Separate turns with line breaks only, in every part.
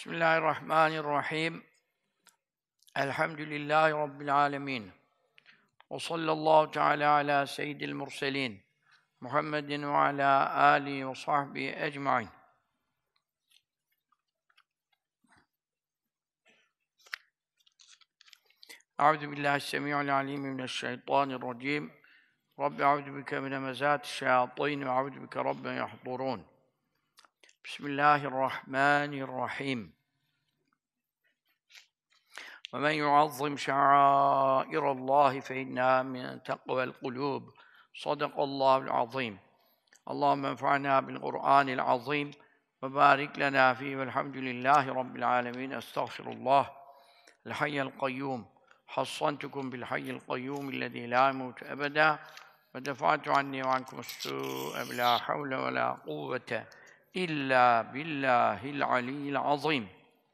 Bismillahirrahmanirrahim. Elhamdülillahi Rabbil alemin. Ve sallallahu teala ala seyyidil murselin. Muhammedin ve ala alihi ve sahbihi ecmaîn. Euzu billahi semi'ul alim mineşşeytanirracim. Rabbi euzu bike min hemezâti'ş-şeyâtîn ve euzu bike rabbi en yahdurûn. Bismillahirrahmanirrahim. وَمَنْ يُعَظِّمْ شَعَائِرَ اللّٰهِ فَإِنَّهَا مِنْ تَقْوَى الْقُلُوبِ صَدَقَ اللّٰهُ الْعَظِيمُ اللّٰهُمَّ انفَعْنَا بِالْقُرْآنِ الْعَظِيمِ وَبَارِكْ لَنَا فِيهِ وَالْحَمْدُ لِلّٰهِ رَبِّ الْعَالَمِينَ أَسْتَغْفِرُ اللّٰهَ الْحَيَّ الْقَيُّومَ حَصَّنْتُكُمْ بِالْحَيِّ الْقَيُّومِ الَّذِي لَا يَمُوتُ أَبَدًا وَدَفَعْتُ عَنِّي وَعَنْكُمُ السُّوءَ بِلَا حَوْلَ وَلَا قُوَّةَ إِلَّا بِاللّٰهِ الْعَلِيِّ الْعَظِيمِ.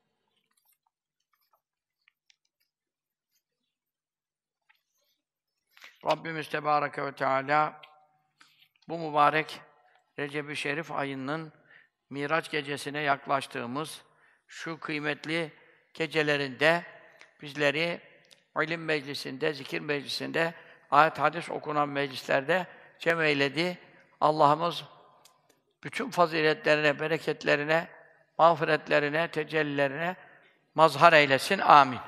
Rabbimiz Tebareke ve Teala bu mübarek Recep-i Şerif ayının Miraç gecesine yaklaştığımız şu kıymetli gecelerinde bizleri ilim meclisinde, zikir meclisinde, ayet hadis okunan meclislerde cem eyledi. Allah'ımız bütün faziletlerine, bereketlerine, mağfiretlerine, tecellilerine mazhar eylesin. Amin.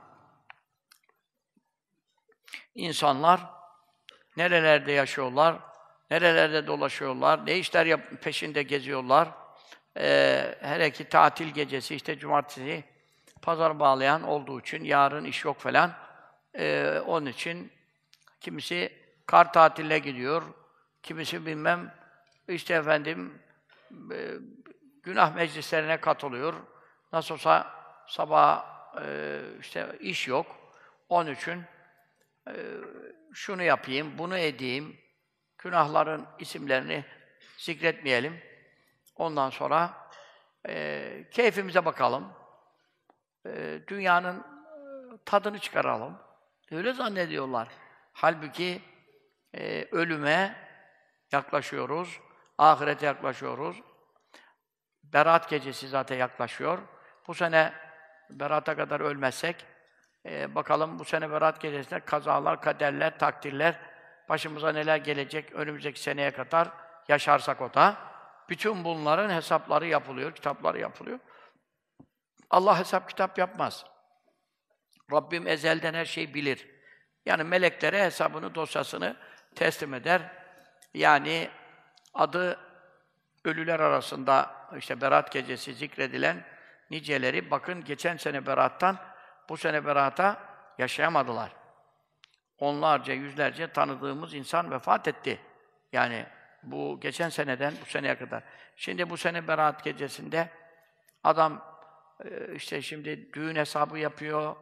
İnsanlar nerelerde yaşıyorlar, nerelerde dolaşıyorlar, ne işler peşinde geziyorlar. Hele ki tatil gecesi, işte cumartesi, pazar bağlayan olduğu için yarın iş yok falan. Onun için kimisi kar tatiline gidiyor, kimisi bilmem işte efendim günah meclislerine katılıyor. Nasıl olsa sabah işte iş yok. Onun için şunu yapayım, bunu edeyim, günahların isimlerini zikretmeyelim. Ondan sonra keyfimize bakalım. Dünyanın tadını çıkaralım. Öyle zannediyorlar. Halbuki ölüme yaklaşıyoruz, ahirete yaklaşıyoruz. Berat gecesi zaten yaklaşıyor. Bu sene Berat'a kadar ölmezsek, bakalım bu sene Berat gecesinde kazalar, kaderler, takdirler, başımıza neler gelecek önümüzdeki seneye kadar yaşarsak o da. Bütün bunların hesapları yapılıyor, kitapları yapılıyor. Allah hesap kitap yapmaz. Rabbim ezelden her şeyi bilir. Yani meleklere hesabını, dosyasını teslim eder. Yani adı ölüler arasında işte Berat gecesi zikredilen niceleri, bakın geçen sene Berat'tan bu sene Berat'a yaşayamadılar. Onlarca, yüzlerce tanıdığımız insan vefat etti. Yani bu geçen seneden bu seneye kadar. Şimdi bu sene Berat gecesinde adam işte şimdi düğün hesabı yapıyor,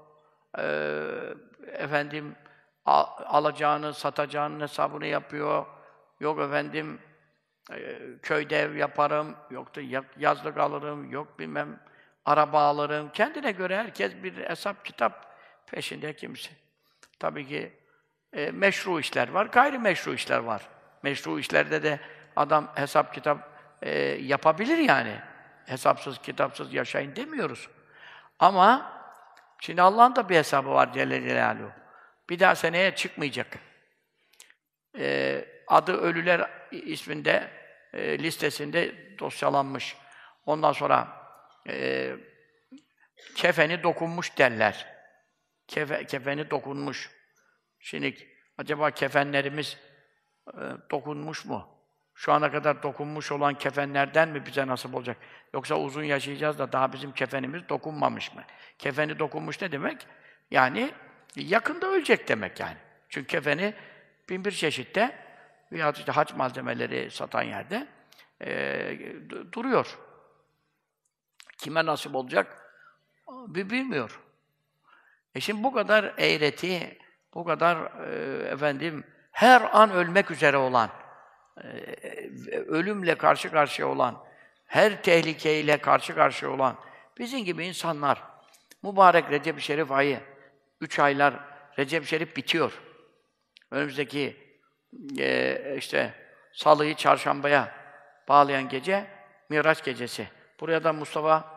efendim alacağını, satacağının hesabını yapıyor. Yok efendim köyde ev yaparım, yok da yazlık alırım, yok bilmem araba alırım. Kendine göre herkes bir hesap kitap peşinde kimse. Tabii ki meşru işler var, gayrimeşru işler var. Meşru işlerde de adam hesap kitap yapabilir yani. Hesapsız, kitapsız yaşayın demiyoruz. Ama şimdi Allah'ın da bir hesabı var Celle Celaluhu. Bir daha seneye çıkmayacak. Adı ölüler isminde listesinde dosyalanmış. Ondan sonra kefeni dokunmuş derler. Kefeni dokunmuş. Şimdi acaba kefenlerimiz dokunmuş mu? Şu ana kadar dokunmuş olan kefenlerden mi bize nasip olacak? Yoksa uzun yaşayacağız da daha bizim kefenimiz dokunmamış mı? Kefeni dokunmuş ne demek? Yani yakında ölecek demek yani. Çünkü kefeni bin bir çeşitte veya işte hac malzemeleri satan yerde duruyor. Kime nasip olacak? Bilmiyor. Şimdi bu kadar eğreti, bu kadar efendim her an ölmek üzere olan, ölümle karşı karşıya olan, her tehlikeyle karşı karşıya olan bizim gibi insanlar, mübarek Recep-i Şerif ayı, 3 aylar Recep-i Şerif bitiyor. Önümüzdeki işte Salı'yı Çarşamba'ya bağlayan gece Miraç gecesi. Buraya da Mustafa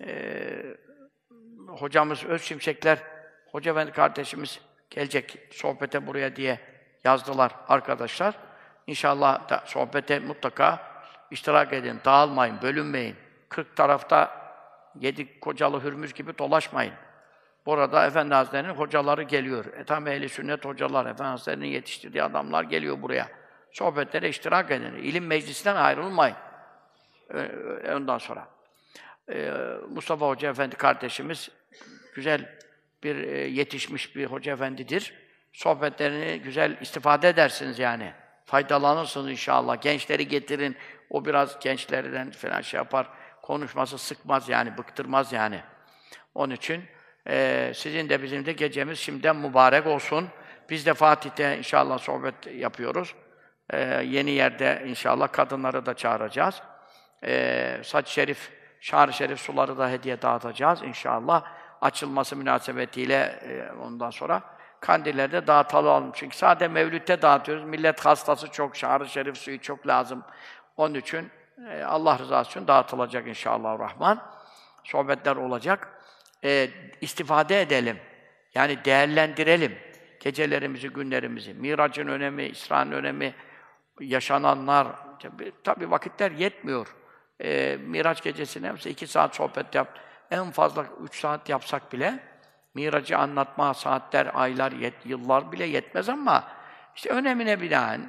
hocamız Özşimşekler, Hoca Efendi kardeşimiz gelecek sohbete buraya diye yazdılar arkadaşlar. İnşallah da sohbete mutlaka iştirak edin, dağılmayın, bölünmeyin. 40 tarafta 7 kocalı hürmüz gibi dolaşmayın. Burada Efendi Hazretleri'nin hocaları geliyor. Tam ehli sünnet hocalar, Efendi Hazretleri'nin yetiştirdiği adamlar geliyor buraya. Sohbetlere iştirak edin. İlim meclisinden ayrılmayın. Ondan sonra. Mustafa Hoca Efendi kardeşimiz güzel bir yetişmiş bir Hoca Efendidir. Sohbetlerini güzel istifade edersiniz yani. Faydalanırsınız inşallah. Gençleri getirin. O biraz gençlerden falan şey yapar. Konuşması sıkmaz yani, bıktırmaz yani. Onun için sizin de bizim de gecemiz şimdiden mübarek olsun. Biz de Fatih'te inşallah sohbet yapıyoruz. Yeni yerde inşallah kadınları da çağıracağız. Saç şerif, şar-ı şerif suları da hediye dağıtacağız inşallah. Açılması münasebetiyle ondan sonra kandilleri de dağıtalım. Çünkü sadece mevlütte dağıtıyoruz. Millet hastası çok, şar-ı şerif suyu çok lazım. Onun için Allah rızası için dağıtılacak inşallah Rahman. Sohbetler olacak. İstifade edelim. Yani değerlendirelim gecelerimizi, günlerimizi. Miracın önemi, İsra'nın önemi, yaşananlar. Tabii vakitler yetmiyor. Miraç gecesine mesela 2 saat sohbet yap. En fazla 3 saat yapsak bile Miracı anlatma saatler, aylar, yıllar bile yetmez ama işte önemine binaen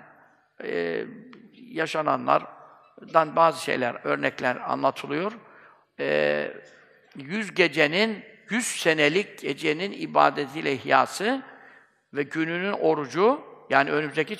yaşananlardan bazı şeyler, örnekler anlatılıyor. 100 gecenin, 100 senelik gecenin ibadetiyle ihyası ve gününün orucu, yani önümüzdeki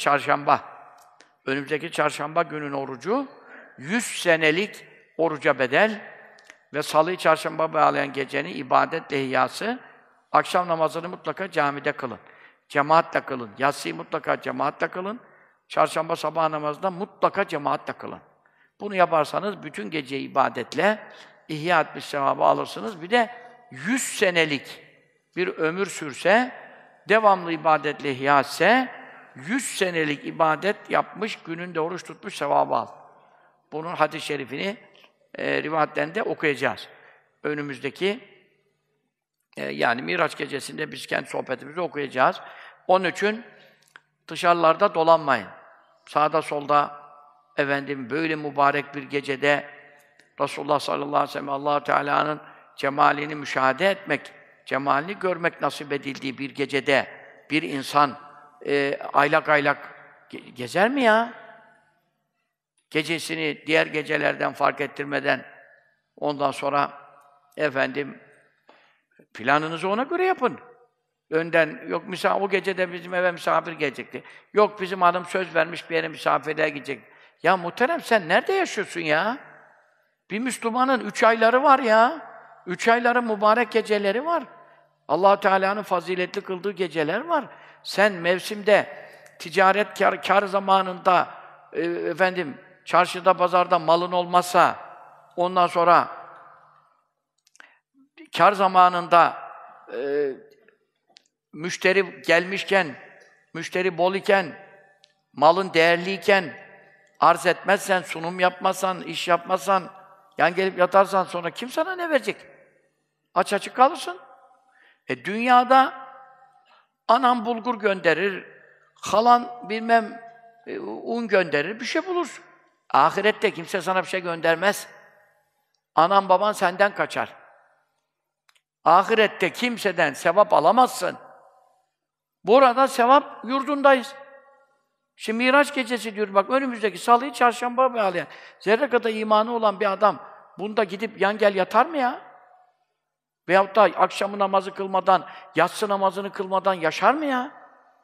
çarşamba günün orucu, 100 senelik oruca bedel ve salıyı çarşamba bağlayan gecenin ibadetle ihyası, akşam namazını mutlaka camide kılın. Cemaatle kılın. Yatsıyı mutlaka cemaatle kılın. Çarşamba sabah namazında mutlaka cemaatle kılın. Bunu yaparsanız bütün gece ibadetle ihya etmiş sevabı alırsınız. Bir de 100 senelik bir ömür sürse, devamlı ibadetle ihya etse, 100 senelik ibadet yapmış, gününde oruç tutmuş sevabı al. Bunun hadis-i şerifini rivayetlerinde okuyacağız. Önümüzdeki yani Miraç gecesinde biz kendi sohbetimizi okuyacağız. Onun için dışarılarda dolanmayın. Sağda solda böyle mübarek bir gecede Resulullah sallallahu aleyhi ve sellem Allah-u Teala'nın cemalini müşahede etmek, cemalini görmek nasip edildiği bir gecede bir insan aylak aylak gezer mi ya? Gecesini diğer gecelerden fark ettirmeden ondan sonra planınızı ona göre yapın. Önden, yok o gece de bizim eve misafir gelecekti. Yok bizim hanım söz vermiş bir yere misafirliğe gidecek. Ya muhterem sen nerede yaşıyorsun ya? Bir Müslümanın 3 ayları var ya. 3 ayların mübarek geceleri var. Allah-u Teala'nın faziletli kıldığı geceler var. Sen mevsimde, ticaret kâr zamanında, çarşıda, pazarda malın olmazsa, ondan sonra kâr zamanında müşteri gelmişken, müşteri bol iken, malın değerliyken, arz etmezsen, sunum yapmazsan, iş yapmazsan, yan gelip yatarsan sonra kim sana ne verecek? Aç açık kalırsın. Dünyada anan bulgur gönderir, halan bilmem un gönderir, bir şey bulursun. Ahirette kimse sana bir şey göndermez. Anan baban senden kaçar. Ahirette kimseden sevap alamazsın. Burada sevap yurdundayız. Şimdi Miraç gecesi diyor, bak önümüzdeki salıyı çarşamba bağlayan, zerre kadar imanı olan bir adam, bunda gidip yan gel yatar mı ya? Veyahut da akşamı namazı kılmadan, yatsı namazını kılmadan yaşar mı ya?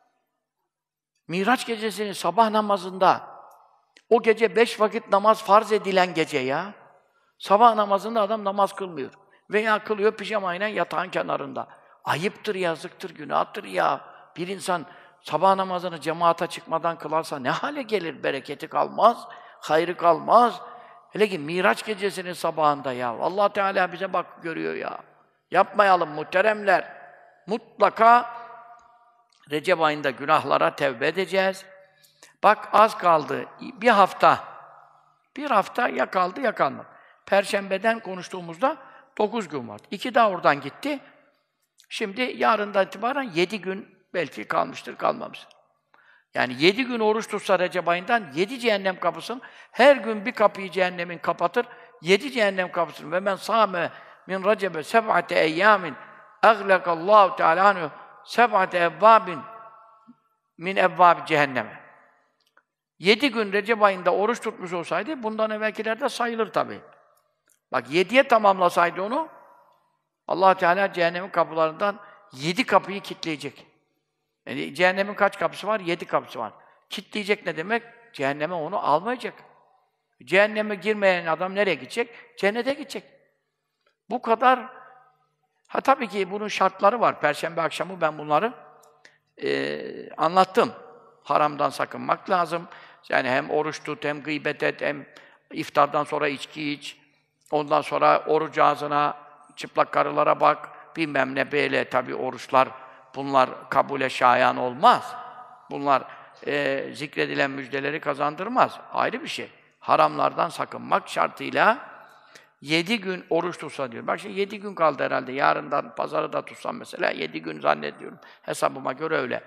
Miraç gecesinin sabah namazında, o gece 5 vakit namaz farz edilen gece ya. Sabah namazında adam namaz kılmıyor. Veya kılıyor pijamayla yatağın kenarında. Ayıptır, yazıktır, günahtır ya. Bir insan sabah namazını cemaate çıkmadan kılarsa ne hale gelir? Bereketi kalmaz, hayrı kalmaz. Hele ki Miraç gecesinin sabahında ya. Allah Teala bize bak görüyor ya. Yapmayalım muhteremler. Mutlaka Recep ayında günahlara tevbe edeceğiz. Bak az kaldı. Bir hafta ya kaldı ya kalmadı. Perşembeden konuştuğumuzda 9 gün vardı. 2 daha oradan gitti. Şimdi yarından itibaren 7 gün belki kalmıştır, kalmamıştır. Yani 7 gün oruç tutsa Recep ayından 7 cehennem kapısını, her gün bir kapıyı cehennemin kapatır, 7 cehennem kapısını. Ve men sâme min recebe seb'ate eyyâmin eglekallâhu teâlâ anhu seb'ate evvâbin min evvâbi cehenneme. 7 gün Recep ayında oruç tutmuş olsaydı, bundan evvelkiler de sayılır tabii. Bak 7'ye tamamlasaydı onu, Allah Teala cehennemin kapılarından 7 kapıyı kilitleyecek. Yani cehennemin kaç kapısı var? 7 kapısı var. Kilitleyecek ne demek? Cehenneme onu almayacak. Cehenneme girmeyen adam nereye gidecek? Cennete gidecek. Bu kadar. Ha tabii ki bunun şartları var. Perşembe akşamı ben bunları anlattım. Haramdan sakınmak lazım. Yani hem oruç tut, hem gıybet et, hem iftardan sonra içki iç. Ondan sonra oruç ağzına, çıplak karılara bak, bilmem ne böyle tabii oruçlar, bunlar kabule şayan olmaz. Bunlar zikredilen müjdeleri kazandırmaz. Ayrı bir şey. Haramlardan sakınmak şartıyla 7 gün oruç tutsa diyor. Bak şimdi 7 gün kaldı herhalde. Yarından pazarı da tutsam mesela 7 gün zannediyorum. Hesabıma göre öyle.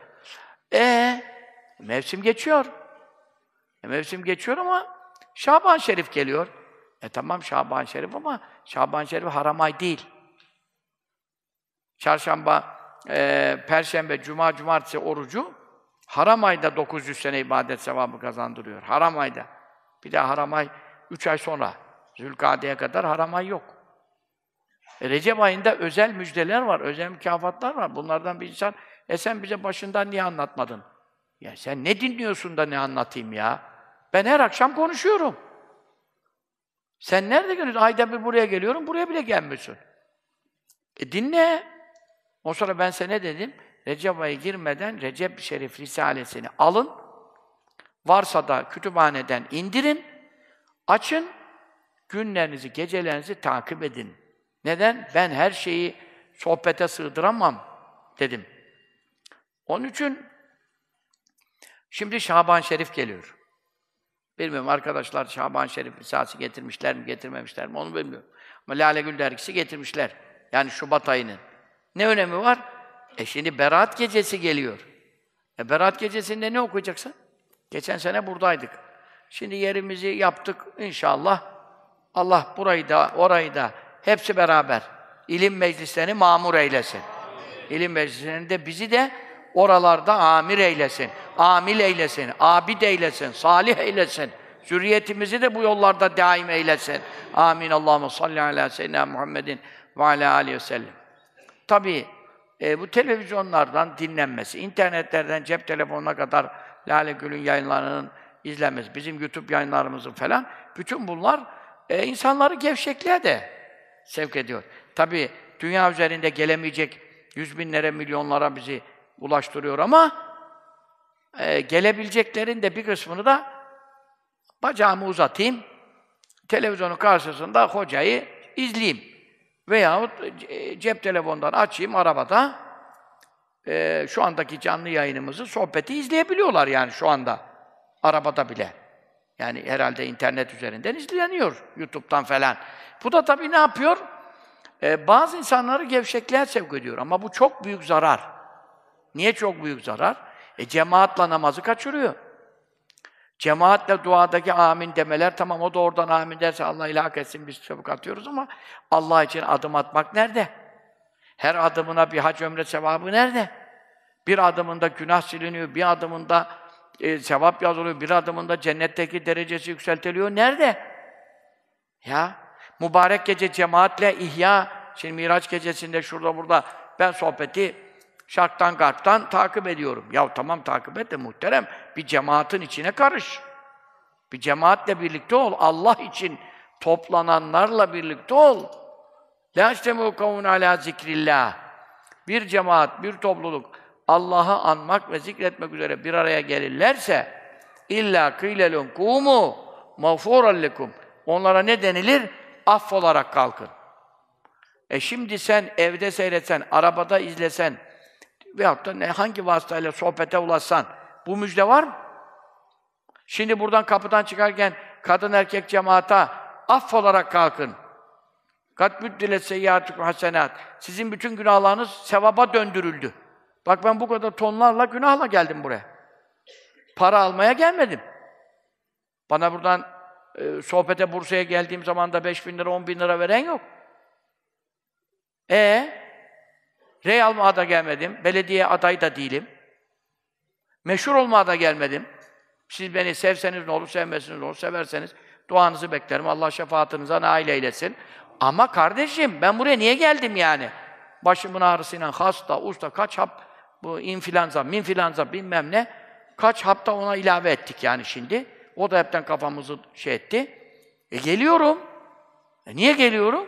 Mevsim geçiyor. Mevsim geçiyor ama Şaban Şerif geliyor. Tamam Şaban Şerif ama Şaban Şerif haram ay değil. Çarşamba, Perşembe, Cuma, Cumartesi orucu haram ayda 900 sene ibadet sevabı kazandırıyor. Haram ayda. Bir de haram ay 3 ay sonra. Zülkade'ye kadar haram ay yok. Recep ayında özel müjdeler var, özel mükafatlar var. Bunlardan bir insan, sen bize başından niye anlatmadın? Ya sen ne dinliyorsun da ne anlatayım ya? Ben her akşam konuşuyorum. Sen nerede görüyorsun? Ayda bir buraya geliyorum, buraya bile gelmiyorsun. Dinle. O sonra ben sana ne dedim? Recep ayı girmeden Recep Şerif Risalesini alın. Varsa da kütüphaneden indirin. Açın. Günlerinizi, gecelerinizi takip edin. Neden? Ben her şeyi sohbete sığdıramam dedim. Onun için şimdi Şaban Şerif geliyor. Bilmiyorum arkadaşlar Şaban Şerif Risalesi getirmişler mi, getirmemişler mi onu bilmiyorum. Ama Lale Gül dergisi getirmişler. Yani Şubat ayının. Ne önemi var? Şimdi Berat Gecesi geliyor. Berat Gecesi'nde ne okuyacaksın? Geçen sene buradaydık. Şimdi yerimizi yaptık inşallah. Allah burayı da, orayı da hepsi beraber ilim meclislerini mamur eylesin. İlim meclislerinde bizi de oralarda amir eylesin, amil eylesin, abid eylesin, salih eylesin. Zürriyetimizi de bu yollarda daim eylesin. Amin. Allahumme salli ala seyyidina Muhammedin ve ala aleyhi ve sellem. Tabii bu televizyonlardan dinlenmesi, internetlerden cep telefonuna kadar Lale Gül'ün yayınlarının izlenmesi, bizim YouTube yayınlarımızın falan, bütün bunlar insanları gevşekliğe de sevk ediyor. Tabii dünya üzerinde gelemeyecek yüz binlere, milyonlara bizi ulaştırıyor ama gelebileceklerin de bir kısmını da bacağımı uzatayım, televizyonun karşısında hocayı izleyeyim. Veyahut cep telefonundan açayım arabada, şu andaki canlı yayınımızı, sohbeti izleyebiliyorlar yani şu anda, arabada bile. Yani herhalde internet üzerinden izleniyor, YouTube'dan falan. Bu da tabii ne yapıyor? Bazı insanları gevşekliğe sevk ediyor ama bu çok büyük zarar. Niye çok büyük zarar? Cemaatle namazı kaçırıyor. Cemaatle duadaki amin demeler, tamam o da oradan amin derse Allah ilhak etsin, biz çabuk atıyoruz ama Allah için adım atmak nerede? Her adımına bir hac ömre sevabı nerede? Bir adımında günah siliniyor, bir adımında sevap yazılıyor, bir adımında cennetteki derecesi yükseltiliyor. Nerede? Ya, mübarek gece cemaatle ihya, şimdi Miraç gecesinde şurada burada ben sohbeti şarktan garptan takip ediyorum. Ya tamam takip et de muhterem, bir cemaatin içine karış. Bir cemaatle birlikte ol, Allah için toplananlarla birlikte ol. لَا اَجْتَمُوا قَوْنَ عَلَى zikrillah. Bir cemaat, bir topluluk Allah'ı anmak ve zikretmek üzere bir araya gelirlerse illa kıylelun kumu mağfuran lekum. Onlara ne denilir? Affolarak kalkın. Şimdi sen evde seyretsen, arabada izlesen veyahut da hangi vasıtayla sohbete ulaşsan bu müjde var mı? Şimdi buradan kapıdan çıkarken kadın erkek cemaata affolarak kalkın. Kat büddilet seyyiâtukum hasenât. Sizin bütün günahlarınız sevaba döndürüldü. Bak ben bu kadar tonlarla günahla geldim buraya. Para almaya gelmedim. Bana buradan sohbete Bursa'ya geldiğim zaman da 5.000 lira, 10.000 lira veren yok. Rey almaya da gelmedim. Belediye adayı da değilim. Meşhur olmaya da gelmedim. Siz beni sevseniz ne olur, sevmeseniz ne olur, severseniz duanızı beklerim. Allah şefaatinize nail eylesin. Ama kardeşim, ben buraya niye geldim yani? Başımın ağrısıyla hasta, usta, kaç hap, bu influenza, minfluenza bilmem ne, kaç hapta ona ilave ettik yani şimdi. O da hepten kafamızı şey etti. Geliyorum. Niye geliyorum?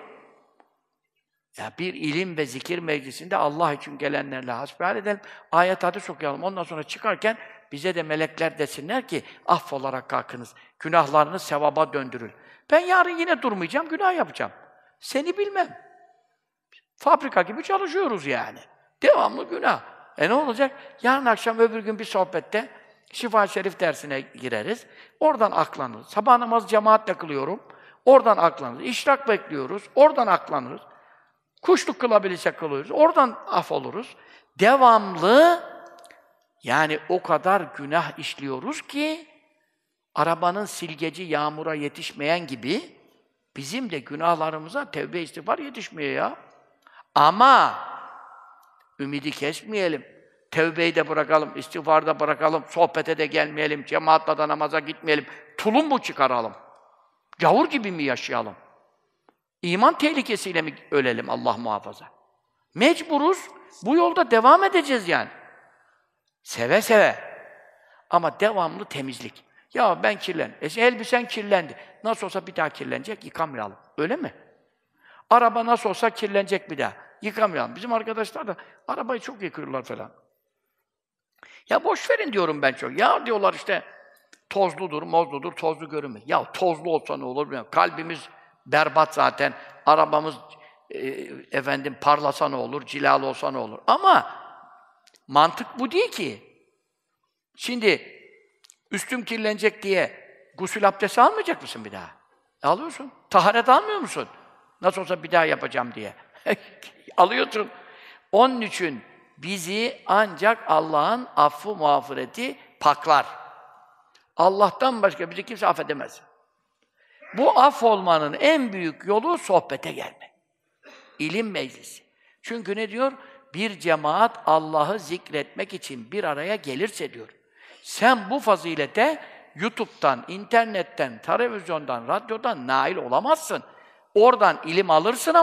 Ya bir ilim ve zikir meclisinde Allah için gelenlerle hasbihal edelim. Ayet hadis okuyalım. Ondan sonra çıkarken bize de melekler desinler ki affolarak kalkınız. Günahlarınız sevaba döndürül. Ben yarın yine durmayacağım, günah yapacağım. Seni bilmem. Fabrika gibi çalışıyoruz yani. Devamlı günah. Ne olacak? Yarın akşam öbür gün bir sohbette Şifa Şerif dersine gireriz. Oradan aklanırız. Sabah namazı cemaatle kılıyorum. Oradan aklanırız. İşrak bekliyoruz. Oradan aklanırız. Kuşluk kılabilirsek kılıyoruz. Oradan af oluruz. Devamlı yani o kadar günah işliyoruz ki arabanın silgeci yağmura yetişmeyen gibi bizim de günahlarımıza tevbe istiğfar yetişmiyor ya. Ama ümidi kesmeyelim. Tevbeyi de bırakalım, istiğfarı da bırakalım, sohbete de gelmeyelim, cemaatle da namaza gitmeyelim. Tulum mu çıkaralım? Gavur gibi mi yaşayalım? İman tehlikesiyle mi ölelim Allah muhafaza? Mecburuz, bu yolda devam edeceğiz yani. Seve seve. Ama devamlı temizlik. Ya ben kirlendim. Elbisen kirlendi. Nasıl olsa bir daha kirlenecek, yıkamayalım. Öyle mi? Araba nasıl olsa kirlenecek bir daha. Yıkamayalım. Bizim arkadaşlar da arabayı çok yıkıyorlar falan. Ya boş verin diyorum ben çok. Ya diyorlar işte tozludur, mozludur, tozlu görünmez. Ya tozlu olsa ne olur bilmiyorum. Kalbimiz berbat zaten. Arabamız parlasa ne olur, cilalı olsa ne olur. Ama mantık bu değil ki. Şimdi üstüm kirlenecek diye gusül abdesti almayacak mısın bir daha? Alıyorsun. Taharet almıyor musun? Nasıl olsa bir daha yapacağım diye. Alıyorsun. Onun için bizi ancak Allah'ın affı, mağfireti paklar. Allah'tan başka bizi kimse affedemez. Bu af olmanın en büyük yolu sohbete gelmek. İlim meclisi. Çünkü ne diyor? Bir cemaat Allah'ı zikretmek için bir araya gelirse diyor. Sen bu fazilete YouTube'dan, internetten, televizyondan, radyodan nail olamazsın. Oradan ilim alırsın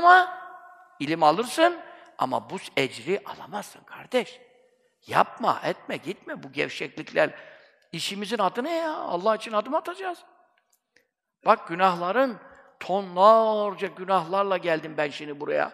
ama bu ecri alamazsın kardeş. Yapma, etme, gitme bu gevşeklikler. İşimizin adı ne ya? Allah için adım atacağız. Bak günahların, tonlarca günahlarla geldim ben şimdi buraya.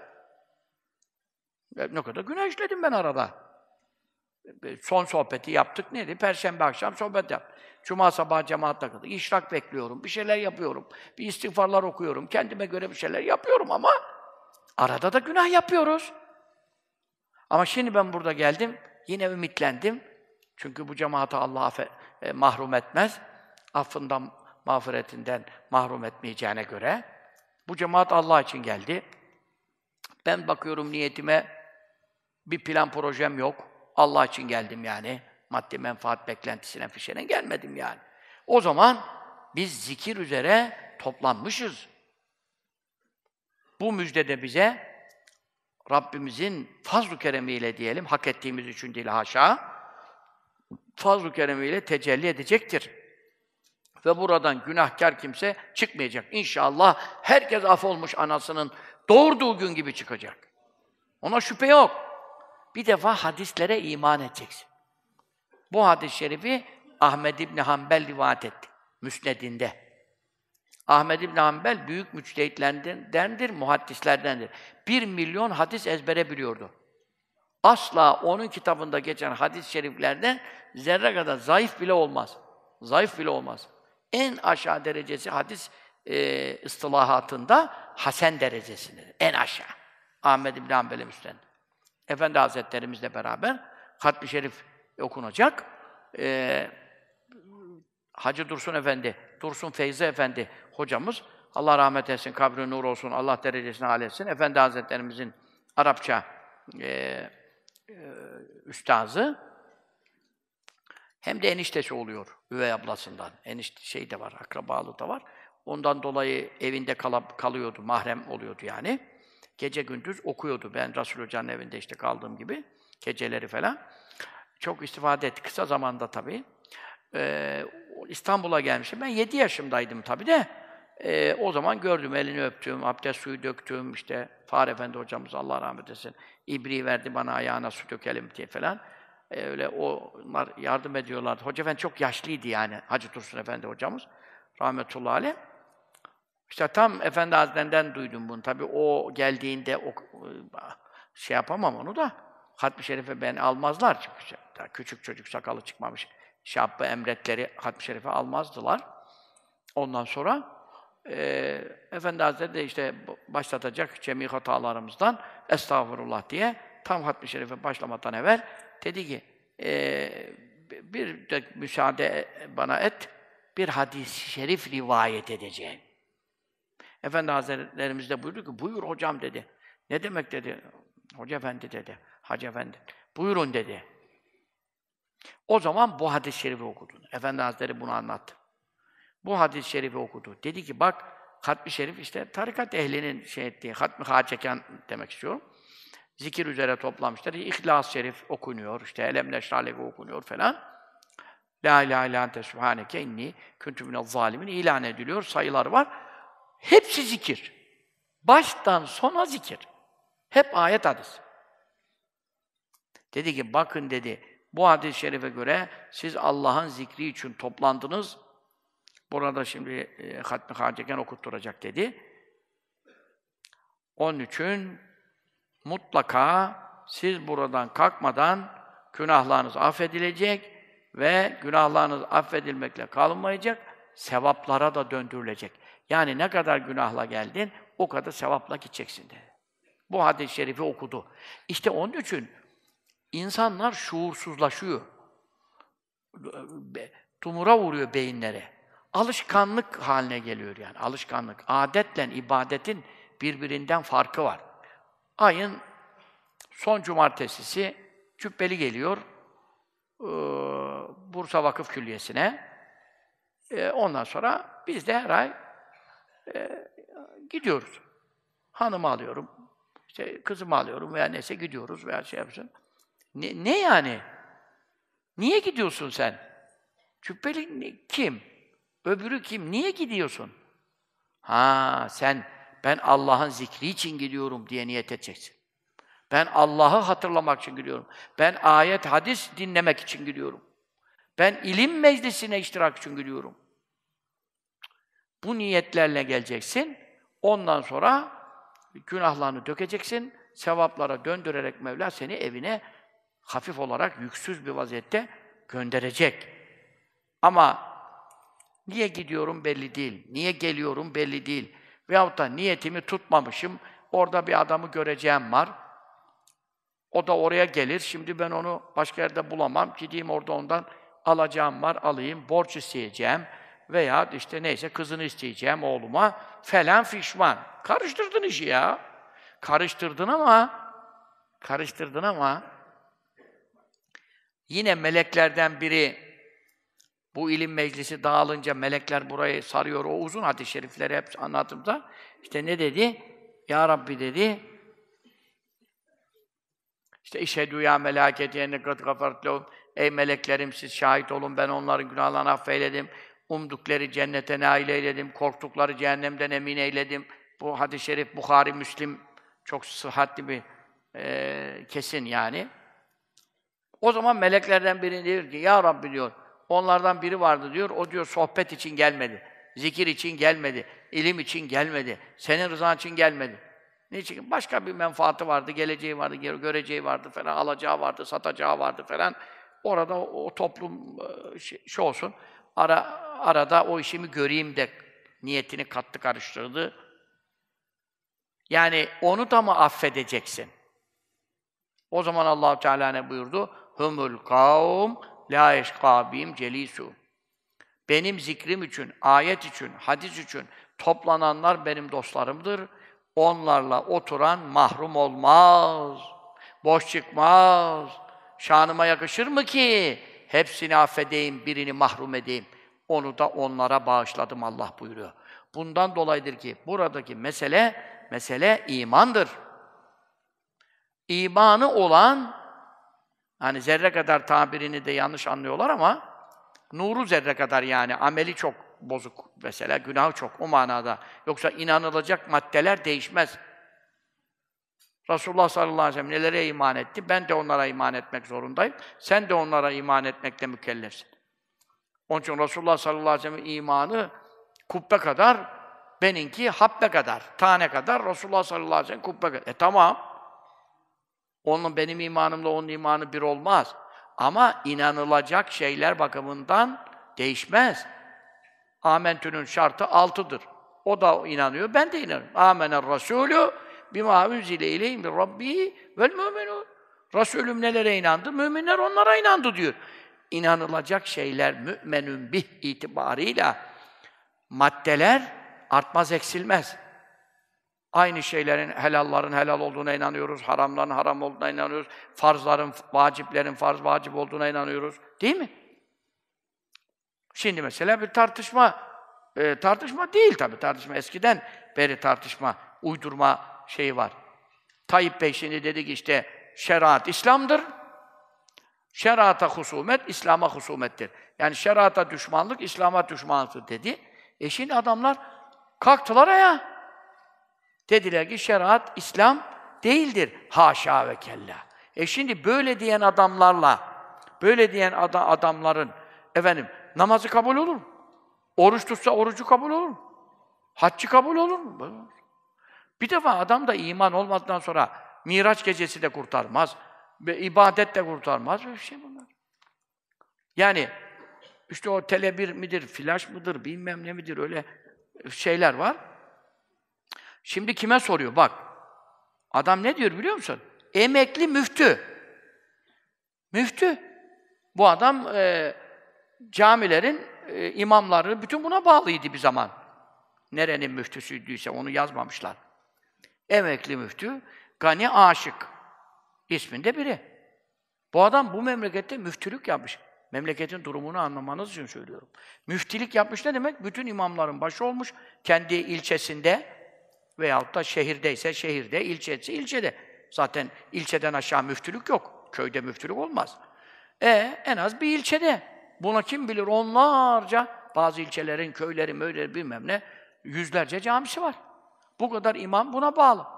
Ne kadar günah işledim ben arada. Son sohbeti yaptık neydi? Perşembe akşam sohbet yaptık. Cuma sabahı cemaatle kıldık. İşrak bekliyorum, bir şeyler yapıyorum. Bir istiğfarlar okuyorum, kendime göre bir şeyler yapıyorum ama arada da günah yapıyoruz. Ama şimdi ben burada geldim, yine ümitlendim. Çünkü bu cemaati Allah mahrum etmez. Affından, mağfiretinden mahrum etmeyeceğine göre. Bu cemaat Allah için geldi. Ben bakıyorum niyetime, bir plan projem yok. Allah için geldim yani. Maddi menfaat beklentisine fişene gelmedim yani. O zaman biz zikir üzere toplanmışız. Bu müjde de bize Rabbimizin fazl-ı keremiyle diyelim, hak ettiğimiz için değil haşa, fazl-ı keremiyle tecelli edecektir. Ve buradan günahkar kimse çıkmayacak. İnşallah herkes af olmuş anasının doğurduğu gün gibi çıkacak. Ona şüphe yok. Bir defa hadislere iman edeceksin. Bu hadis-i şerifi Ahmed İbni Hanbel rivayet etti. Müsned'inde. Ahmed İbni Hanbel büyük müçtehitlerdendir, muhaddislerdendir. 1 milyon hadis ezbere biliyordu. Asla onun kitabında geçen hadis-i şeriflerden zerre kadar zayıf bile olmaz. Zayıf bile olmaz. En aşağı derecesi hadis ıstılahatında hasen derecesindedir. En aşağı. Ahmed İbni Hanbel'e müsned. Efendi Hazretlerimizle beraber Hatmi Şerif okunacak. Hacı Dursun Efendi, Dursun Feyzi Efendi hocamız Allah rahmet etsin, kabri nur olsun, Allah derecesini âli etsin. Efendi Hazretlerimizin Arapça üstazı, hem de eniştesi oluyor, üvey ablasından. Şey de var, akrabalığı da var. Ondan dolayı evinde kalıyordu, mahrem oluyordu yani. Gece gündüz okuyordu. Ben Resul Hoca'nın evinde işte kaldığım gibi, geceleri falan. Çok istifade etti, kısa zamanda tabii. İstanbul'a gelmişim. Ben 7 yaşımdaydım tabii de. O zaman gördüm, elini öptüm, abdest suyu döktüm, işte Fahri Efendi hocamız, Allah rahmet etsin, ibriği verdi bana, ayağına su dökelim diye falan. Öyle onlar yardım ediyorlardı. Hoca Efendi çok yaşlıydı yani, Hacı Dursun Efendi hocamız, rahmetullahi aleyh. İşte tam Efendi Hazretlerinden duydum bunu. Tabii o geldiğinde şey yapamam onu da, Hatmi Şerif'e beni almazlar çünkü daha küçük çocuk, sakalı çıkmamış. Şabbı emretleri Hatmi Şerif'e almazdılar. Ondan sonra Efendi Hazretleri de işte başlatacak cemi hatalarımızdan estağfurullah diye tam Hatmi Şerif'e başlamadan evvel dedi ki bir de müsaade bana et, bir hadis-i şerif rivayet edeceğim. Efendi Hazretlerimiz de buyurdu ki, buyur hocam dedi. Ne demek dedi? Hoca Efendi dedi, Hacı Efendi. Buyurun dedi. O zaman bu hadis-i şerifi okudu. Efendi Hazretleri bunu anlattı. Bu hadis-i şerifi okudu. Dedi ki bak, Hatmi Şerif işte tarikat ehlinin şey ettiği, Hatmi Haçeken demek istiyorum. Zikir üzere toplamışlar. İhlas-ı Şerif okunuyor, işte Elem Neşralevi okunuyor falan. La ilahe illa ente subhaneke inni kuntu minez zalimin ilan ediliyor, sayılar var. Hepsi zikir. Baştan sona zikir. Hep ayet hadis. Dedi ki bakın dedi, bu hadis-i şerife göre siz Allah'ın zikri için toplandınız. Burada şimdi Hatmi Haceken okutturacak dedi. Onun için mutlaka siz buradan kalkmadan günahlarınız affedilecek ve günahlarınız affedilmekle kalmayacak, sevaplara da döndürülecek. Yani ne kadar günahla geldin, o kadar sevapla gideceksin dedi. Bu hadis-i şerifi okudu. İşte onun için insanlar şuursuzlaşıyor. Tumura vuruyor beyinleri. Alışkanlık haline geliyor yani, alışkanlık. Adetle ibadetin birbirinden farkı var. Ayın son cumartesisi Cübbeli geliyor Bursa Vakıf Külliyesi'ne. Ondan sonra biz de her ay gidiyoruz. Hanımı alıyorum, işte kızımı alıyorum veya neyse gidiyoruz veya şey yapıyorsun. Ne yani? Niye gidiyorsun sen? Cübbeli kim? Öbürü kim? Niye gidiyorsun? Ben Allah'ın zikri için gidiyorum diye niyet edeceksin. Ben Allah'ı hatırlamak için gidiyorum. Ben ayet, hadis dinlemek için gidiyorum. Ben ilim meclisine iştirak için gidiyorum. Bu niyetlerle geleceksin. Ondan sonra günahlarını dökeceksin. Sevaplara döndürerek Mevla seni evine hafif olarak, yüksüz bir vaziyette gönderecek. Ama niye gidiyorum belli değil. Niye geliyorum belli değil. Veyahut da niyetimi tutmamışım. Orada bir adamı göreceğim var. O da oraya gelir. Şimdi ben onu başka yerde bulamam. Gideyim orada ondan alacağım var, alayım. Borç isteyeceğim. Veya işte neyse kızını isteyeceğim oğluma. Falan fişman. Karıştırdın işi ya. Karıştırdın ama yine meleklerden biri bu ilim meclisi dağılınca melekler burayı sarıyor. O uzun hadis-i şerifleri hep anlattığımda işte ne dedi? Ya Rabbi dedi, İşte İşhedû yâ melâketi enne kad gafert lehum. Ey meleklerim siz şahit olun, ben onların günahlarını affeyledim. Umdukları cennete nail eyledim. Korktukları cehennemden emin eyledim. Bu hadis-i şerif Buhari, Müslim çok sıhhatli bir kesin yani. O zaman meleklerden biri diyor ki, Ya Rabbi diyor, onlardan biri vardı diyor, o diyor sohbet için gelmedi, zikir için gelmedi, ilim için gelmedi, senin rızan için gelmedi. Niçin? Başka bir menfaati vardı, geleceği vardı, göreceği vardı falan, alacağı vardı, satacağı vardı falan. Orada o toplum şey olsun, arada o işimi göreyim de niyetini kattı, karıştırdı. Yani onu da mı affedeceksin? O zaman Allah-u Teala ne buyurdu? Humul kavm la yeşkâ bihim celîsû. Benim zikrim için, ayet için, hadis için Toplananlar benim dostlarımdır. Onlarla oturan mahrum olmaz. Boş çıkmaz. Şanıma yakışır mı ki hepsini affedeyim, birini mahrum edeyim? Onu da onlara bağışladım Allah buyuruyor. Bundan dolayıdır ki buradaki mesele imandır. İmanı olan, hani zerre kadar tabirini de yanlış anlıyorlar ama nuru zerre kadar, yani ameli çok bozuk mesela, günahı çok o manada. Yoksa inanılacak maddeler değişmez. Resulullah sallallahu aleyhi ve sellem nelere iman etti? Ben de onlara iman etmek zorundayım. Sen de onlara iman etmekle mükellefsin. Onun için Resulullah sallallahu aleyhi ve sellem imanı kubbe kadar, benimki habbe kadar, tane kadar, Resulullah sallallahu aleyhi ve sellem kubbe kadar. Tamam. Benim imanımla onun imanı bir olmaz. Ama inanılacak şeyler bakımından değişmez. Âmentü'nün şartı 6'dır. O da inanıyor, ben de inanıyorum. Âmener rasûlü bimâ unzile ileyhi min rabbihi vel mü'minûn. Resulüm nelere inandı? Müminler onlara inandı diyor. İnanılacak şeyler mü'menün bih itibarıyla maddeler artmaz, eksilmez. Aynı şeylerin, helalların helal olduğuna inanıyoruz, haramların haram olduğuna inanıyoruz, farzların, vaciplerin farz, vacip olduğuna inanıyoruz. Değil mi? Şimdi mesela bir tartışma değil tabii, tartışma eskiden beri tartışma, uydurma şeyi var. Tayyip Bey şimdi dedi ki işte şeriat İslam'dır, şeriata husumet, İslam'a husumettir. Yani şeriata düşmanlık, İslam'a düşmanlıktır dedi. Şimdi adamlar kalktılar ya. Dediler ki şeriat İslam değildir. Haşa ve kella. Şimdi böyle diyen adamlarla, böyle diyen adamların namazı kabul olur mu? Oruç tutsa orucu kabul olur mu? Haccı kabul olur mu? Bir defa adam da iman olmadıktan sonra Miraç gecesi de kurtarmaz, ibadet de kurtarmaz. Böyle şey bunlar. Yani işte o Tele1 midir, flash mıdır, bilmem ne midir, öyle şeyler var. Şimdi kime soruyor? Bak, adam ne diyor biliyor musun? Emekli müftü. Müftü. Bu adam camilerin imamları bütün buna bağlıydı bir zaman. Nerenin müftüsüydüyse onu yazmamışlar. Emekli müftü, Gani Aşık isminde biri. Bu adam bu memlekette müftülük yapmış. Memleketin durumunu anlamanız için söylüyorum. Müftilik yapmış ne demek? Bütün imamların başı olmuş, kendi ilçesinde veyahut da şehirdeyse şehirde, ilçesi ilçede. Zaten ilçeden aşağı müftülük yok. Köyde müftülük olmaz. En az bir ilçede. Buna kim bilir onlarca, bazı ilçelerin, köylerin, möylerin bilmem ne, yüzlerce camisi var. Bu kadar imam buna bağlı.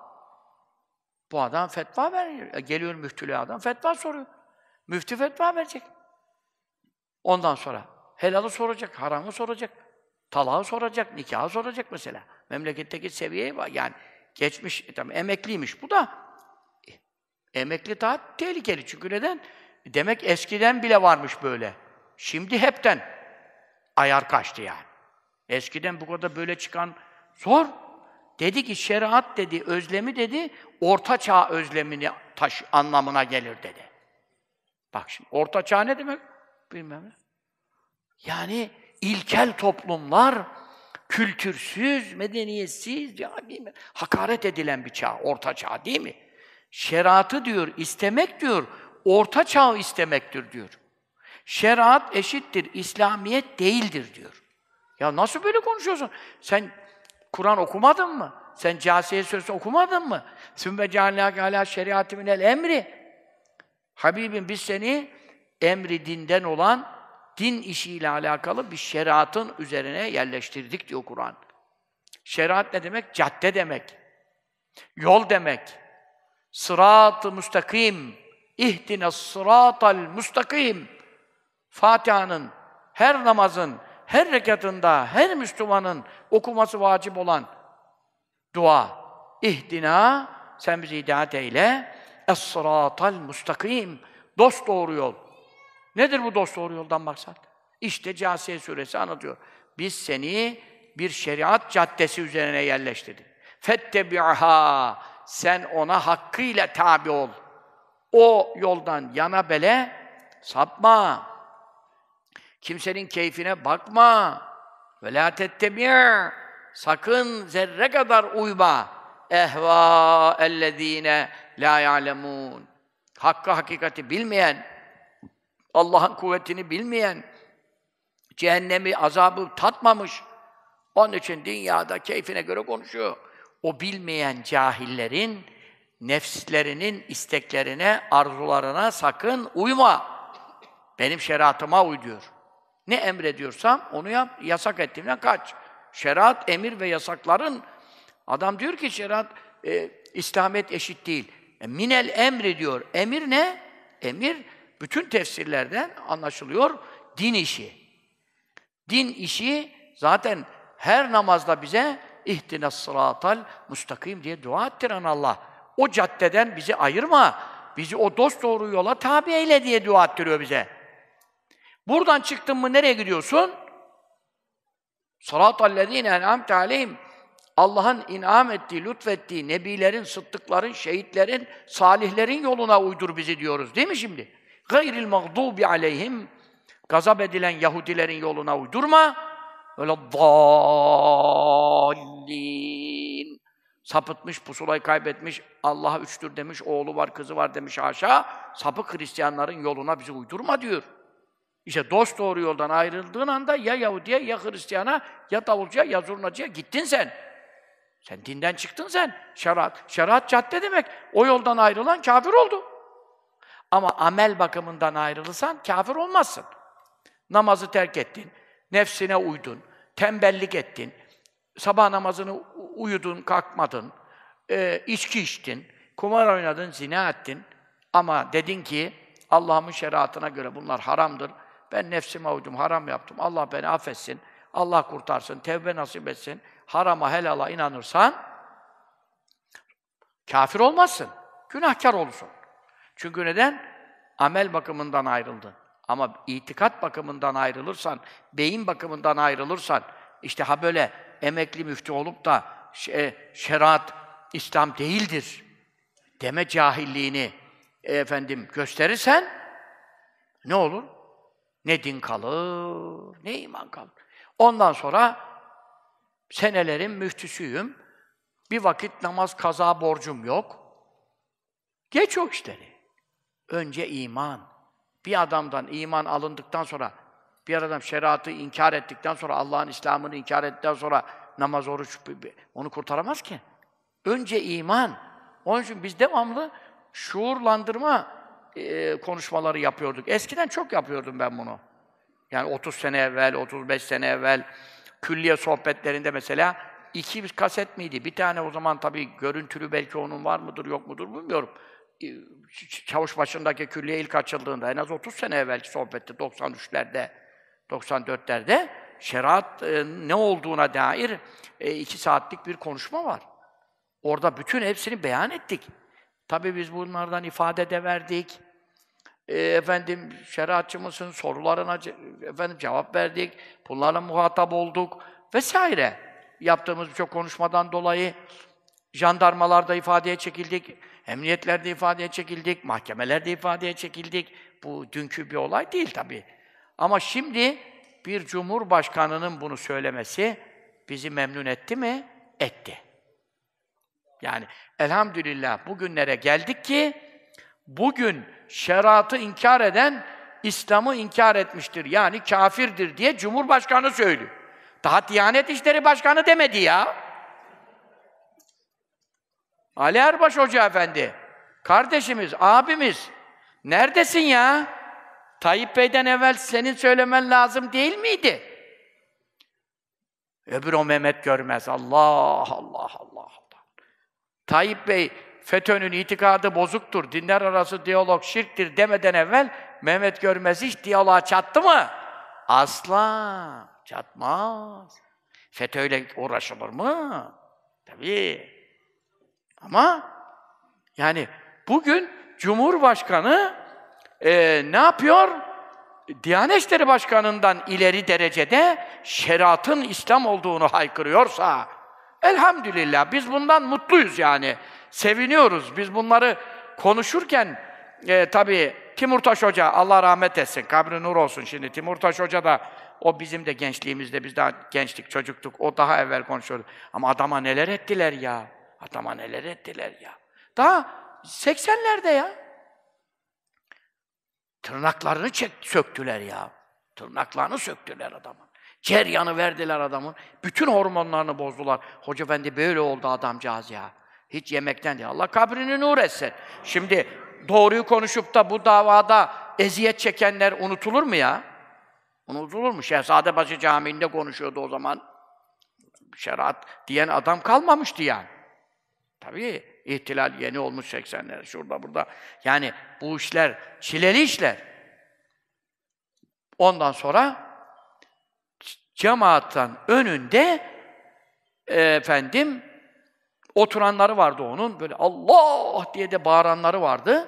Bu adam fetva veriyor. Geliyor müftülüğe adam, fetva soruyor. Müftü fetva verecek. Ondan sonra helalı soracak, haramı soracak, talağı soracak, nikahı soracak mesela. Memleketteki seviyeye bak, yani geçmiş, tabii emekliymiş bu da. Emekli daha tehlikeli çünkü neden? Demek eskiden bile varmış böyle. Şimdi hepten ayar kaçtı yani. Eskiden bu kadar böyle çıkan zor. Dedi ki şeriat dedi, özlemi dedi, orta çağ özlemini anlamına gelir dedi. Bak şimdi orta çağ ne demek? Bilmem ne. Yani ilkel toplumlar, kültürsüz, medeniyetsiz, ya bilmem, hakaret edilen bir çağ, orta çağ değil mi? Şeriatı diyor, istemek diyor, orta çağ istemektir diyor. Şeriat eşittir, İslamiyet değildir diyor. Ya nasıl böyle konuşuyorsun? Sen Kur'an okumadın mı? Sen Câsiye Suresi okumadın mı? Sümme cealnâke alâ şeriâti minel emri. Habibim biz seni emri dinden olan din işiyle alakalı bir şeriatın üzerine yerleştirdik diyor Kur'an. Şeriat ne demek? Cadde demek. Yol demek. Sırat-ı müstakim. İhdine sıratal müstakim. Fatiha'nın, her namazın, her rekatında, her Müslümanın okuması vacip olan dua. İhdina, sen bizi hidayet eyle. Es-sıratal müstakim. Dosdoğru yol. Nedir bu dosdoğru yoldan maksat? İşte Câsiye Suresi anlatıyor. Biz seni bir şeriat caddesi üzerine yerleştirdik. Fettebi'ha. Sen ona hakkıyla tabi ol. O yoldan yana bele sapma. Kimsenin keyfine bakma. Ve lâ tettebi'. Sakın zerre kadar uyma. Ehva ellezîne lâ ya'lemûn. Hakkı hakikati bilmeyen, Allah'ın kuvvetini bilmeyen, cehennemi, azabı tatmamış. Onun için dünyada keyfine göre konuşuyor. O bilmeyen cahillerin nefslerinin isteklerine, arzularına sakın uyma. Benim şeriatıma uy diyor. Ne emrediyorsam onu yap, yasak ettiğimden kaç. Şeriat, emir ve yasakların, adam diyor ki şeriat, İslamiyet eşit değil. Minel emri diyor. Emir ne? Emir, bütün tefsirlerden anlaşılıyor, din işi. Din işi zaten her namazda bize İhdines sıratal mustakim diye dua ettiren Allah. O caddeden bizi ayırma, bizi o dosdoğru yola tabi eyle diye dua ettiriyor bize. Buradan çıktın mı nereye gidiyorsun? Sıratallezîne en'amte aleyhim. Allah'ın inam ettiği, lütfettiği, nebilerin, sıddıkların, şehitlerin, salihlerin yoluna uydur bizi diyoruz değil mi şimdi? Gayril mağdûbi aleyhim. Gazap edilen Yahudilerin yoluna uydurma. Öyle dâllîn. Sapıtmış, pusulayı kaybetmiş, Allah'a üçtür demiş, oğlu var, kızı var demiş haşa. Sapık Hristiyanların yoluna bizi uydurma diyor. İşte dosdoğru yoldan ayrıldığın anda ya Yahudiye, ya Hristiyana, ya davulcuya, ya zurnacıya gittin sen. Sen dinden çıktın sen. Şeriat cadde demek. O yoldan ayrılan kâfir oldu. Ama amel bakımından ayrılırsan kâfir olmazsın. Namazı terk ettin, nefsine uydun, tembellik ettin, sabah namazını uyudun, kalkmadın, içki içtin, kumar oynadın, zina ettin. Ama dedin ki, Allah'ımın şeriatına göre bunlar haramdır. Ben nefsime uydum, haram yaptım. Allah beni affetsin, Allah kurtarsın, tevbe nasip etsin. Harama, helala inanırsan, kâfir olmazsın, günahkar olursun. Çünkü neden? Amel bakımından ayrıldın. Ama itikat bakımından ayrılırsan, beyin bakımından ayrılırsan, işte ha böyle emekli müftü olup da şeriat İslam değildir deme cahilliğini gösterirsen ne olur? Ne din kalır, ne iman kalır. Ondan sonra senelerin müftüsüyüm. Bir vakit namaz kaza borcum yok. Geç o işleri. Önce iman. Bir adamdan iman alındıktan sonra, bir adam şeriatı inkar ettikten sonra, Allah'ın İslam'ını inkar ettikten sonra namaz, oruç onu kurtaramaz ki. Önce iman. Onun için biz devamlı şuurlandırma konuşmaları yapıyorduk. Eskiden çok yapıyordum ben bunu. Yani 30 sene evvel, 35 sene evvel külliye sohbetlerinde mesela 2 kaset miydi? Bir tane o zaman tabii görüntülü belki onun var mıdır, yok mudur bilmiyorum. Çavuşbaşı'ndaki külliye ilk açıldığında en az 30 sene evvelki sohbette 93'lerde, 94'lerde şeriat ne olduğuna dair 2 saatlik bir konuşma var. Orada bütün hepsini beyan ettik. Tabii biz bunlardan ifade de verdik. Şeriatçı mısın? Sorularına cevap verdik. Bunlarla muhatap olduk vesaire. Yaptığımız birçok konuşmadan dolayı jandarmalarda ifadeye çekildik, emniyetlerde ifadeye çekildik, mahkemelerde ifadeye çekildik. Bu dünkü bir olay değil tabii. Ama şimdi bir cumhurbaşkanının bunu söylemesi bizi memnun etti mi? Etti. Yani elhamdülillah bugünlere geldik ki bugün şeriatı inkar eden İslam'ı inkar etmiştir. Yani kâfirdir diye Cumhurbaşkanı söylüyor. Daha Diyanet İşleri Başkanı demedi ya. Ali Erbaş Hoca Efendi, kardeşimiz, abimiz, neredesin ya? Tayyip Bey'den evvel senin söylemen lazım değil miydi? Öbür o Mehmet Görmez. Allah, Allah, Allah, Allah. Tayyip Bey, FETÖ'nün itikadı bozuktur, dinler arası diyalog şirktir demeden evvel Mehmet Görmez hiç diyaloğa çattı mı? Asla çatmaz. FETÖ'yle uğraşılır mı? Tabii. Ama yani bugün Cumhurbaşkanı ne yapıyor? Diyanet İşleri Başkanı'ndan ileri derecede şeriatın İslam olduğunu haykırıyorsa elhamdülillah biz bundan mutluyuz yani. Seviniyoruz. Biz bunları konuşurken tabii Timurtaş Hoca, Allah rahmet etsin, kabri nur olsun şimdi. Timurtaş Hoca da O bizim de gençliğimizde, biz daha gençlik, çocuktuk. O daha evvel konuşuyordu. Ama adama neler ettiler ya. Adama neler ettiler ya. Daha 80'lerde ya. Tırnaklarını söktüler ya. Tırnaklarını söktüler adamın. Ceryanı verdiler adamın. Bütün hormonlarını bozdular. Hoca efendi böyle oldu adamcağız ya. Hiç yemekten değil. Allah kabrini nur etsin. Şimdi doğruyu konuşup da bu davada eziyet çekenler unutulur mu ya? Unutulur mu? Şehzadebaşı Camii'nde konuşuyordu o zaman. Şeriat diyen adam kalmamıştı yani. Tabii ihtilal yeni olmuş 80'ler, şurada burada. Yani bu işler çileli işler. Ondan sonra cemaatten önünde oturanları vardı onun. Böyle Allah diye de bağıranları vardı.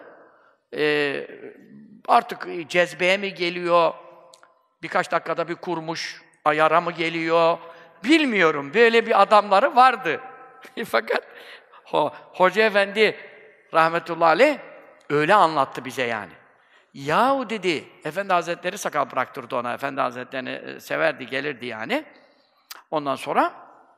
Artık cezbeye mi geliyor? Birkaç dakikada bir kurmuş ayara mı geliyor? Bilmiyorum. Böyle bir adamları vardı. Fakat Hoca Efendi rahmetullahi aleyh öyle anlattı bize yani. Yahu dedi, Efendi Hazretleri sakal bıraktırdı ona. Efendi Hazretlerini severdi, gelirdi yani. Ondan sonra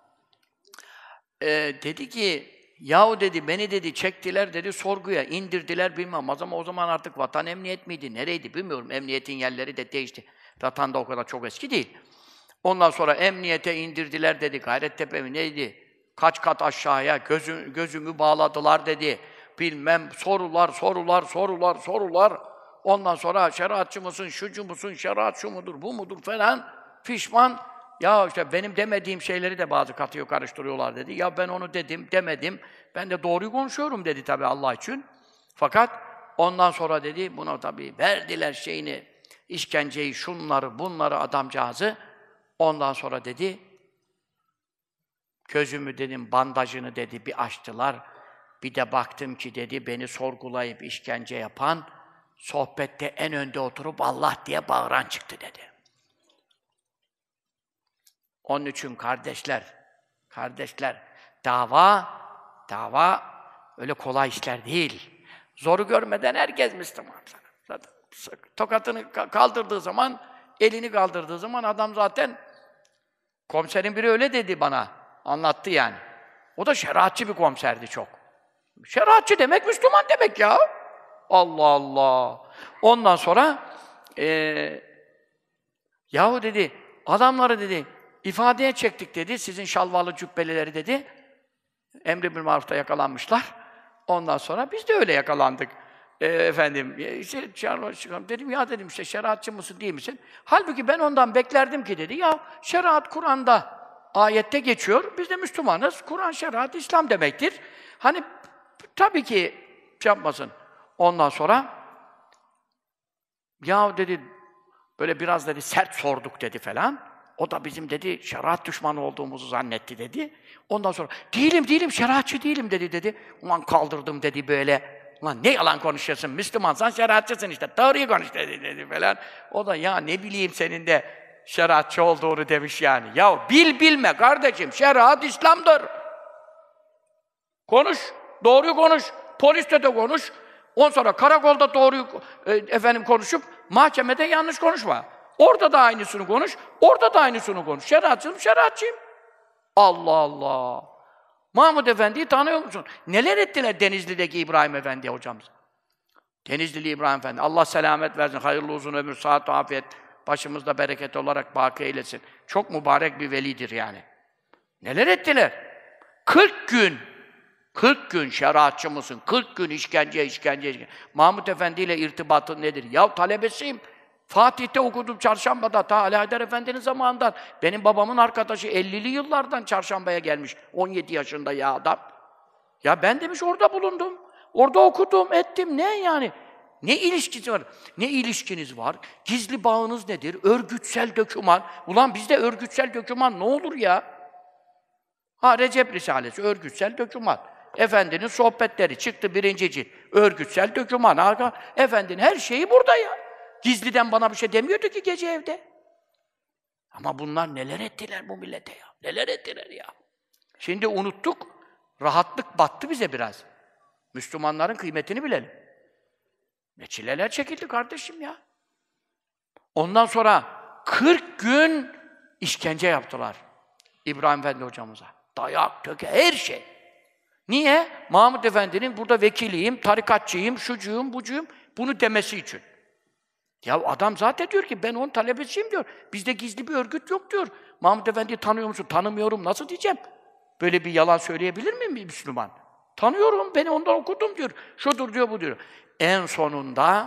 dedi ki, yahu dedi, beni dedi çektiler dedi sorguya, indirdiler bilmem. Ama o zaman artık vatan emniyet miydi, nereydi bilmiyorum. Emniyetin yerleri de değişti. Vatan da o kadar çok eski değil. Ondan sonra emniyete indirdiler dedi. Gayrettepe mi neydi? Kaç kat aşağıya gözümü bağladılar dedi. Bilmem sorular. Ondan sonra şeriatçı mısın, şucu musun, şeriat şu mudur, bu mudur falan pişman. Ya işte benim demediğim şeyleri de bazı katıyor, karıştırıyorlar dedi. Ya ben onu dedim, demedim. Ben de doğruyu konuşuyorum dedi tabii Allah için. Fakat ondan sonra dedi buna tabii verdiler şeyini, işkenceyi, şunları, bunları adamcağızı. Ondan sonra dedi gözümü dedim bandajını dedi bir açtılar. Bir de baktım ki dedi beni sorgulayıp işkence yapan sohbette en önde oturup Allah diye bağıran çıktı dedi. Onun için kardeşler, dava öyle kolay işler değil. Zoru görmeden herkes Müslüman. Zaten tokatını kaldırdığı zaman, elini kaldırdığı zaman adam zaten komiserin biri öyle dedi bana, anlattı yani. O da şeriatçı bir komiserdi çok. Şeriatçı demek Müslüman demek ya. Allah Allah. Ondan sonra yahu dedi, adamları dedi, ifadeye çektik dedi, sizin şalvarlı cübbelileri dedi, emri bil marufta yakalanmışlar. Ondan sonra biz de öyle yakalandık. Dedim ya dedim işte şeriatçı mısın değil misin? Halbuki ben ondan beklerdim ki dedi, ya şeriat Kur'an'da ayette geçiyor, biz de Müslümanız, Kur'an, şeriat, İslam demektir. Hani tabii ki şey yapmasın. Ondan sonra ya dedi, böyle biraz dedi sert sorduk dedi falan. O da bizim dedi şeriat düşmanı olduğumuzu zannetti dedi. Ondan sonra değilim şeriatçı değilim dedi. Ulan kaldırdım dedi böyle. Ulan ne yalan konuşuyorsun Müslümansan şeriatçısın işte. Doğruyu konuş dedi falan. O da ya ne bileyim senin de şeriatçı olduğunu demiş yani. Ya bilme kardeşim şeriat İslam'dır. Konuş, doğruyu konuş. Poliste de konuş. Ondan sonra karakolda doğruyu konuşup mahkemede yanlış konuşma. Orada da aynısını konuş, orada da aynısını konuş. Şeriatçıyım. Allah Allah! Mahmud Efendi'yi tanıyor musun? Neler ettiler Denizli'deki İbrahim Efendi hocamız? Denizlili İbrahim Efendi, Allah selamet versin, hayırlı uzun ömür, sıhhat, afiyet, başımızda bereket olarak baki eylesin. Çok mübarek bir velidir yani. Neler ettiler? 40 gün şeriatçı mısın? 40 gün işkence. Mahmud Efendi ile irtibatın nedir? Ya talebesiyim. Fatih'te okudum Çarşamba'da, ta Ali Haydar Efendi'nin zamanından. Benim babamın arkadaşı 50'li yıllardan Çarşamba'ya gelmiş. 17 yaşında ya adam. Ya ben demiş orada bulundum. Orada okudum, ettim. Ne yani? Ne ilişkisi var? Ne ilişkiniz var? Gizli bağınız nedir? Örgütsel döküman. Ulan bizde örgütsel döküman ne olur ya? Recep Risalesi, örgütsel döküman. Efendinin sohbetleri çıktı 1. cilt. Örgütsel döküman. Efendinin her şeyi burada ya. Gizliden bana bir şey demiyordu ki gece evde. Ama bunlar neler ettiler bu millete ya? Neler ettiler ya? Şimdi unuttuk. Rahatlık battı bize biraz. Müslümanların kıymetini bilelim. Ne çileler çekildi kardeşim ya. Ondan sonra 40 gün işkence yaptılar İbrahim Efendi hocamıza. Dayak, töke, her şey. Niye? Mahmud Efendi'nin burada vekiliyim, tarikatçıyım, şucuyum, bucuyum, bunu demesi için. Ya adam zaten diyor ki ben onun talebesiyim diyor. Bizde gizli bir örgüt yok diyor. Mahmud Efendi'yi tanıyor musun? Tanımıyorum. Nasıl diyeceğim? Böyle bir yalan söyleyebilir mi bir Müslüman? Tanıyorum, beni ondan okudum diyor. Şudur diyor, bu diyor. En sonunda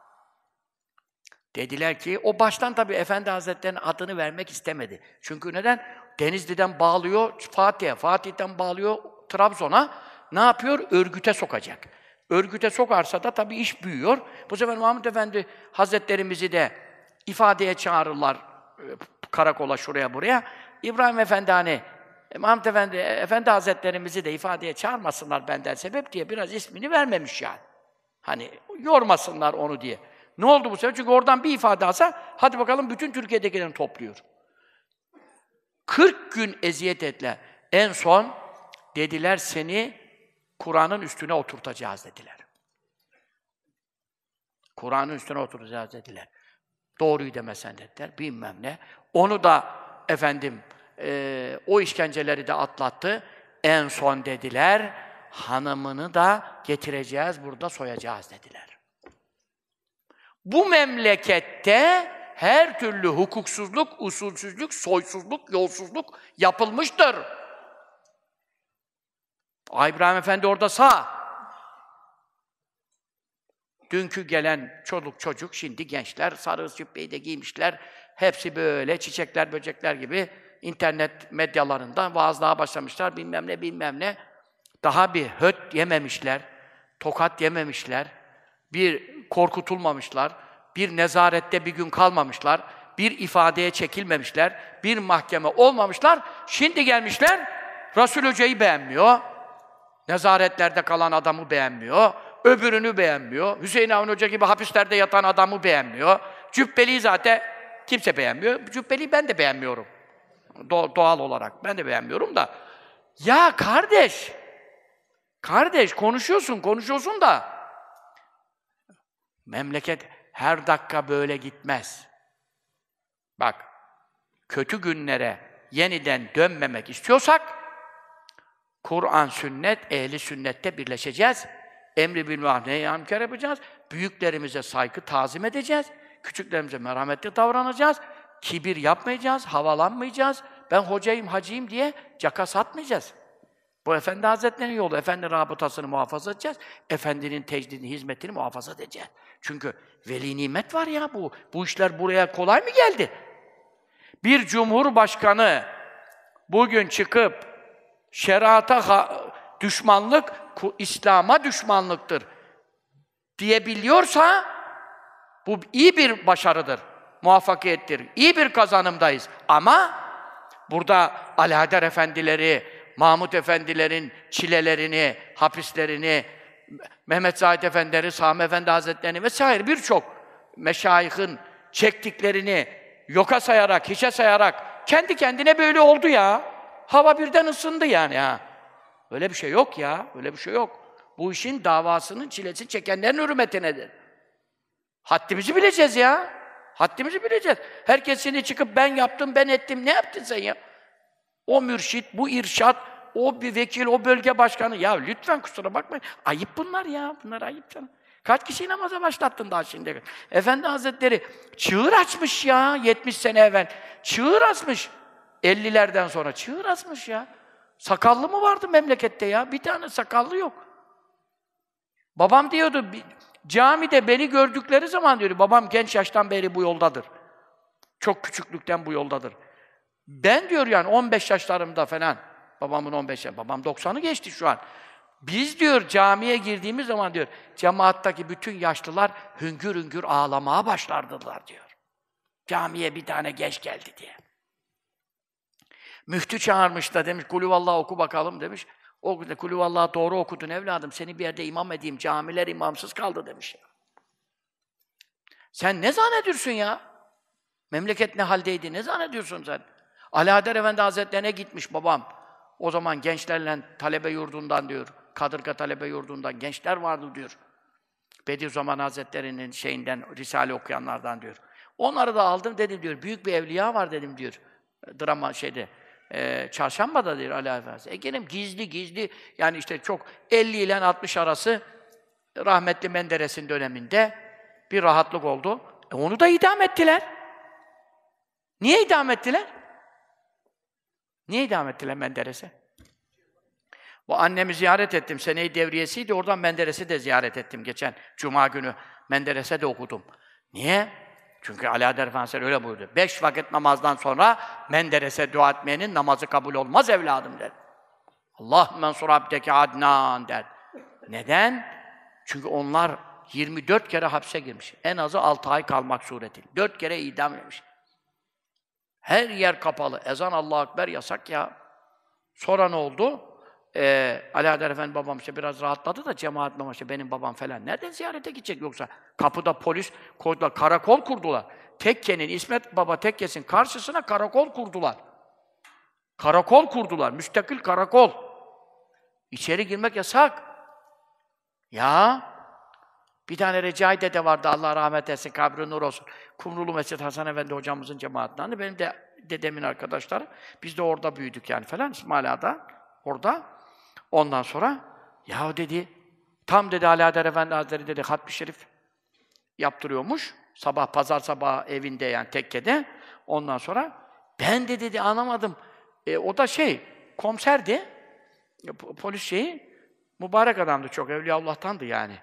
dediler ki, o baştan tabii Efendi Hazretleri'nin adını vermek istemedi. Çünkü neden? Denizli'den bağlıyor Fatih'e, Fatih'ten bağlıyor Trabzon'a. Ne yapıyor? Örgüte sokacak. Örgüte sokarsa da tabii iş büyüyor. Bu sefer Mahmud Efendi Hazretlerimizi de ifadeye çağırırlar karakola, şuraya buraya. İbrahim Efendi hani Mahmud Efendi, Efendi Hazretlerimizi de ifadeye çağırmasınlar benden sebep diye biraz ismini vermemiş yani. Hani yormasınlar onu diye. Ne oldu bu sefer? Çünkü oradan bir ifade alsa, hadi bakalım bütün Türkiye'dekilerini topluyor. 40 gün eziyet ettiler. En son dediler seni Kur'an'ın üstüne oturtacağız dediler. Kur'an'ın üstüne oturacağız dediler. Doğruyu demesen dediler, bilmem ne. Onu da efendim o işkenceleri de atlattı. En son dediler, hanımını da getireceğiz, burada soyacağız dediler. Bu memlekette her türlü hukuksuzluk, usulsüzlük, soysuzluk, yolsuzluk yapılmıştır. İbrahim Efendi orada sağ. Dünkü gelen çoluk çocuk, şimdi gençler, sarı cübbeyi de giymişler. Hepsi böyle çiçekler, böcekler gibi internet medyalarında vaazlığa başlamışlar, bilmem ne, bilmem ne. Daha bir höt yememişler, tokat yememişler, bir korkutulmamışlar, bir nezarette bir gün kalmamışlar, bir ifadeye çekilmemişler, bir mahkeme olmamışlar. Şimdi gelmişler, Resul Hoca'yı beğenmiyor, nezaretlerde kalan adamı beğenmiyor, öbürünü beğenmiyor, Hüseyin Avni Hoca gibi hapislerde yatan adamı beğenmiyor, Cübbeli'yi zaten kimse beğenmiyor, Cübbeli'yi ben de beğenmiyorum. Doğal olarak ben de beğenmiyorum da. Ya kardeş konuşuyorsun da memleket her dakika böyle gitmez. Bak, kötü günlere yeniden dönmemek istiyorsak Kur'an, sünnet, ehli sünnette birleşeceğiz. Emri bil maruf, nehy anil münker yapacağız. Büyüklerimize saygı, tazim edeceğiz. Küçüklerimize merhametli davranacağız. Kibir yapmayacağız, havalanmayacağız. Ben hocayım, hacıyım diye caka satmayacağız. Bu Efendi Hazretleri'nin yolu, Efendi rabıtasını muhafaza edeceğiz. Efendinin tecdidini, hizmetini muhafaza edeceğiz. Çünkü veli nimet var ya bu. Bu işler buraya kolay mı geldi? Bir cumhurbaşkanı bugün çıkıp şeriata düşmanlık, İslam'a düşmanlıktır diyebiliyorsa bu iyi bir başarıdır, muvaffakiyettir, iyi bir kazanımdayız. Ama burada Alaeddin Efendileri, Mahmud Efendilerin çilelerini, hapislerini, Mehmet Said Efendileri, Sami Efendi Hazretleri'ni vesaire birçok meşayihin çektiklerini yoka sayarak, hiçe sayarak kendi kendine böyle oldu ya. Hava birden ısındı yani ha. Öyle bir şey yok ya, öyle bir şey yok. Bu işin davasının çilesini çekenlerin hürmetinedir. Haddimizi bileceğiz ya. Haddimizi bileceğiz. Herkes şimdi çıkıp ben yaptım, ben ettim. Ne yaptın sen ya? O mürşit, bu irşat, o bir vekil, o bölge başkanı. Ya lütfen kusura bakmayın. Ayıp bunlar ya. Bunlar ayıp canım. Kaç kişiyi namaza başlattın daha şimdi? Efendi Hazretleri çığır açmış ya 70 sene evvel. Çığır açmış. 50'lerden sonra çığır açmış ya. Sakallı mı vardı memlekette ya? Bir tane sakallı yok. Babam diyordu, camide beni gördükleri zaman diyor, babam genç yaştan beri bu yoldadır. Çok küçüklükten bu yoldadır. Ben diyor yani 15 yaşlarımda falan, babamın 15 yaşı, babam 90'ı geçti şu an. Biz diyor camiye girdiğimiz zaman diyor, cemaattaki bütün yaşlılar hüngür hüngür ağlamaya başlardılar diyor. Camiye bir tane genç geldi diye. Müftü çağırmış da demiş, Kulüvallah oku bakalım demiş. O gün de Kulüvallah doğru okudun evladım, seni bir yerde imam edeyim, camiler imamsız kaldı demiş. Sen ne zannediyorsun ya? Memleket ne haldeydi, ne zannediyorsun sen? Alaeddin Efendi Hazretlerine gitmiş babam. O zaman gençlerle talebe yurdundan diyor, Kadırga talebe yurdundan gençler vardı diyor. Bediüzzaman Hazretleri'nin şeyinden, Risale okuyanlardan diyor. Onları da aldım dedim diyor. Büyük bir evliya var dedim diyor. Drama Çarşamba'da diyor Ali Efendimiz. Gelin gizli yani işte çok 50 ile 60 arası rahmetli Menderes'in döneminde bir rahatlık oldu. Onu da idam ettiler. Niye idam ettiler? Niye idam ettiler Menderes'e? Bu annemi ziyaret ettim. Sene-i devriyesiydi. Oradan Menderes'i de ziyaret ettim geçen Cuma günü. Menderes'e de okudum. Niye? Çünkü Alaeddin Efendimiz öyle buyurdu. 5 vakit namazdan sonra Menderes'e dua etmeyenin namazı kabul olmaz evladım der. Allahümme ensur abdeke Adnan der. Neden? Çünkü onlar 24 kere hapse girmiş. En azı 6 ay kalmak suretiyle. 4 kere idam edilmiş. Her yer kapalı. Ezan Allahu Ekber yasak ya. Sonra ne oldu? Alaeddin Efendi babam işte biraz rahatladı da cemaat işte benim babam falan nereden ziyarete gidecek yoksa? Kapıda polis koydular, karakol kurdular. Tekke'nin, İsmet Baba Tekke'sinin karşısına karakol kurdular. Karakol kurdular, müstakil karakol. İçeri girmek yasak. Ya, bir tane Recai dede vardı, Allah rahmet etsin, kabri nur olsun. Kumrulu Mescid Hasan Efendi hocamızın cemaatinden. Benim de dedemin arkadaşları. Biz de orada büyüdük yani falan, İsmail Ağa'da, orada. Ondan sonra, ya dedi, tam dedi Alaeddin Efendi Hazretleri dedi, Hatmi Şerif yaptırıyormuş. Sabah, pazar sabahı evinde yani tekkede. Ondan sonra, ben de dedi anlamadım. O da komiserdi. Polis mübarek adamdı çok, Evliyaullah'tandı yani.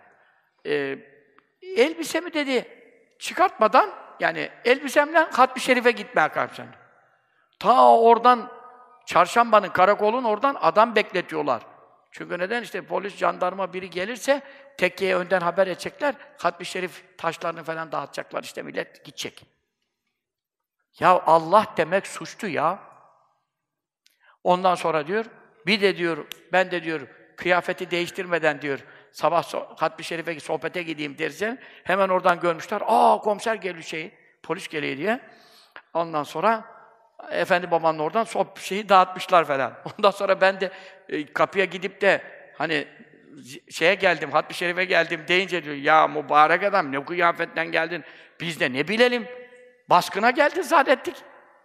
Elbisemi dedi, çıkartmadan, yani elbisemle Hatmi Şerif'e gitmeye kalkacağım. Ta oradan, Çarşamba'nın, karakolun oradan adam bekletiyorlar. Çünkü neden? İşte polis, jandarma biri gelirse tekkeye önden haber edecekler. Hatmi Şerif taşlarını falan dağıtacaklar. İşte millet gidecek. Ya Allah demek suçtu ya. Ondan sonra diyor, bir de diyor, ben de diyor, kıyafeti değiştirmeden diyor, sabah Hatmi Şerif'e sohbete gideyim dersen, hemen oradan görmüşler, komiser geliyor polis geliyor diye. Ondan sonra Efendi babanın oradan dağıtmışlar falan. Ondan sonra ben de kapıya gidip de hani geldim, Hatmi Şerif'e geldim deyince diyor, ya mübarek adam ne kıyafetten geldin, biz de ne bilelim, baskına geldin zannettik.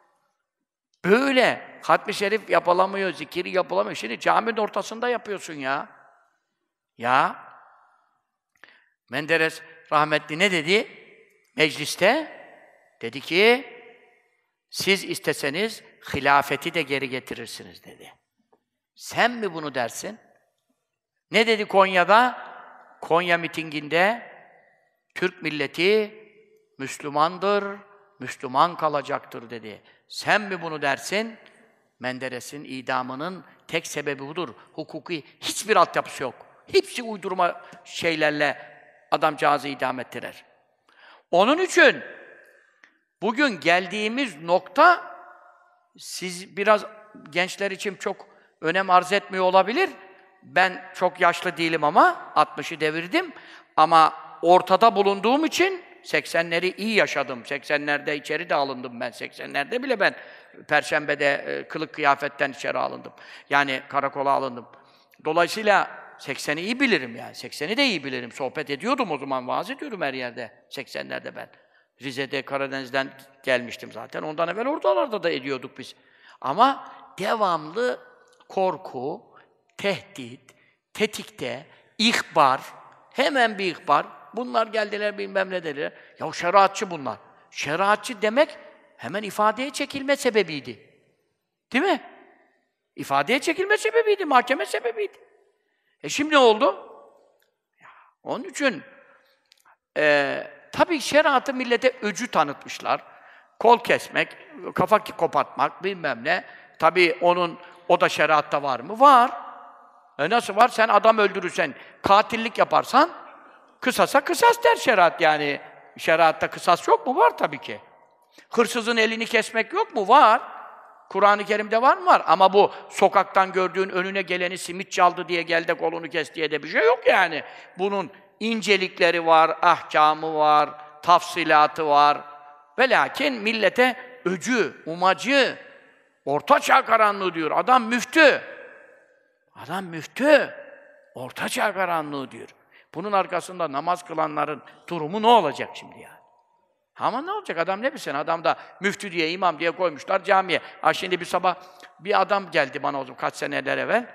Böyle Hatmi Şerif yapılamıyor, zikiri yapılamıyor. Şimdi caminin ortasında yapıyorsun ya. Ya Menderes rahmetli ne dedi? Mecliste dedi ki, siz isteseniz hilafeti de geri getirirsiniz dedi. Sen mi bunu dersin? Ne dedi Konya'da? Konya mitinginde Türk milleti Müslümandır, Müslüman kalacaktır dedi. Sen mi bunu dersin? Menderes'in idamının tek sebebi budur. Hukuki hiçbir altyapısı yok. Hepsi uydurma şeylerle adamcağızı idam ettirer. Onun için bugün geldiğimiz nokta, siz biraz gençler için çok önem arz etmiyor olabilir. Ben çok yaşlı değilim ama 60'ı devirdim. Ama ortada bulunduğum için 80'leri iyi yaşadım. 80'lerde içeri de alındım ben. 80'lerde bile ben Perşembe'de kılık kıyafetten içeri alındım. Yani karakola alındım. Dolayısıyla 80'i iyi bilirim yani. 80'i de iyi bilirim. Sohbet ediyordum o zaman. Vaaz ediyordum her yerde. 80'lerde ben. Rize'de, Karadeniz'den gelmiştim zaten. Ondan evvel oralarda da ediyorduk biz. Ama devamlı korku, tehdit, tetikte, ihbar, hemen bir ihbar. Bunlar geldiler bilmem ne dediler. Ya şeriatçı bunlar. Şeriatçı demek hemen ifadeye çekilme sebebiydi. Değil mi? İfadeye çekilme sebebiydi, mahkeme sebebiydi. Şimdi ne oldu? Ya, onun için tabii şeriatı millete öcü tanıtmışlar. Kol kesmek, kafa kopartmak, bilmem ne. Tabii o da şeriatta var mı? Var. Nasıl var? Sen adam öldürürsen, katillik yaparsan, kısasa kısas der şeriat yani. Şeriatta kısas yok mu? Var tabii ki. Hırsızın elini kesmek yok mu? Var. Kur'an-ı Kerim'de var mı? Var. Ama bu sokaktan gördüğün önüne geleni simit çaldı diye gel de kolunu kes diye de bir şey yok yani. Bunun incelikleri var, ahkamı var, tafsilatı var. Ve lakin millete öcü, umacı, ortaçağ karanlığı diyor. Adam müftü. Adam müftü. Ortaçağ karanlığı diyor. Bunun arkasında namaz kılanların durumu ne olacak şimdi yani? Ama ne olacak? Adam ne bilsin? Adam da müftü diye, imam diye koymuşlar camiye. Ha şimdi bir sabah bir adam geldi bana o zaman kaç seneler evvel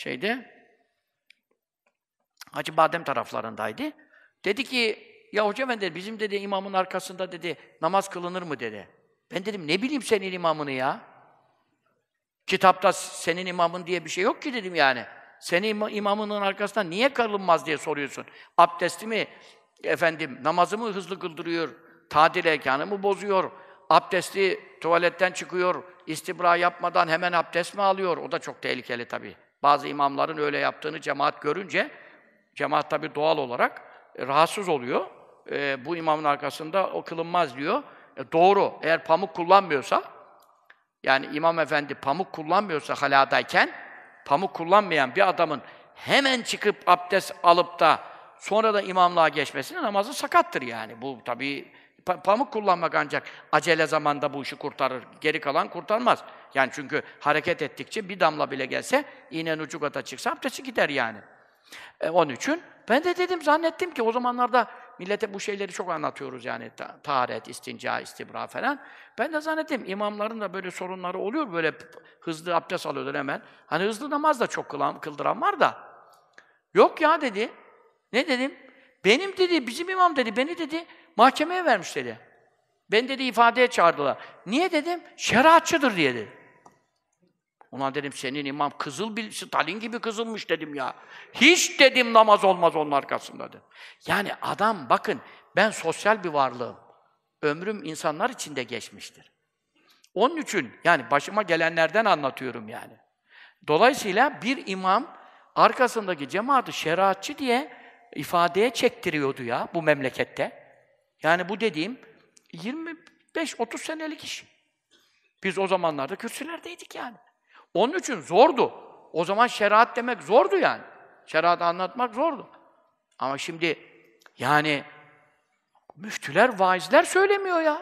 Hacıbadem taraflarındaydı. Dedi ki, ya hoca efendi bizim dedi imamın arkasında dedi namaz kılınır mı dedi. Ben dedim ne bileyim senin imamını ya. Kitapta senin imamın diye bir şey yok ki dedim yani. Senin imamının arkasında niye kılınmaz diye soruyorsun. Abdesti mi namazımı hızlı kıldırıyor, tadil erkanımı bozuyor, abdesti tuvaletten çıkıyor, istibra yapmadan hemen abdest mi alıyor? O da çok tehlikeli tabii. Bazı imamların öyle yaptığını cemaat görünce, cemaat tabii doğal olarak rahatsız oluyor. Bu imamın arkasında o kılınmaz diyor. Doğru, eğer pamuk kullanmıyorsa, yani imam efendi pamuk kullanmıyorsa haladayken, pamuk kullanmayan bir adamın hemen çıkıp abdest alıp da sonra da imamlığa geçmesine namazı sakattır yani. Bu tabii pamuk kullanmak ancak acele zamanda bu işi kurtarır. Geri kalan kurtarmaz. Yani çünkü hareket ettikçe bir damla bile gelse iğnenin ucu kadar çıksa abdesti gider yani. Onun için ben de dedim zannettim ki o zamanlarda millete bu şeyleri çok anlatıyoruz yani taharet, istinca, istibra falan. Ben de zannettim imamların da böyle sorunları oluyor böyle hızlı abdest alıyorlar hemen. Hani hızlı namaz da çok kıldıran var da. Yok ya dedi. Ne dedim? Benim dedi, bizim imam dedi, beni dedi mahkemeye vermiş dedi. Ben dedi ifadeye çağırdılar. Niye dedim? Şeriatçıdır diye dedi. Ona dedim senin imam Stalin gibi kızılmış dedim ya. Hiç dedim namaz olmaz onun arkasında dedim. Yani adam bakın ben sosyal bir varlığım. Ömrüm insanlar içinde geçmiştir. Onun için yani başıma gelenlerden anlatıyorum yani. Dolayısıyla bir imam arkasındaki cemaati şeriatçı diye ifadeye çektiriyordu ya bu memlekette. Yani bu dediğim 25-30 senelik iş. Biz o zamanlarda kürsülerdeydik yani. Onun için zordu. O zaman şeriat demek zordu yani. Şeriatı anlatmak zordu. Ama şimdi yani müftüler, vaizler söylemiyor ya.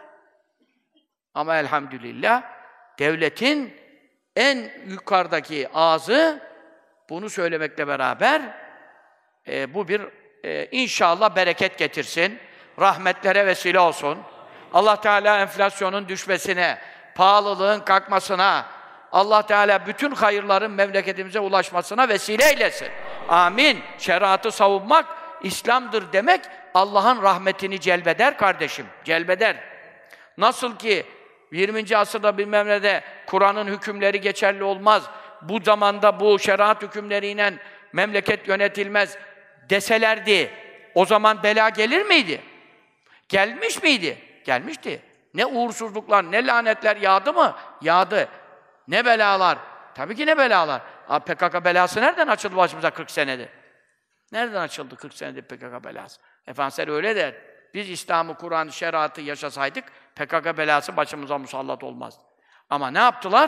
Ama elhamdülillah devletin en yukarıdaki ağzı bunu söylemekle beraber bu bir inşallah bereket getirsin. Rahmetlere vesile olsun. Allah Teala enflasyonun düşmesine, pahalılığın kalkmasına, Allah Teala bütün hayırların memleketimize ulaşmasına vesile eylesin. Amin. Şeriatı savunmak İslam'dır demek Allah'ın rahmetini celbeder kardeşim. Celbeder. Nasıl ki 20. asırda bilmem ne de Kur'an'ın hükümleri geçerli olmaz. Bu zamanda bu şeriat hükümleriyle memleket yönetilmez deselerdi. O zaman bela gelir miydi? Gelmiş miydi? Gelmişti. Ne uğursuzluklar, ne lanetler yağdı mı? Yağdı. Ne belalar? Tabii ki ne belalar. PKK belası nereden açıldı başımıza 40 senedir? Nereden açıldı 40 senedir PKK belası? Efendimiz öyle der. Biz İslam'ı, Kur'an'ı, şeriatı yaşasaydık PKK belası başımıza musallat olmaz. Ama ne yaptılar?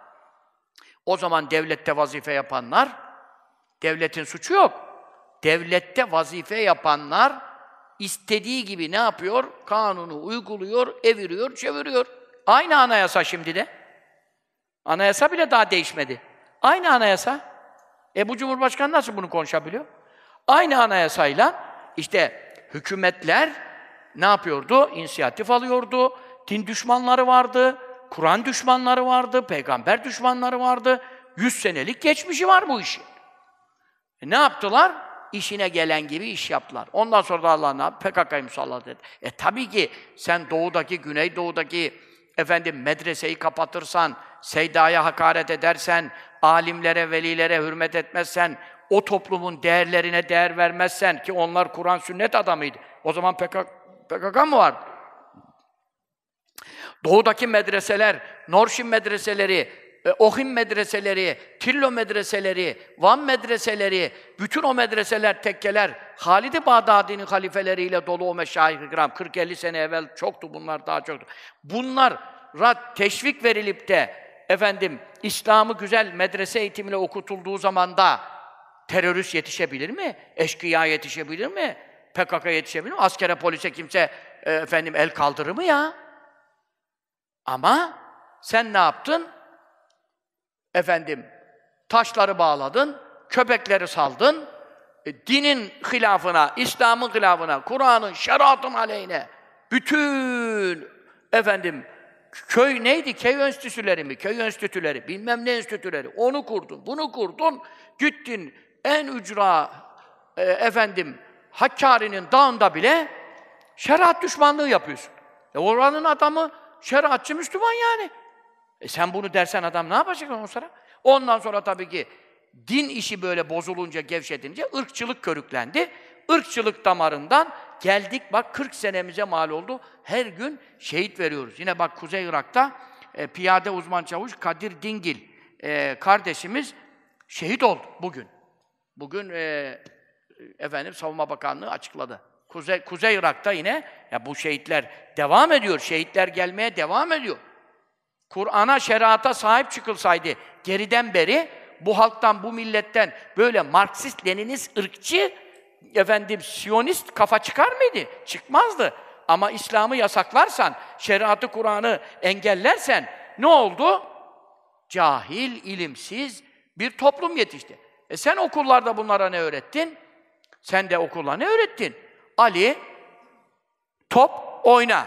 O zaman devlette vazife yapanlar, devletin suçu yok. Devlette vazife yapanlar istediği gibi ne yapıyor? Kanunu uyguluyor, eviriyor, çeviriyor. Aynı anayasa şimdi de. Anayasa bile daha değişmedi. Aynı anayasa. Bu Cumhurbaşkanı nasıl bunu konuşabiliyor? Aynı anayasayla işte hükümetler ne yapıyordu? İnisiyatif alıyordu. Din düşmanları vardı, Kur'an düşmanları vardı, peygamber düşmanları vardı. 100 senelik geçmişi var bu işin. Ne yaptılar? İşine gelen gibi iş yaptılar. Ondan sonra da Allah ne yaptı? PKK'yı musallat etti. Tabii ki sen doğudaki, güneydoğudaki medreseyi kapatırsan, seydaya hakaret edersen, alimlere, velilere hürmet etmezsen, o toplumun değerlerine değer vermezsen ki onlar Kur'an sünnet adamıydı. O zaman PKK mı vardı? Doğudaki medreseler, Norşin medreseleri, Ohim medreseleri, Tillo medreseleri, Van medreseleri, bütün o medreseler, tekkeler, Halid-i Bağdadi'nin halifeleriyle dolu o meşayih-i kiram, 40-50 sene evvel çoktu bunlar, daha çoktu. Bunlara teşvik verilip de, İslam'ı güzel medrese eğitimiyle okutulduğu zamanda terörist yetişebilir mi? Eşkıya yetişebilir mi? PKK yetişebilir mi? Askere, polise kimse el kaldırır mı ya? Ama sen ne yaptın? Taşları bağladın, köpekleri saldın, dinin hilafına, İslam'ın hilafına, Kur'an'ın, şeriatın aleyhine Bütün efendim köy neydi? Köy enstitüleri mi? Köy enstitüleri, bilmem ne enstitüleri. Onu kurdun, bunu kurdun. Gittin en ücra efendim Hakkari'nin dağında bile şeriat düşmanlığı yapıyorsun. Oranın adamı şeriatçı Müslüman yani. Sen bunu dersen adam ne yapacak ondan sonra? Ondan sonra tabii ki din işi böyle bozulunca, gevşedince ırkçılık körüklendi. Irkçılık damarından geldik bak 40 senemize mal oldu. Her gün şehit veriyoruz. Yine bak Kuzey Irak'ta piyade uzman çavuş Kadir Dingil kardeşimiz şehit oldu bugün. Bugün efendim Savunma Bakanlığı açıkladı. Kuzey Irak'ta yine ya bu şehitler devam ediyor. Şehitler gelmeye devam ediyor. Kur'an'a, şeriata sahip çıkılsaydı geriden beri bu halktan, bu milletten böyle Marksist, Leninist, ırkçı, efendim Siyonist kafa çıkar mıydı? Çıkmazdı. Ama İslam'ı yasaklarsan, şeriatı, Kur'an'ı engellersen ne oldu? Cahil, ilimsiz bir toplum yetişti. Sen okullarda bunlara ne öğrettin? Sen de okulda ne öğrettin? Ali, top oyna.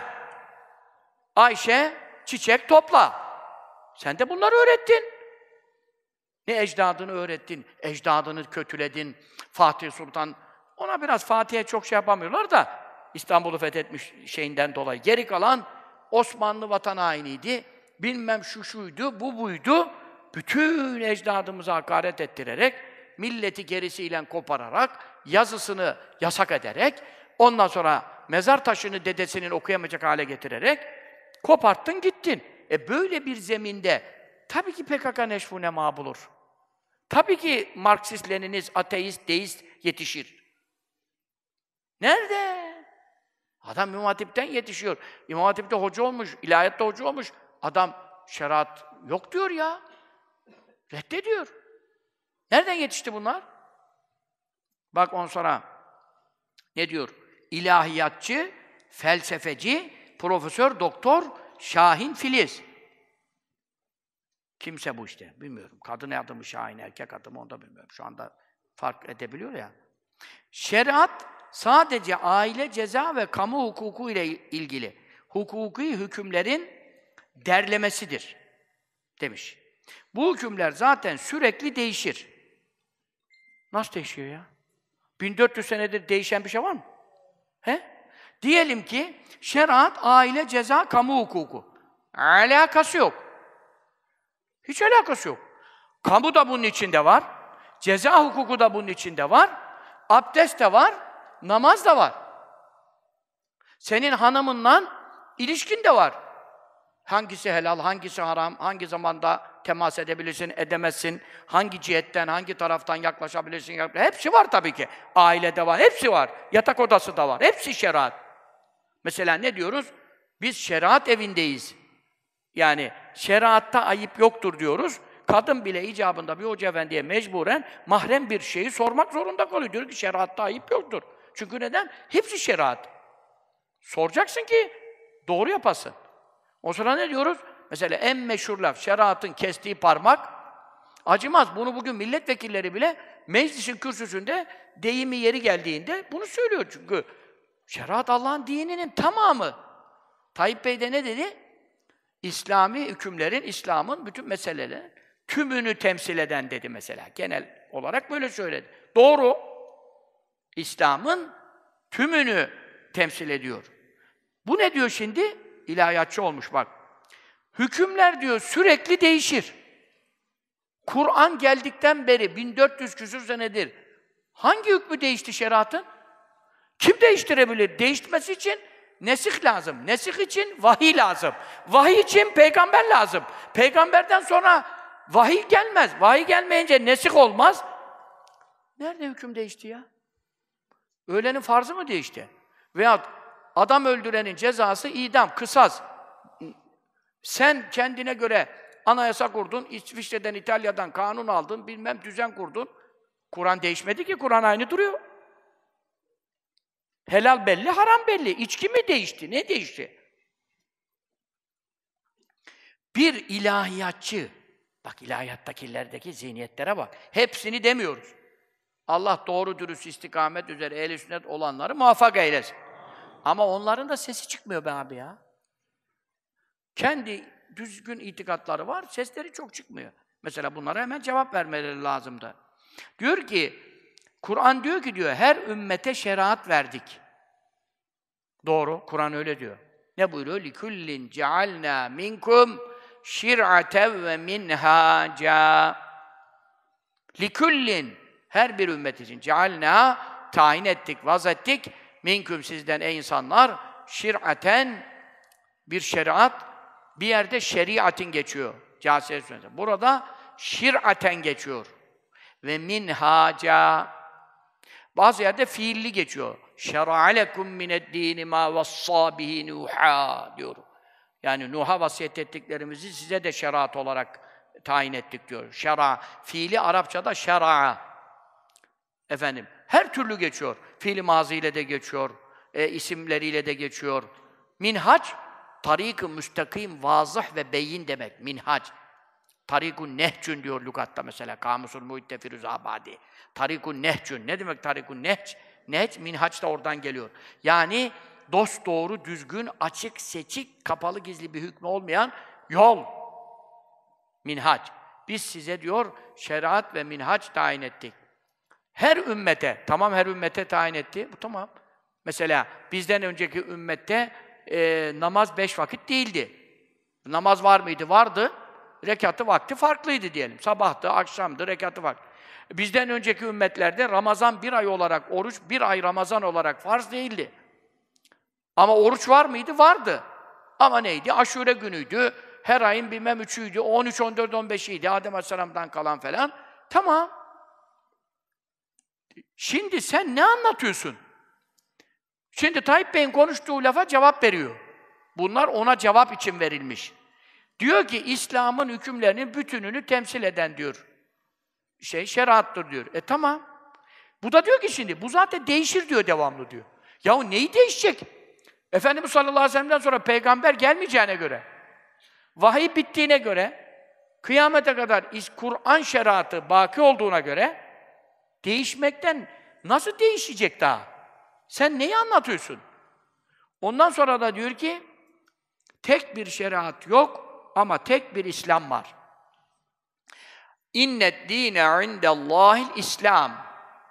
Ayşe, çiçek topla. Sen de bunları öğrettin. Ne ecdadını öğrettin, ecdadını kötüledin. Fatih Sultan, ona biraz Fatih'e çok şey yapamıyorlar da İstanbul'u fethetmiş şeyinden dolayı. Geri kalan Osmanlı vatan hainiydi. Bilmem şu şuydu, bu buydu. Bütün ecdadımıza hakaret ettirerek, milleti gerisiyle kopararak, yazısını yasak ederek, ondan sonra mezar taşını dedesinin okuyamayacak hale getirerek koparttın gittin. Böyle bir zeminde tabii ki PKK neşfu nema bulur. Tabii ki Marksist, Leninist, ateist, deist yetişir. Nerede? Adam İmam Hatip'ten yetişiyor. İmam Hatip'te hoca olmuş, ilahiyatta hoca olmuş. Adam şeriat yok diyor ya. Reddediyor. Nereden yetişti bunlar? Bak on sonra ne diyor? İlahiyatçı, felsefeci, profesör, doktor Şahin Filiz. Kimse bu işte, bilmiyorum. Kadın adı mı Şahin, erkek adı mı onu da bilmiyorum. Şu anda fark edebiliyor ya. Şeriat sadece aile, ceza ve kamu hukuku ile ilgili hukuki hükümlerin derlemesidir demiş. Bu hükümler zaten sürekli değişir. Nasıl değişiyor ya? 1400 senedir değişen bir şey var mı? He? Diyelim ki şeriat, aile, ceza, kamu hukuku. Alakası yok. Hiç alakası yok. Kamu da bunun içinde var. Ceza hukuku da bunun içinde var. Abdest de var. Namaz da var. Senin hanımınla ilişkin de var. Hangisi helal, hangisi haram, hangi zamanda temas edebilirsin, edemezsin, hangi cihetten, hangi taraftan yaklaşabilirsin, hepsi var tabii ki. Ailede var, hepsi var. Yatak odası da var, hepsi şeriat. Mesela ne diyoruz? Biz şeriat evindeyiz. Yani şeriatta ayıp yoktur diyoruz. Kadın bile icabında bir hoca efendiye mecburen mahrem bir şeyi sormak zorunda kalıyor. Diyor ki şeriatta ayıp yoktur. Çünkü neden? Hepsi şeriat. Soracaksın ki doğru yapasın. O sonra ne diyoruz? Mesela en meşhur laf, şeriatın kestiği parmak acımaz. Bunu bugün milletvekilleri bile meclisin kürsüsünde deyimi yeri geldiğinde bunu söylüyor. Çünkü şeriat Allah'ın dininin tamamı. Tayyip Bey de ne dedi? İslami hükümlerin, İslam'ın bütün meselelerin tümünü temsil eden dedi mesela. Genel olarak böyle söyledi. Doğru. İslam'ın tümünü temsil ediyor. Bu ne diyor şimdi? İlahiyatçı olmuş bak. Hükümler diyor sürekli değişir. Kur'an geldikten beri 1400 küsur senedir hangi hükmü değişti şeriatın? Kim değiştirebilir? Değişmesi için nesih lazım. Nesih için vahiy lazım. Vahiy için peygamber lazım. Peygamberden sonra vahiy gelmez. Vahiy gelmeyince nesih olmaz. Nerede hüküm değişti ya? Öğlenin farzı mı değişti? Veyahut adam öldürenin cezası idam, kısas. Sen kendine göre anayasa kurdun, İsviçre'den, İtalya'dan kanun aldın, bilmem düzen kurdun. Kur'an değişmedi ki, Kur'an aynı duruyor. Helal belli, haram belli. İçki mi değişti? Ne değişti? Bir ilahiyatçı, bak ilahiyattakilerdeki zihniyetlere bak. Hepsini demiyoruz. Allah doğru dürüst istikamet üzere ehl-i sünnet olanları muvaffak eylesin. Ama onların da sesi çıkmıyor be abi ya. Kendi düzgün itikatları var, sesleri çok çıkmıyor. Mesela bunlara hemen cevap vermeleri lazımdı. Diyor ki, Kur'an diyor ki diyor, her ümmete şeriat verdik. Doğru, Kur'an öyle diyor. Ne buyuruyor? لِكُلِّنْ جَعَلْنَا مِنْكُمْ شِرْعَةً وَمِنْهَاجًا لِكُلِّنْ her bir ümmet için cealna tayin ettik, vaz ettik. Minküm sizden ey insanlar şir'aten bir şeriat, bir yerde şeriatin geçiyor. Câsiye Suresi. Burada şir'aten geçiyor. Ve minhaca bazı yerde fiilli geçiyor. Şer'a lekum mined-dîni mâ vassâ bihi Nuh'a diyor. Yani Nuh'a vasiyet ettiklerimizi size de şeriat olarak tayin ettik diyor. Şer'a fiili Arapçada şer'a. Efendim, her türlü geçiyor. Fiili maziyle de geçiyor, isimleriyle de geçiyor. Minhac, tarik-ı müstakim, vazıh ve beyin demek. Minhac. Tarik-ı nehcün diyor lügatta mesela. Kamusul Muhitte Firuzabadi. Tarik-ı nehcün. Ne demek tarik-ı nehc? Nehc, minhac da oradan geliyor. Yani dosdoğru, düzgün, açık, seçik, kapalı gizli bir hükmü olmayan yol. Minhac. Biz size diyor şeriat ve minhac tayin ettik. Her ümmete, tamam her ümmete tayin etti, bu tamam. Mesela bizden önceki ümmette namaz 5 vakit değildi. Namaz var mıydı? Vardı. Rekatı vakti farklıydı diyelim. Sabahtı, akşamdı, rekatı vakti. Bizden önceki ümmetlerde Ramazan bir ay olarak, oruç bir ay Ramazan olarak farz değildi. Ama oruç var mıydı? Vardı. Ama neydi? Aşure günüydü. Her ayın bilmem 3'üydü. 13, 14, 15'iydi. Adem Aleyhisselam'dan kalan falan. Tamam. Şimdi sen ne anlatıyorsun? Şimdi Tayyip Bey'in konuştuğu lafa cevap veriyor. Bunlar ona cevap için verilmiş. Diyor ki İslam'ın hükümlerinin bütününü temsil eden diyor. Şeriattır diyor. Tamam. Bu da diyor ki şimdi bu zaten değişir diyor devamlı diyor. Yahu neyi değişecek? Efendimiz sallallahu aleyhi ve sellem'den sonra peygamber gelmeyeceğine göre, vahiy bittiğine göre, kıyamete kadar Kur'an şeriatı baki olduğuna göre değişmekten nasıl değişecek daha? Sen neyi anlatıyorsun? Ondan sonra da diyor ki tek bir şeriat yok ama tek bir İslam var. İnnet dîne indellâhil İslam.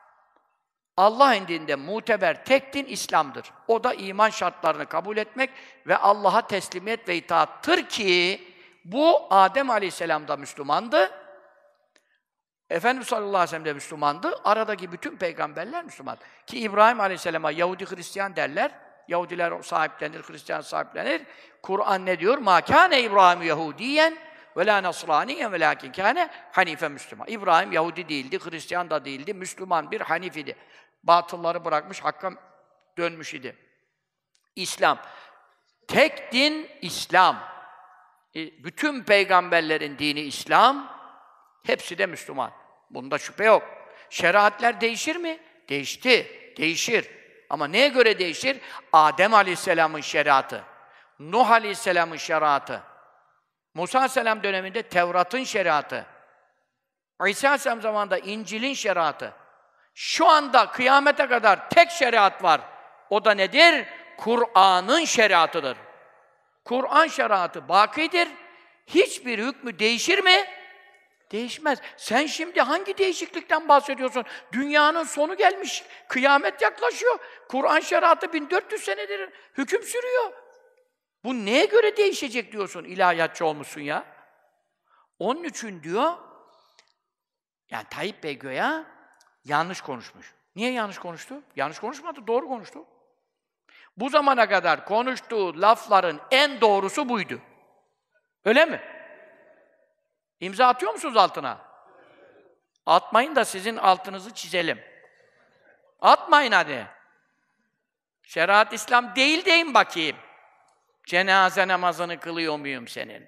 Allah indinde muteber tek din İslam'dır. O da iman şartlarını kabul etmek ve Allah'a teslimiyet ve itaattır ki bu Adem Aleyhisselam da Müslümandı. Efendimiz sallallahu aleyhi ve sellem de Müslümandı. Aradaki bütün peygamberler Müslüman. Ki İbrahim Aleyhisselam'a Yahudi Hristiyan derler. Yahudiler sahiplenir, Hristiyan sahiplenir. Kur'an ne diyor? مَا كَانَ İbrahim Yahudiyen ve la Nasraniyen ve lakin kâne hanife Müslüman. İbrahim Yahudi değildi, Hristiyan da değildi, Müslüman bir Hanif idi. Batılları bırakmış, hakka dönmüş idi. İslam. Tek din İslam. Bütün peygamberlerin dini İslam, hepsi de Müslüman. Bunda şüphe yok. Şeriatler değişir mi? Değişti, değişir. Ama neye göre değişir? Adem Aleyhisselam'ın şeriatı, Nuh Aleyhisselam'ın şeriatı, Musa Aleyhisselam döneminde Tevrat'ın şeriatı, İsa Aleyhisselam zamanında İncil'in şeriatı. Şu anda kıyamete kadar tek şeriat var. O da nedir? Kur'an'ın şeriatıdır. Kur'an şeriatı bakidir. Hiçbir hükmü değişir mi? Değişmez. Sen şimdi hangi değişiklikten bahsediyorsun? Dünyanın sonu gelmiş. Kıyamet yaklaşıyor. Kur'an şeriatı 1400 senedir hüküm sürüyor. Bu neye göre değişecek diyorsun? İlahiyatçı olmuşsun ya. Onun için diyor, yani Tayyip Bey göya yanlış konuşmuş. Niye yanlış konuştu? Yanlış konuşmadı, doğru konuştu. Bu zamana kadar konuştuğu lafların en doğrusu buydu. Öyle mi? İmza atıyor musunuz altına? Atmayın da sizin altınızı çizelim. Atmayın hadi. Şeriat İslam değil deyin bakayım. Cenaze namazını kılıyor muyum senin?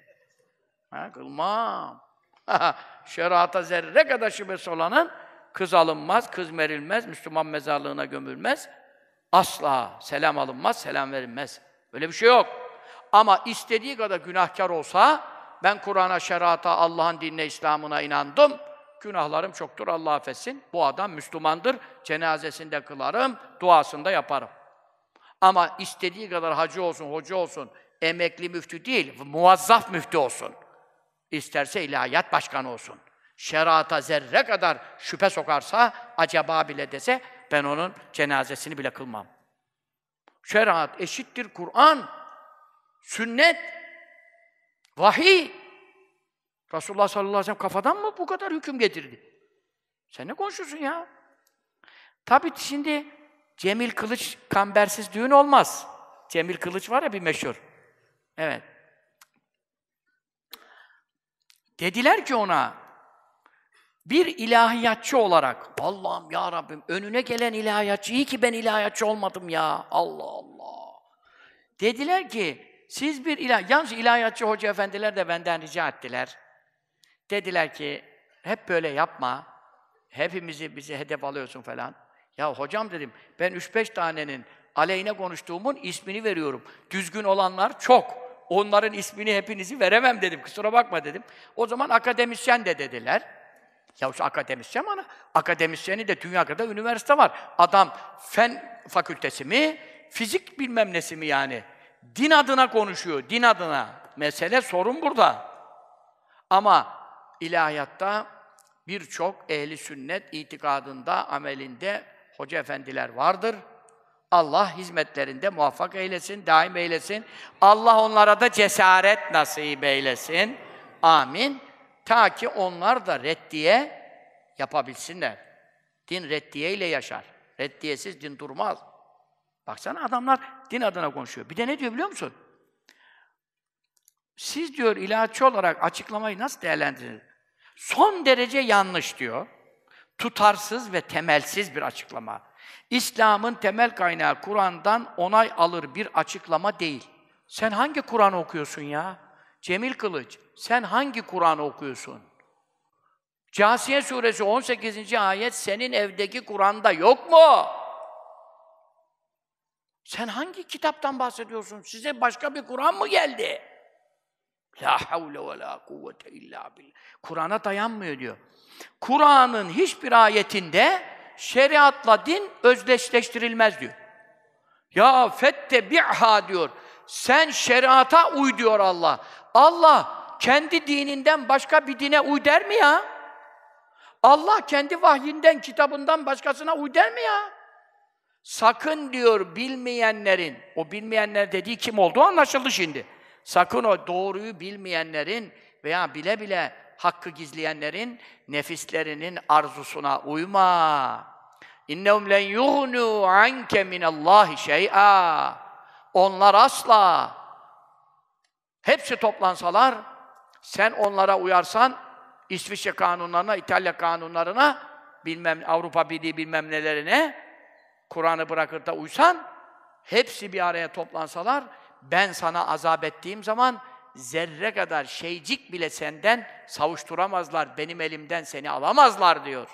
Kılmam. Şeriata zerre kadar şüphesi olanın kız alınmaz, kız verilmez, Müslüman mezarlığına gömülmez. Asla selam alınmaz, selam verilmez. Öyle bir şey yok. Ama istediği kadar günahkar olsa, ben Kur'an'a, şeriata, Allah'ın dinine, İslam'ına inandım, günahlarım çoktur, Allah affetsin. Bu adam Müslümandır, cenazesinde kılarım, duasını da yaparım. Ama istediği kadar hacı olsun, hoca olsun, emekli müftü değil, muvazzaf müftü olsun. İsterse ilahiyat başkanı olsun. Şerata zerre kadar şüphe sokarsa, acaba bile dese, ben onun cenazesini bile kılmam. Şeriat eşittir Kur'an, sünnet, vahiy. Resulullah sallallahu aleyhi ve sellem kafadan mı bu kadar hüküm getirdi? Sen ne konuşuyorsun ya? Tabii şimdi Cemil Kılıç kambersiz düğün olmaz. Cemil Kılıç var ya bir meşhur. Evet. Dediler ki ona, bir ilahiyatçı olarak, Allah'ım ya Rabbim, önüne gelen ilahiyatçı, iyi ki ben ilahiyatçı olmadım ya, Allah Allah. Dediler ki, siz bir yalnız ilahiyatçı hoca efendiler de benden rica ettiler. Dediler ki, hep böyle yapma, bizi hedef alıyorsun falan. Ya hocam dedim, ben 3-5 tanenin aleyhine konuştuğumun ismini veriyorum. Düzgün olanlar çok. Onların ismini hepinizi veremem dedim, kusura bakma dedim. O zaman akademisyen de dediler. Ya şu akademisyen bana, akademisyeni de dünya kadar üniversite var. Adam fen fakültesi mi, fizik bilmem nesi mi yani? Din adına konuşuyor, din adına. Mesele, sorun burada. Ama ilahiyatta birçok ehli sünnet itikadında, amelinde hoca efendiler vardır. Allah hizmetlerinde muvaffak eylesin, daim eylesin. Allah onlara da cesaret nasip eylesin. Amin. Ta ki onlar da reddiye yapabilsinler. Din reddiye ile yaşar. Reddiyesiz din durmaz. Baksana adamlar din adına konuşuyor. Bir de ne diyor biliyor musun? Siz diyor ilahiyatçı olarak açıklamayı nasıl değerlendirirsiniz? Son derece yanlış diyor. Tutarsız ve temelsiz bir açıklama. İslam'ın temel kaynağı Kur'an'dan onay alır bir açıklama değil. Sen hangi Kur'an'ı okuyorsun ya? Cemil Kılıç, sen hangi Kur'an'ı okuyorsun? Câsiye suresi 18. ayet senin evdeki Kur'an'da yok mu? Sen hangi kitaptan bahsediyorsun? Size başka bir Kur'an mı geldi? La havle ve la kuvvete illa billah. Kur'an'a dayanmıyor diyor. Kur'an'ın hiçbir ayetinde şeriatla din özdeşleştirilmez diyor. Ya fettebi'ha diyor. Sen şeriata uy diyor Allah. Allah kendi dininden başka bir dine uy der mi ya? Allah kendi vahyinden, kitabından başkasına uy der mi ya? Sakın diyor bilmeyenlerin, o bilmeyenler dediği kim olduğu anlaşıldı şimdi. Sakın o doğruyu bilmeyenlerin veya bile bile hakkı gizleyenlerin nefislerinin arzusuna uyma. İnnehum len yughnu anke minallahi şey'a. Onlar asla hepsi toplansalar sen onlara uyarsan İsviçre kanunlarına, İtalya kanunlarına, bilmem Avrupa Birliği bilmem nelerine Kur'an'ı bırakır da uysan hepsi bir araya toplansalar ben sana azap ettiğim zaman zerre kadar şeycik bile senden savuşturamazlar, benim elimden seni alamazlar diyor.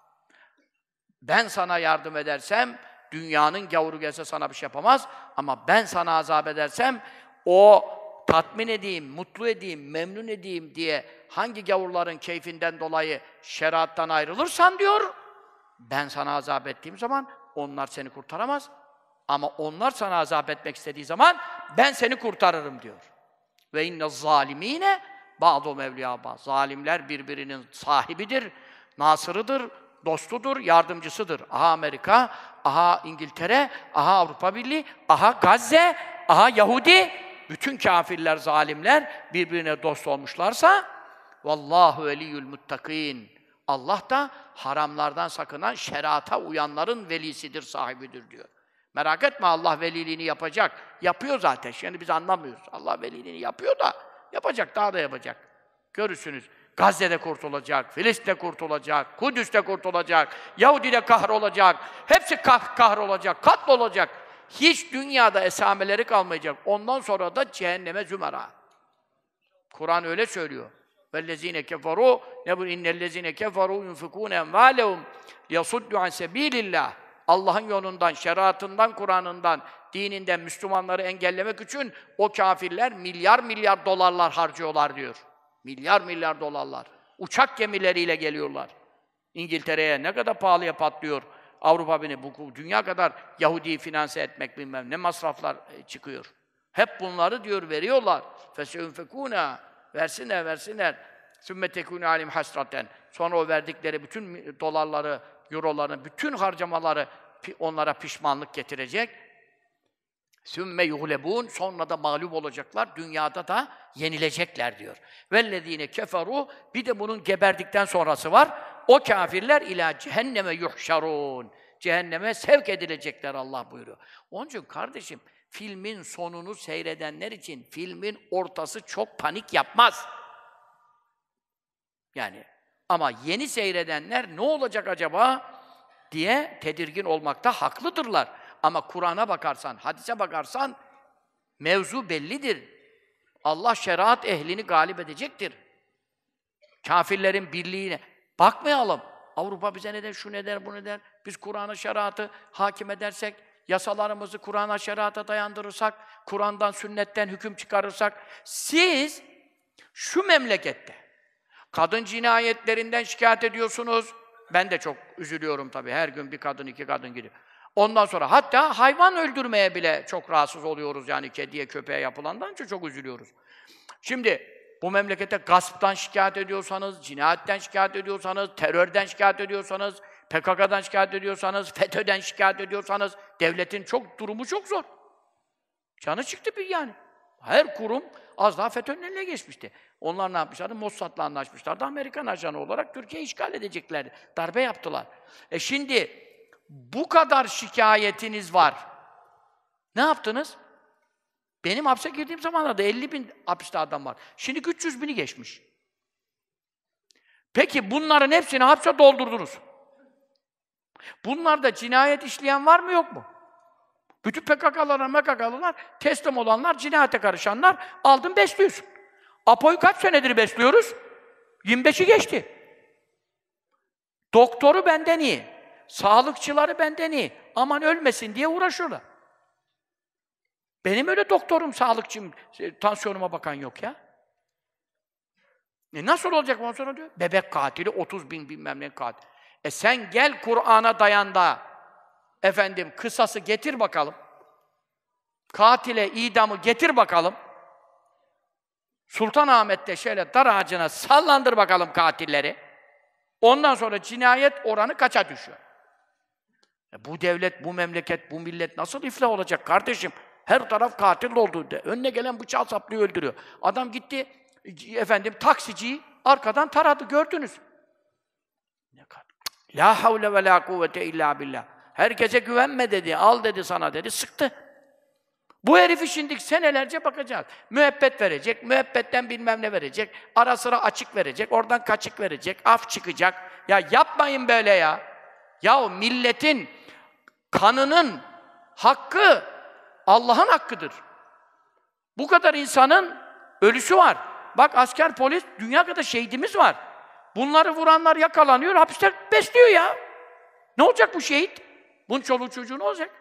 Ben sana yardım edersem, dünyanın gavuru gelse sana bir şey yapamaz ama ben sana azap edersem, o tatmin edeyim, mutlu edeyim, memnun edeyim diye hangi gavurların keyfinden dolayı şeriattan ayrılırsan diyor, ben sana azap ettiğim zaman onlar seni kurtaramaz ama onlar sana azap etmek istediği zaman ben seni kurtarırım diyor. Ve inne zalimine ba'du mevliya ba'd. Zalimler birbirinin sahibidir, nasırıdır, dostudur, yardımcısıdır. Aha Amerika, aha İngiltere, aha Avrupa Birliği, aha Gazze, aha Yahudi. Bütün kâfirler, zalimler birbirine dost olmuşlarsa vallahu veliyyül muttakin. Allah da haramlardan sakınan, şerata uyanların velisidir, sahibidir diyor. Merak etme Allah veliliğini yapacak. Yapıyor zaten. Şimdi biz anlamıyoruz. Allah veliliğini yapıyor da yapacak, daha da yapacak. Görürsünüz. Gazze'de kurtulacak, Filistin'de kurtulacak, Kudüs'te kurtulacak, Yahudi'de kahrolacak, hepsi kahrolacak, katlolacak. Hiç dünyada esameleri kalmayacak. Ondan sonra da cehenneme zümera. Kur'an öyle söylüyor. وَالَّذ۪ينَ كَفَرُوا نَبُلْ اِنَّ الَّذ۪ينَ كَفَرُوا يُنْفِقُونَ اَمْوَالَهُمْ لِيَصُدُّوا عَنْ سَب۪يلِ اللّٰهِ Allah'ın yolundan, şeriatından, Kur'an'ından, dininden Müslümanları engellemek için o kâfirler milyar milyar dolarlar harcıyorlar diyor. Milyar milyar dolarlar. Uçak gemileriyle geliyorlar. İngiltere'ye ne kadar pahalıya patlıyor. Avrupa bu dünya kadar Yahudi'yi finanse etmek bilmem ne masraflar çıkıyor. Hep bunları diyor veriyorlar. فَسَيُنْفَكُونَ versinler. ثُمَّ تَكُونَ عَلِمْ حَسْرَةً Sonra o verdikleri bütün dolarları, euroları, bütün harcamaları onlara pişmanlık getirecek. ثُمَّ يُغْلَبُونَ Sonra da mağlup olacaklar, dünyada da yenilecekler diyor. وَالَّذ۪ينَ كَفَرُوا Bir de bunun geberdikten sonrası var. O kâfirler ila cehenneme yuhşarûn. Cehenneme sevk edilecekler Allah buyuruyor. Onun için kardeşim, filmin sonunu seyredenler için filmin ortası çok panik yapmaz. Yani ama yeni seyredenler ne olacak acaba diye tedirgin olmakta haklıdırlar. Ama Kur'an'a bakarsan, hadise bakarsan mevzu bellidir. Allah şeriat ehlini galip edecektir. Kâfirlerin birliğine bakmayalım. Avrupa bize ne der, şu ne der, bu ne der. Biz Kur'an'a şeriatı hakim edersek, yasalarımızı Kur'an'a şeriata dayandırırsak, Kur'an'dan, sünnetten hüküm çıkarırsak, siz şu memlekette kadın cinayetlerinden şikayet ediyorsunuz. Ben de çok üzülüyorum tabii. Her gün bir kadın, iki kadın gidiyor. Ondan sonra hatta hayvan öldürmeye bile çok rahatsız oluyoruz. Yani kediye, köpeğe yapılandan çok üzülüyoruz. Şimdi bu memlekete gasptan şikayet ediyorsanız, cinayetten şikayet ediyorsanız, terörden şikayet ediyorsanız, PKK'dan şikayet ediyorsanız, FETÖ'den şikayet ediyorsanız, devletin durumu çok zor. Canı çıktı bir yani. Her kurum az daha FETÖ'nün eline geçmişti. Onlar ne yapmışlardı? Mossad'la anlaşmışlardı. Amerikan ajanı olarak Türkiye'yi işgal edeceklerdi. Darbe yaptılar. Şimdi bu kadar şikayetiniz var. Ne yaptınız? Benim hapse girdiğim zamanlarda 50.000 hapiste adam var. Şimdi 300.000'i geçmiş. Peki bunların hepsini hapse doldurdunuz. Bunlarda cinayet işleyen var mı yok mu? Bütün PKK'lılar, teslim olanlar, cinayete karışanlar aldın besliyorsun. Apo'yu kaç senedir besliyoruz? 25'i geçti. Doktoru benden iyi, sağlıkçıları benden iyi. Aman ölmesin diye uğraşıyorlar. Benim öyle doktorum, sağlıkçım, tansiyonuma bakan yok ya. Nasıl olacak ondan sonra diyor? Bebek katili, 30.000 bilmem ne katil. Sen gel Kur'an'a dayan da, efendim kısası getir bakalım. Katile idamı getir bakalım. Sultanahmet'te şöyle dar ağacına sallandır bakalım katilleri. Ondan sonra cinayet oranı kaça düşüyor? Bu devlet, bu memleket, bu millet nasıl iflah olacak kardeşim? Her taraf katil oldu. Önüne gelen bıçağı saplıyor, öldürüyor. Adam gitti, efendim taksiciyi arkadan taradı, gördünüz. La havle ve la kuvvete illa billah. Herkese güvenme dedi, al dedi sana dedi, sıktı. Bu herifi şimdi senelerce bakacağız. Müebbet verecek, müebbetten bilmem ne verecek, ara sıra açık verecek, oradan kaçık verecek, af çıkacak. Ya yapmayın böyle ya. Yahu milletin kanının hakkı Allah'ın hakkıdır. Bu kadar insanın ölüsü var. Bak asker, polis, dünya kadar şehidimiz var. Bunları vuranlar yakalanıyor, hapiste besliyor ya. Ne olacak bu şehit? Bunun çoluğu çocuğu ne olacak?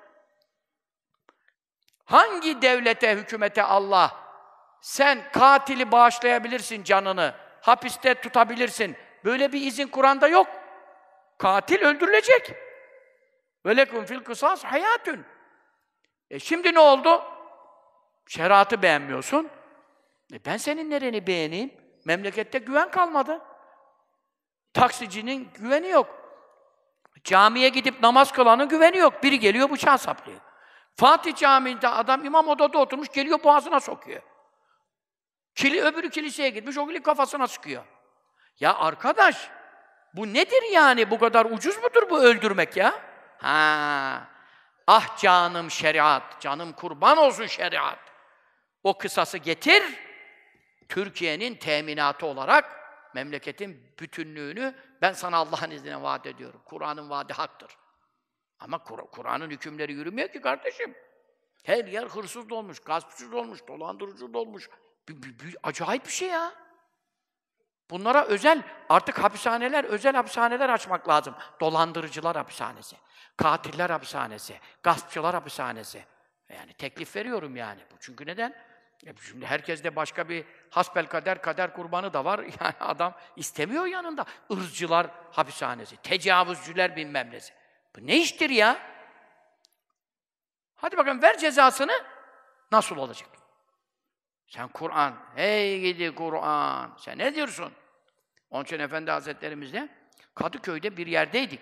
Hangi devlete, hükümete Allah, sen katili bağışlayabilirsin canını, hapiste tutabilirsin. Böyle bir izin Kur'an'da yok. Katil öldürülecek. وَلَكُمْ fil kısas hayatun. Şimdi ne oldu? Şeriatı beğenmiyorsun. Ben senin nereni beğeneyim? Memlekette güven kalmadı. Taksicinin güveni yok. Camiye gidip namaz kılanın güveni yok. Biri geliyor bıçağı saplıyor. Fatih Camii'nde adam imam odada oturmuş, geliyor boğazına sokuyor. Öbürü kiliseye gitmiş, o kafasına sıkıyor. Ya arkadaş, bu nedir yani? Bu kadar ucuz mudur bu öldürmek ya? Ah canım şeriat, canım kurban olsun şeriat. O kısası getir, Türkiye'nin teminatı olarak memleketin bütünlüğünü ben sana Allah'ın izniyle vaat ediyorum. Kur'an'ın vaadi haktır. Ama Kur'an'ın hükümleri yürümüyor ki kardeşim. Her yer hırsız dolmuş, gaspçı dolmuş, dolandırıcı dolmuş. Acayip bir şey ya. Bunlara artık özel hapishaneler açmak lazım. Dolandırıcılar hapishanesi, katiller hapishanesi, gaspçılar hapishanesi. Yani teklif veriyorum yani. Çünkü neden? Şimdi herkeste başka bir hasbelkader, kader kurbanı da var. Yani adam istemiyor yanında. Irzcılar hapishanesi, tecavüzcüler bilmem nesi. Bu ne iştir ya? Hadi bakalım ver cezasını, nasıl olacak? Sen Kur'an, hey gidi Kur'an, sen ne diyorsun? Onun için Efendi Hazretlerimizle Kadıköy'de bir yerdeydik.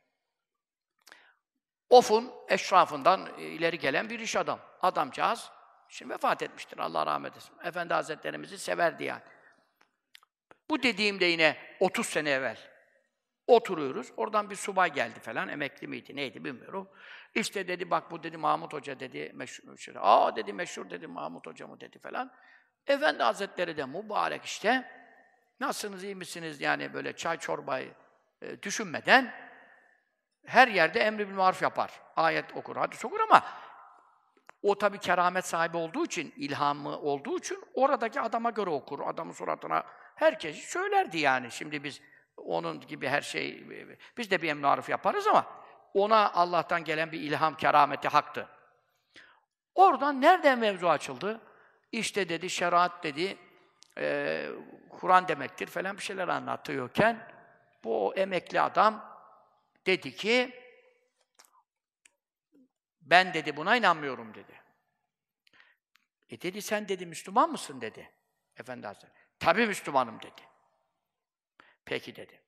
Of'un eşrafından ileri gelen bir iş adam. Adamcağız, şimdi vefat etmiştir, Allah rahmet eylesin. Efendi Hazretlerimizi severdi yani. Bu dediğimde yine 30 sene evvel. Oturuyoruz, oradan bir subay geldi falan, emekli miydi, neydi bilmiyorum. İşte dedi, bak bu dedi Mahmut Hoca dedi, meşhur. Aa dedi, meşhur dedi, Mahmut Hoca mı dedi falan. Efendi Hazretleri de mübarek işte, nasılsınız, iyi misiniz yani böyle çay çorbayı düşünmeden her yerde emri bil maruf yapar. Ayet okur, hadis okur ama o tabii keramet sahibi olduğu için, ilhamı olduğu için oradaki adama göre okur. Adamın suratına herkes söylerdi yani. Şimdi biz onun gibi her şey, biz de bir emri maruf yaparız ama ona Allah'tan gelen bir ilham, kerameti haktı. Oradan nereden mevzu açıldı? İşte dedi, şeriat dedi, Kur'an demektir falan bir şeyler anlatıyorken bu emekli adam dedi ki, ben dedi buna inanmıyorum dedi. Dedi sen dedi Müslüman mısın dedi. Efendi Hazretleri. Tabii Müslümanım dedi. Peki dedi.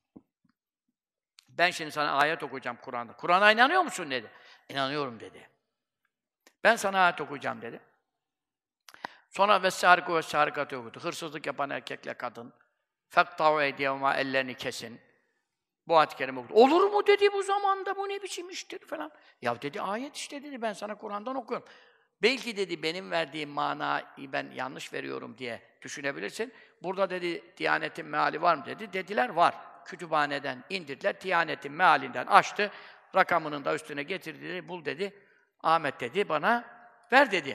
Ben şimdi sana ayet okuyacağım Kur'an'da. Kur'an'a inanıyor musun dedi. İnanıyorum dedi. Ben sana ayet okuyacağım dedi. Sonra vessâriku vessârikatı okudu. Hırsızlık yapan erkekle kadın. Fektâhu eydiyevmâ, ellerini kesin. Bu ayet-i kerime okudu. Olur mu dedi bu zamanda, bu ne biçim iştir falan. Ya dedi ayet işte dedi, ben sana Kur'an'dan okuyorum. Belki dedi benim verdiğim manayı ben yanlış veriyorum diye düşünebilirsin. Burada dedi Diyanet'in meali var mı dedi. Dediler var. Kütüphaneden indirdiler. Diyanet'in mealinden açtı. Rakamının da üstüne getirdi dedi. Bul dedi. Ahmet dedi bana ver dedi.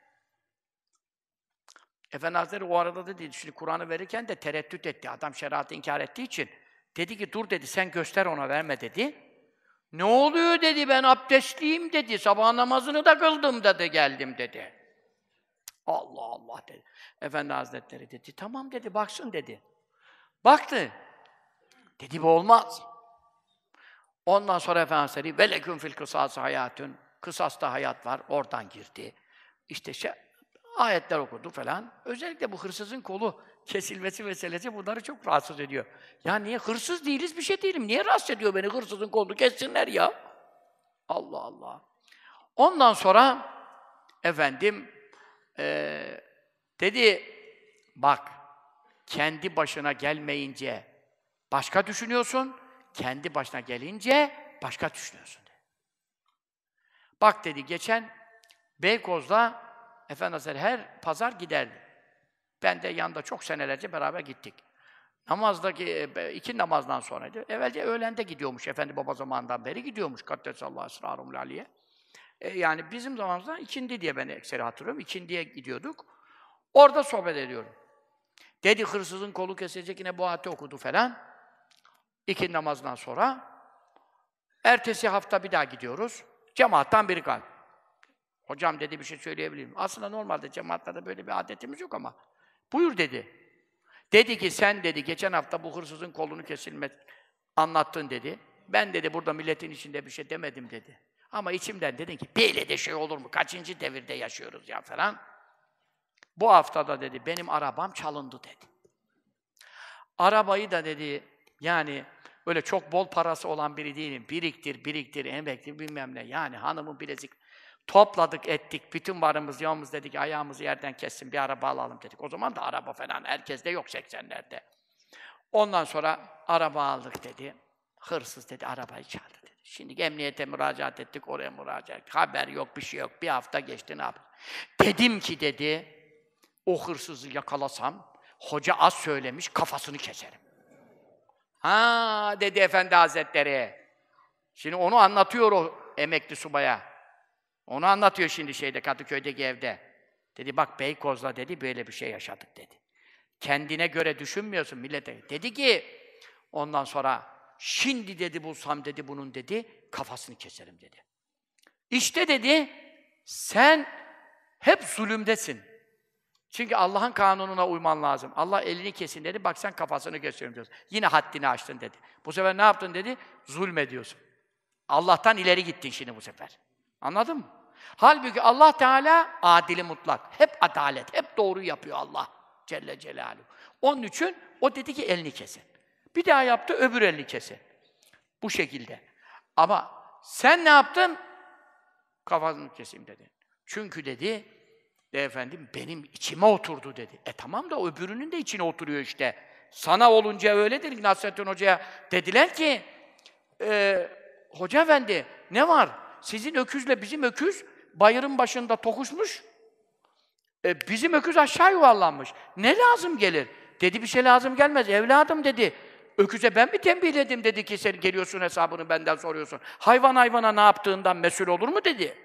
Efendi Hazretleri o arada dedi, şimdi Kur'an'ı verirken de tereddüt etti. Adam şeriatı inkar ettiği için. Dedi ki dur dedi, sen göster ona verme dedi. Ne oluyor dedi, ben abdestliyim dedi. Sabah namazını da kıldım dedi, geldim dedi. Allah Allah dedi. Efendi Hazretleri dedi, tamam dedi, baksın dedi. Baktı. Dedi bu olmaz. Ondan sonra Efendi Hazretleri veleküm fil kısası hayatun. Kısasta hayat var, oradan girdi. İşte ayetler okudu falan. Özellikle bu hırsızın kolu kesilmesi meselesi bunları çok rahatsız ediyor. Ya niye? Hırsız değiliz, bir şey değilim. Niye rahatsız ediyor beni? Hırsızın kolunu kessinler ya. Allah Allah. Ondan sonra efendim dedi, bak kendi başına gelmeyince başka düşünüyorsun, kendi başına gelince başka düşünüyorsun dedi. Bak dedi, geçen Beykoz'da Efendi Hazretleri her pazar giderdi. Ben de yanında çok senelerce beraber gittik. Namazdaki, iki namazdan sonraydı. Evvelce öğlende gidiyormuş, Efendi Baba zamanından beri gidiyormuş. Kaddesallahu esrarumul aliye. Yani bizim zamanımızda ikindi diye ben ekseri hatırlıyorum. İkindiye gidiyorduk. Orada sohbet ediyorum. Dedi hırsızın kolu kesilecek, yine bu ayeti okudu falan. İki namazdan sonra. Ertesi hafta bir daha gidiyoruz. Cemaattan biri kaldı. Hocam dedi, bir şey söyleyebilir miyim? Aslında normalde cemaatlerde böyle bir adetimiz yok ama. Buyur dedi. Dedi ki sen dedi, geçen hafta bu hırsızın kolunu kesilmek anlattın dedi. Ben dedi burada milletin içinde bir şey demedim dedi. Ama içimden dedim ki böyle de şey olur mu? Kaçıncı devirde yaşıyoruz ya falan. Bu haftada dedi benim arabam çalındı dedi. Arabayı da dedi yani öyle çok bol parası olan biri değilim. Biriktir, emektir bilmem ne. Yani hanımın bilezik topladık ettik. Bütün varımız yoğumuz dedik, ayağımızı yerden kessin bir araba alalım dedik. O zaman da araba falan herkeste yok 80'lerde. Ondan sonra araba aldık dedi. Hırsız dedi, arabayı çaldı dedi. Şimdi emniyete müracaat ettik, oraya müracaat ettik. Haber yok, bir şey yok. Bir hafta geçti, ne yapalım? Dedim ki dedi, o hırsızı yakalasam, hoca az söylemiş, kafasını keserim. Ha dedi Efendi Hazretleri. Şimdi onu anlatıyor o emekli subaya. Onu anlatıyor şimdi Kadıköy'deki evde. Dedi bak Beykoz'da dedi böyle bir şey yaşadık dedi. Kendine göre düşünmüyorsun millete. Dedi ki ondan sonra şimdi dedi bulsam dedi bunun dedi kafasını keserim dedi. İşte dedi sen hep zulümdesin. Çünkü Allah'ın kanununa uyman lazım. Allah elini kesin dedi, bak sen kafasını kesiyorum diyorsun. Yine haddini aştın dedi. Bu sefer ne yaptın dedi? Zulmediyorsun. Allah'tan ileri gittin şimdi bu sefer. Anladın mı? Halbuki Allah Teala adili mutlak. Hep adalet, hep doğru yapıyor Allah Celle Celaluhu. Onun için o dedi ki elini kesin. Bir daha yaptı, öbür elini kesin. Bu şekilde. Ama sen ne yaptın? Kafasını keseyim dedi. Çünkü dedi, efendim benim içime oturdu dedi. Tamam da öbürünün de içine oturuyor işte. Sana olunca öyledir. Nasrettin Hoca'ya dediler ki, Hoca Efendi ne var? Sizin öküzle bizim öküz bayırın başında tokuşmuş. Bizim öküz aşağı yuvarlanmış. Ne lazım gelir? Dedi bir şey lazım gelmez. Evladım dedi. Öküze ben mi tembihledim dedi ki sen geliyorsun hesabını benden soruyorsun. Hayvan hayvana ne yaptığından mesul olur mu dedi.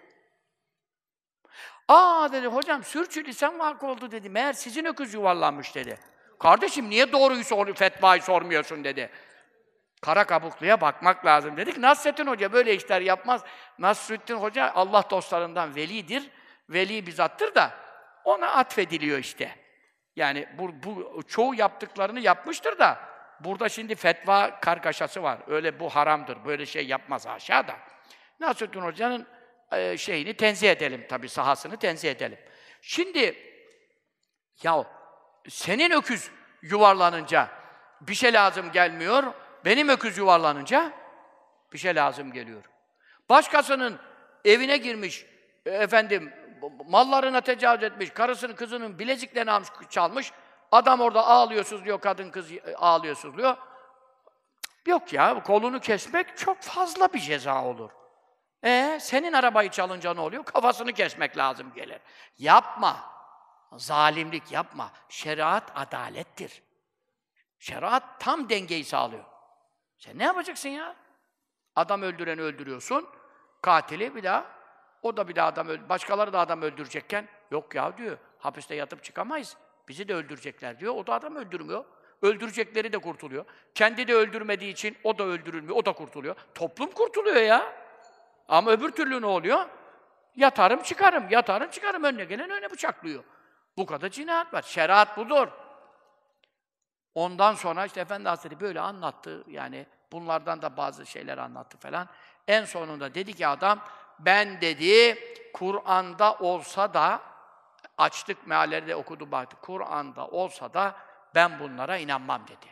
Dedi hocam sürçülisan vakı oldu dedi. Meğer sizin öküz yuvarlanmış dedi. Kardeşim niye doğruyu fetvayı sormuyorsun dedi. Kara kabukluya bakmak lazım dedik. Nasrettin Hoca böyle işler yapmaz. Nasrettin Hoca Allah dostlarından velidir. Veli bizattır da ona atfediliyor işte. Yani bu çoğu yaptıklarını yapmıştır da burada şimdi fetva kargaşası var. Öyle bu haramdır. Böyle şey yapmaz haşa da. Nasrettin Hoca'nın şeyini tenzih edelim tabii, sahasını tenzih edelim. Şimdi ya senin öküz yuvarlanınca bir şey lazım gelmiyor. Benim öküz yuvarlanınca bir şey lazım geliyor. Başkasının evine girmiş, mallarına tecavüz etmiş, karısının kızının bileziklerini almış, çalmış. Adam orada ağlıyor, sızlıyor, kadın kız ağlıyor, sızlıyor. Yok ya, kolunu kesmek çok fazla bir ceza olur. Senin arabayı çalınca ne oluyor? Kafasını kesmek lazım gelir. Yapma. Zalimlik yapma. Şeriat adalettir. Şeriat tam dengeyi sağlıyor. Sen ne yapacaksın ya? Adam öldüreni öldürüyorsun, katili bir daha, o da bir daha başkaları da adam öldürecekken, yok ya diyor, hapiste yatıp çıkamayız, bizi de öldürecekler diyor, o da adam öldürmüyor. Öldürecekleri de kurtuluyor. Kendi de öldürmediği için o da öldürülmüyor, o da kurtuluyor. Toplum kurtuluyor ya. Ama öbür türlü ne oluyor? Yatarım çıkarım, önüne gelen önüne bıçaklıyor. Bu kadar cinayet var. Şeriat budur. Ondan sonra işte Efendi Hazretleri böyle anlattı, yani bunlardan da bazı şeyler anlattı falan. En sonunda dedi ki adam, ben dedi, Kur'an'da olsa da, açtık mealleri de okudu baktık, Kur'an'da olsa da ben bunlara inanmam dedi.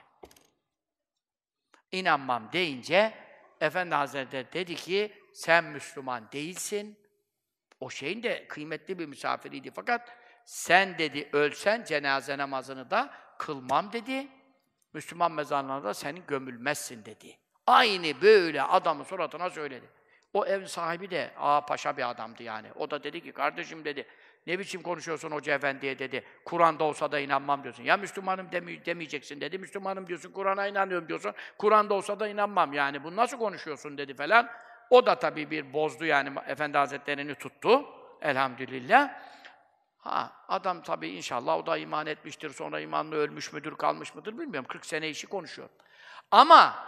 İnanmam deyince, Efendi Hazretleri dedi ki, sen Müslüman değilsin. O şeyin de kıymetli bir misafiriydi fakat sen dedi, ölsen cenaze namazını da kılmam dedi. Müslüman mezarlığına da senin gömülmezsin dedi. Aynı böyle adamın suratına söyledi. O ev sahibi de paşa bir adamdı yani. O da dedi ki, kardeşim dedi, ne biçim konuşuyorsun Hoca Efendi'ye dedi. Kur'an'da olsa da inanmam diyorsun. Ya Müslümanım demeyeceksin dedi. Müslümanım diyorsun, Kur'an'a inanıyorum diyorsun. Kur'an'da olsa da inanmam yani. Bunu nasıl konuşuyorsun dedi falan. O da tabii bir bozdu yani, Efendi Hazretleri'ni tuttu. Elhamdülillah. Adam tabii inşallah o da iman etmiştir, sonra imanlı ölmüş müdür, kalmış mıdır bilmiyorum. 40 sene işi konuşuyor. Ama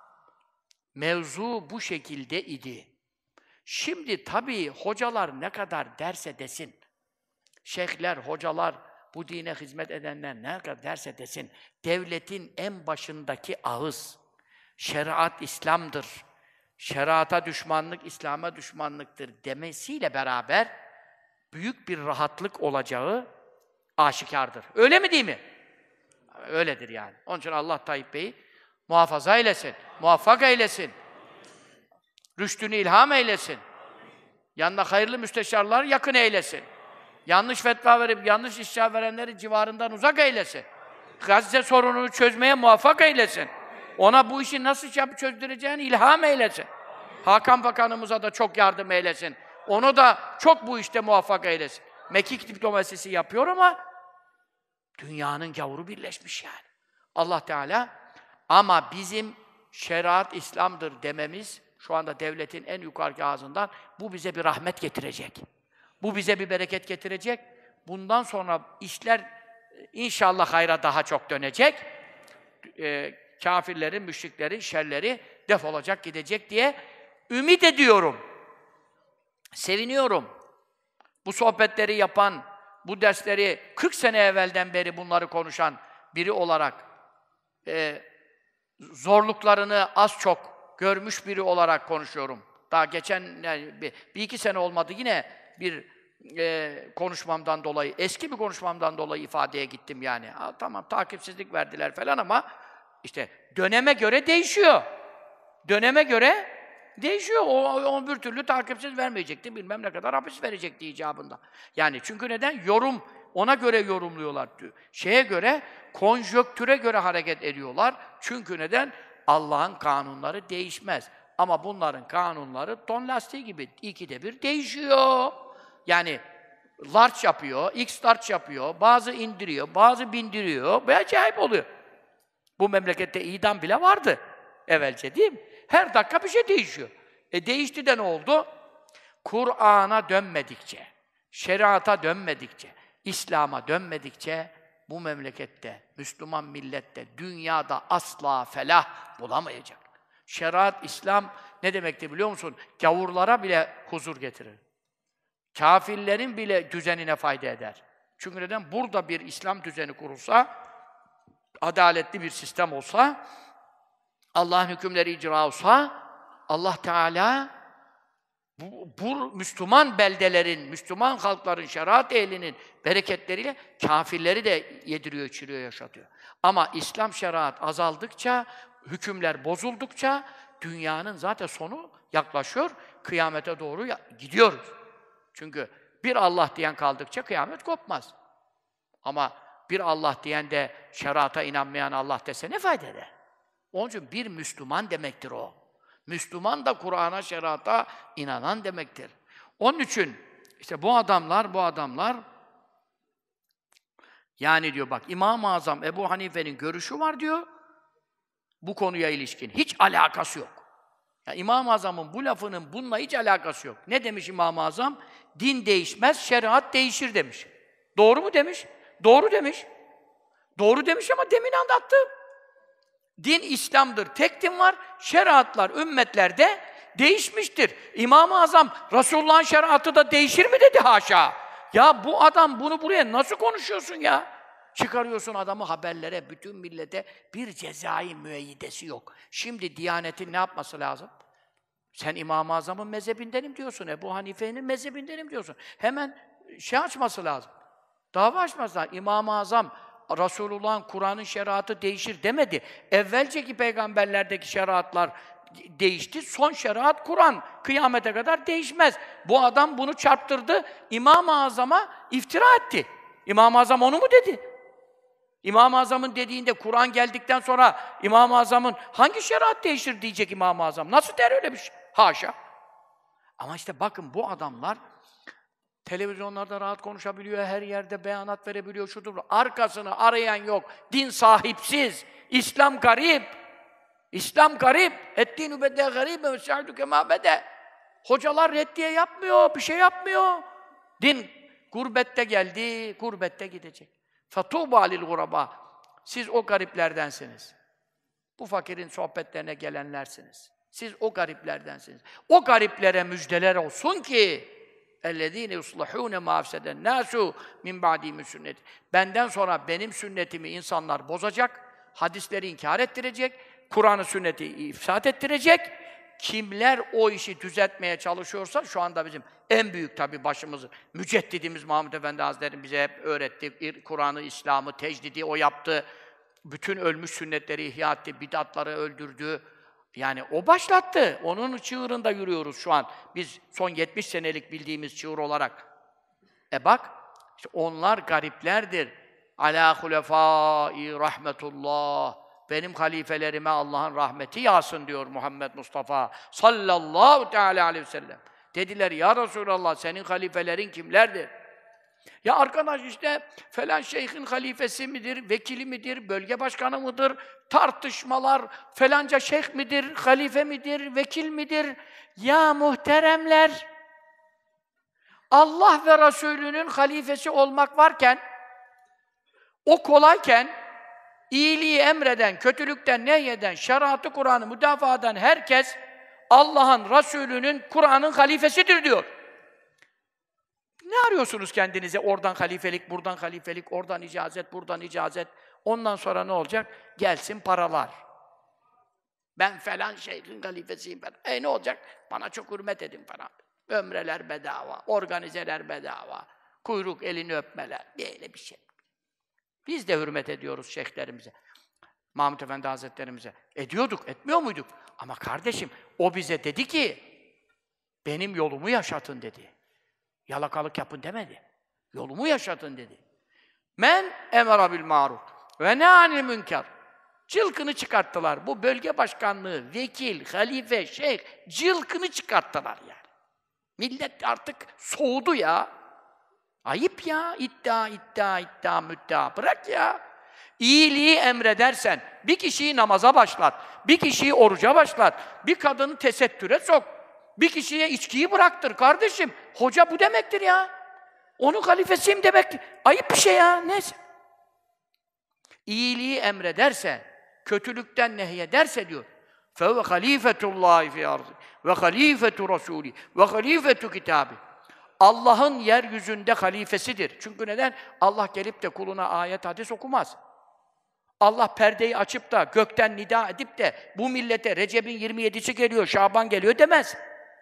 mevzu bu şekilde idi. Şimdi tabii hocalar ne kadar derse desin, şeyhler, hocalar, bu dine hizmet edenler ne kadar derse desin, devletin en başındaki ağız, şeriat İslam'dır, şeriata düşmanlık, İslam'a düşmanlıktır demesiyle beraber büyük bir rahatlık olacağı aşikardır. Öyle mi değil mi? Öyledir yani. Onun için Allah Tayyip Bey'i muhafaza eylesin, muvaffak eylesin, rüştünü ilham eylesin, yanına hayırlı müsteşarlar yakın eylesin, yanlış fetva verip yanlış iştihar verenleri civarından uzak eylesin, Gazze sorununu çözmeye muvaffak eylesin, ona bu işi nasıl çözdüreceğini ilham eylesin, Hakan Bakanımıza da çok yardım eylesin, onu da çok bu işte muvaffak eylesin. Mekik diplomasisi yapıyor ama dünyanın gavuru birleşmiş yani. Allah Teala, ama bizim şeriat İslam'dır dememiz şu anda devletin en yukarı ağzından, bu bize bir rahmet getirecek. Bu bize bir bereket getirecek. Bundan sonra işler inşallah hayra daha çok dönecek. Kâfirlerin, müşriklerin şerleri defolacak, gidecek diye ümit ediyorum. Seviniyorum. Bu sohbetleri yapan, bu dersleri 40 sene evvelden beri bunları konuşan biri olarak, zorluklarını az çok görmüş biri olarak konuşuyorum. Daha geçen yani bir iki sene olmadı yine bir konuşmamdan dolayı, eski bir konuşmamdan dolayı ifadeye gittim yani. Ha, tamam takipsizlik verdiler falan ama işte döneme göre değişiyor. Döneme göre değişiyor. O bir türlü takipsiz vermeyecekti. Bilmem ne kadar hapis verecekti icabında. Yani çünkü neden? Yorum, ona göre yorumluyorlar. Şeye göre, konjöktüre göre hareket ediyorlar. Çünkü neden? Allah'ın kanunları değişmez. Ama bunların kanunları ton lastiği gibi. İkide bir değişiyor. Yani large yapıyor, X large yapıyor, bazı indiriyor, bazı bindiriyor. Bir acayip oluyor. Bu memlekette idam bile vardı evvelce değil mi? Her dakika bir şey değişiyor. Değişti de ne oldu? Kur'an'a dönmedikçe, şeriata dönmedikçe, İslam'a dönmedikçe bu memlekette, Müslüman millette, dünyada asla felah bulamayacak. Şeriat, İslam ne demekti biliyor musun? Gavurlara bile huzur getirir. Kâfirlerin bile düzenine fayda eder. Çünkü neden? Burada bir İslam düzeni kurulsa, adaletli bir sistem olsa, Allah'ın hükümleri icra olsa, Allah Teala bu Müslüman beldelerin, Müslüman halkların, şeriat ehlinin bereketleriyle kâfirleri de yediriyor, içiriyor, yaşatıyor. Ama İslam şeriat azaldıkça, hükümler bozuldukça dünyanın zaten sonu yaklaşıyor, kıyamete doğru gidiyoruz. Çünkü bir Allah diyen kaldıkça kıyamet kopmaz. Ama bir Allah diyen de şeriata inanmayan Allah dese ne fayda eder? Onun için bir Müslüman demektir o. Müslüman da Kur'an'a, şeriata inanan demektir. Onun için işte bu adamlar yani diyor bak İmam-ı Azam Ebu Hanife'nin görüşü var diyor. Bu konuya ilişkin hiç alakası yok. Yani İmam-ı Azam'ın bu lafının bununla hiç alakası yok. Ne demiş İmam-ı Azam? Din değişmez, şeriat değişir demiş. Doğru mu demiş? Doğru demiş. Doğru demiş ama demin anlattım. Din İslam'dır, tek din var. Şeriatlar ümmetlerde değişmiştir. İmam-ı Azam Resulullah'ın şeriatı da değişir mi dedi haşa. Ya bu adam bunu buraya nasıl konuşuyorsun ya? Çıkarıyorsun adamı haberlere, bütün millete bir cezai müeyyidesi yok. Şimdi Diyanet'in ne yapması lazım? Sen İmam-ı Azam'ın mezhebindenim diyorsun, Ebu Hanife'nin mezhebindenim diyorsun. Hemen açması lazım. Dava açması lazım. İmam-ı Azam Resulullah'ın, Kur'an'ın şeriatı değişir demedi. Evvelceki peygamberlerdeki şeriatlar değişti. Son şeriat Kur'an. Kıyamete kadar değişmez. Bu adam bunu çarptırdı. İmam-ı Azam'a iftira etti. İmam-ı Azam onu mu dedi? İmam-ı Azam'ın dediğinde Kur'an geldikten sonra İmam-ı Azam'ın hangi şeriat değişir diyecek İmam-ı Azam. Nasıl der öyle bir şey? Haşa. Ama işte bakın bu adamlar televizyonlarda rahat konuşabiliyor, her yerde beyanat verebiliyor, şudur. Arkasını arayan yok. Din sahipsiz. İslam garip. İslam garip. Et-dînü bedâ garîbe ve sa'du kemâ bedâ. Hocalar reddiye yapmıyor, bir şey yapmıyor. Din gurbette geldi, gurbette gidecek. فَتُوبَى لِلْغُرَبَى. Siz o gariplerdensiniz. Bu fakirin sohbetlerine gelenlersiniz. Siz o gariplerdensiniz. O gariplere müjdeler olsun ki اَلَّذ۪ينَ يُصْلَحُونَ مَا اَفْسَدَ النَّاسُ مِنْ بَعْدِي sünnet. Benden sonra benim sünnetimi insanlar bozacak, hadisleri inkar ettirecek, Kur'an-ı sünneti ifsad ettirecek. Kimler o işi düzeltmeye çalışıyorsa, şu anda bizim en büyük tabii başımızı, müceddidimiz Mahmud Efendi Hazretleri bize hep öğretti. Kur'an'ı, İslam'ı, tecdidi o yaptı. Bütün ölmüş sünnetleri ihya etti, bid'atları öldürdü. Yani o başlattı. Onun çığırında yürüyoruz şu an. Biz son 70 senelik bildiğimiz çığır olarak. Bak, işte onlar gariplerdir. Alâ hulefâi rahmetullah. Benim halifelerime Allah'ın rahmeti yağsın diyor Muhammed Mustafa sallallahu teâlâ aleyhi ve sellem. Dediler, ya Resulallah senin halifelerin kimlerdir? Ya arkadaş işte falan şeyhin halifesi midir, vekili midir, bölge başkanı mıdır? Tartışmalar, falanca şeyh midir, halife midir, vekil midir? Ya muhteremler, Allah ve Resulünün halifesi olmak varken, o kolayken, iyiliği emreden, kötülükten nehyeden, şeriatı Kur'an'ı müdafaa eden herkes, Allah'ın, Resulünün, Kur'an'ın halifesidir diyor. Ne arıyorsunuz kendinize? Oradan halifelik, buradan halifelik, oradan icazet, buradan icazet. Ondan sonra ne olacak? Gelsin paralar. Ben falan şeyhin halifesiyim ben. Ne olacak? Bana çok hürmet edin falan. Ömreler bedava, organizeler bedava, kuyruk elini öpmeler, böyle bir şey. Biz de hürmet ediyoruz şeyhlerimize, Mahmud Efendi Hazretlerimize. Ediyorduk, etmiyor muyduk? Ama kardeşim, o bize dedi ki, benim yolumu yaşatın dedi. Yalakalık yapın demedi. Yolumu yaşatın dedi. Men emara bil maruf ve nehanil münker. Cılkını çıkarttılar. Bu bölge başkanlığı, vekil, halife, şeyh, cılkını çıkarttılar yani. Millet artık soğudu ya. Ayıp ya. İddia, müddia. Bırak ya. İyiliği emredersen, bir kişiyi namaza başlat, bir kişiyi oruca başlat, bir kadını tesettüre sok, bir kişiye içkiyi bıraktır kardeşim. Hoca bu demektir ya. Onun halifesiyim demektir. Ayıp bir şey ya. Neyse. İyiliği emrederse, kötülükten nehyederse diyor. فَوَ خَلِيفَةُ اللّٰهِ فِي أَرْضِ وَخَلِيفَةُ رَسُولِ وَخَلِيفَةُ كِتَابِ. Allah'ın yeryüzünde halifesidir. Çünkü neden? Allah gelip de kuluna ayet, hadis okumaz. Allah perdeyi açıp da gökten nida edip de bu millete Recep'in 27'si geliyor, Şaban geliyor demez.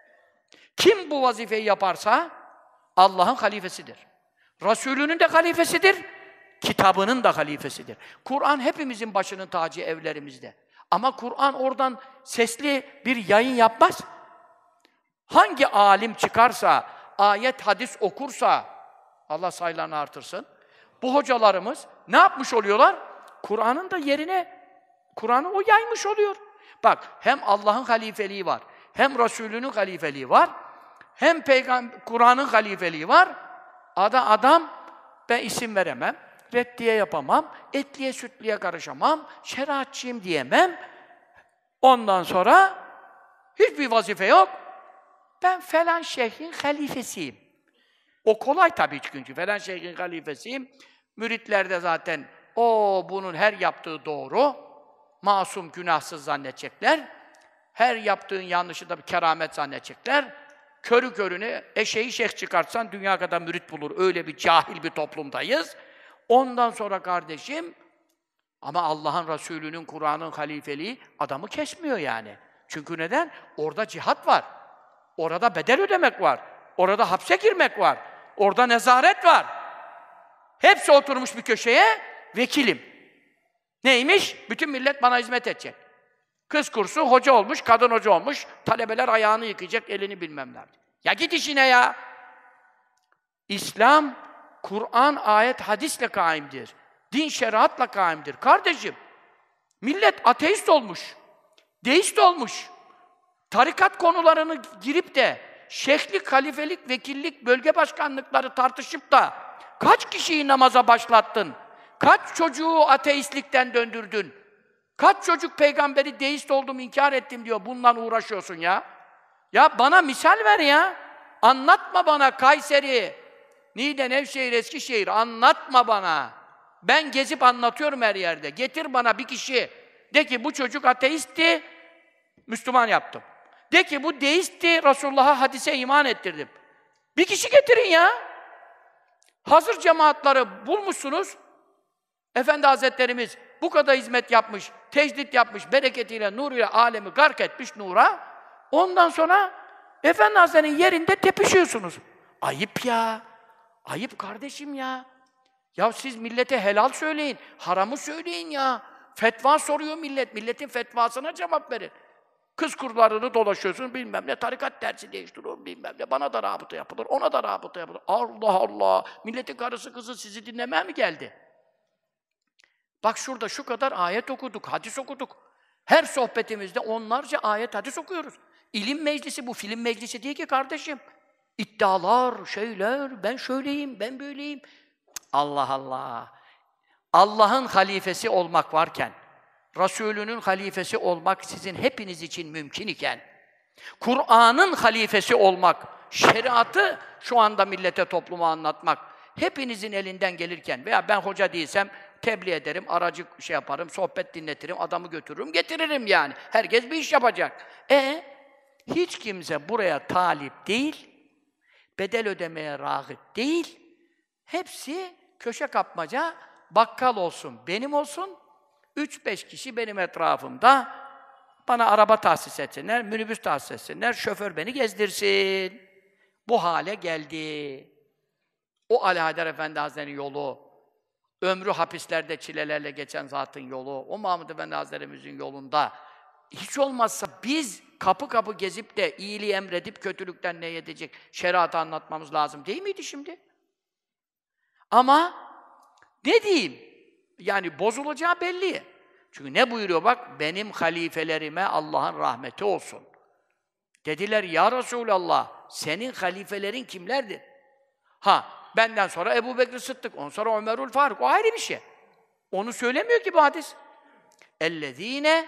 Kim bu vazifeyi yaparsa Allah'ın halifesidir. Resulünün de halifesidir, kitabının da halifesidir. Kur'an hepimizin başının tacı evlerimizde. Ama Kur'an oradan sesli bir yayın yapmaz. Hangi alim çıkarsa, ayet, hadis okursa, Allah sayılarını artırsın, bu hocalarımız ne yapmış oluyorlar? Kur'an'ın da yerine, Kur'an'ı o yaymış oluyor. Bak, hem Allah'ın halifeliği var, hem Resulünün halifeliği var, hem Kur'an'ın halifeliği var. Adam, ben isim veremem, reddiye yapamam, etliye sütliye karışamam, şeriatçıyım diyemem. Ondan sonra hiçbir vazife yok. Ben falan şeyhin halifesiyim. O kolay tabii çünkü falan şeyhin halifesiyim. Müritler de zaten bunun her yaptığı doğru, masum, günahsız zannedecekler. Her yaptığın yanlışı da bir keramet zannedecekler. Körü körüne eşeği şeyh çıkartsan dünya kadar mürit bulur. Öyle bir cahil bir toplumdayız. Ondan sonra kardeşim, ama Allah'ın Resulü'nün, Kur'an'ın halifeliği adamı kesmiyor yani. Çünkü neden? Orada cihat var. Orada bedel ödemek var. Orada hapse girmek var. Orada nezaret var. Hepsi oturmuş bir köşeye, vekilim. Neymiş? Bütün millet bana hizmet edecek. Kız kursu hoca olmuş, kadın hoca olmuş, talebeler ayağını yıkayacak, elini bilmem nerede. Ya git işine ya! İslam, Kur'an, ayet, hadisle kaimdir. Din, şeriatla kaimdir. Kardeşim, millet ateist olmuş, deist olmuş. Tarikat konularını girip de şeyhlik, halifelik, vekillik, bölge başkanlıkları tartışıp da kaç kişiyi namaza başlattın? Kaç çocuğu ateistlikten döndürdün? Kaç çocuk peygamberi deist oldum, inkar ettim diyor. Bununla uğraşıyorsun ya. Ya bana misal ver ya. Anlatma bana Kayseri, Niğde, Nevşehir, Eskişehir. Anlatma bana. Ben gezip anlatıyorum her yerde. Getir bana bir kişi. De ki bu çocuk ateistti, Müslüman yaptım. De ki bu deistti, Resulullah'a, hadise iman ettirdim. Bir kişi getirin ya. Hazır cemaatları bulmuşsunuz. Efendi Hazretlerimiz bu kadar hizmet yapmış, tecdit yapmış, bereketiyle, nuruyla alemi gark etmiş nura. Ondan sonra Efendi Hazretleri'nin yerinde tepişiyorsunuz. Ayıp ya. Ayıp kardeşim ya. Ya siz millete helal söyleyin, haramı söyleyin ya. Fetva soruyor millet, milletin fetvasına cevap verin. Kız kurlarını dolaşıyorsun, bilmem ne, tarikat dersi değiştiriyor, bilmem ne. Bana da rabıta yapılır, ona da rabıta yapılır. Allah Allah! Milletin karısı kızı sizi dinlemeye mi geldi? Bak şurada şu kadar ayet okuduk, hadis okuduk. Her sohbetimizde onlarca ayet, hadis okuyoruz. İlim meclisi bu, film meclisi değil ki kardeşim. İddialar, şeyler, ben şöyleyim, ben böyleyim. Allah Allah! Allah'ın halifesi olmak varken, Resulünün halifesi olmak sizin hepiniz için mümkün iken, Kur'an'ın halifesi olmak, şeriatı şu anda millete, topluma anlatmak, hepinizin elinden gelirken veya ben hoca değilsem tebliğ ederim, aracı yaparım, sohbet dinletirim, adamı götürürüm, getiririm yani. Herkes bir iş yapacak. Hiç kimse buraya talip değil, bedel ödemeye rağıp değil, hepsi köşe kapmaca, bakkal olsun, benim olsun, 3-5 kişi benim etrafımda Bana araba tahsis etsinler, minibüs tahsis etsinler, şoför beni gezdirsin. Bu hale geldi. O Ali Haydar Efendi Hazretleri'nin yolu, ömrü hapislerde çilelerle geçen zatın yolu, o Mahmud Efendi Hazretlerimizin yolunda hiç olmazsa biz kapı kapı gezip de iyiliği emredip kötülükten ne edecek şeriatı anlatmamız lazım değil miydi şimdi? Ama ne diyeyim? Yani bozulacağı belli. Çünkü ne buyuruyor bak? Benim halifelerime Allah'ın rahmeti olsun. Dediler ya Resulallah, senin halifelerin kimlerdir? Benden sonra Ebu Bekir Sıddık, ondan sonra Ömerül Faruk. O ayrı bir şey. Onu söylemiyor ki bu hadis. اَلَّذ۪ينَ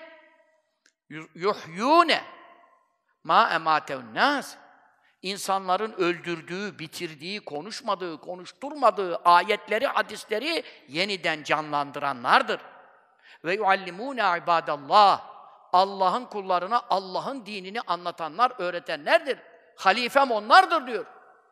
يُحْيُونَ مَا اَمَاتَوْ النَّاسِ İnsanların öldürdüğü, bitirdiği, konuşmadığı, konuşturmadığı ayetleri, hadisleri yeniden canlandıranlardır. Ve yuallimûne ibâdallâh. Allah'ın kullarına Allah'ın dinini anlatanlar, öğretenlerdir. Halifem onlardır diyor.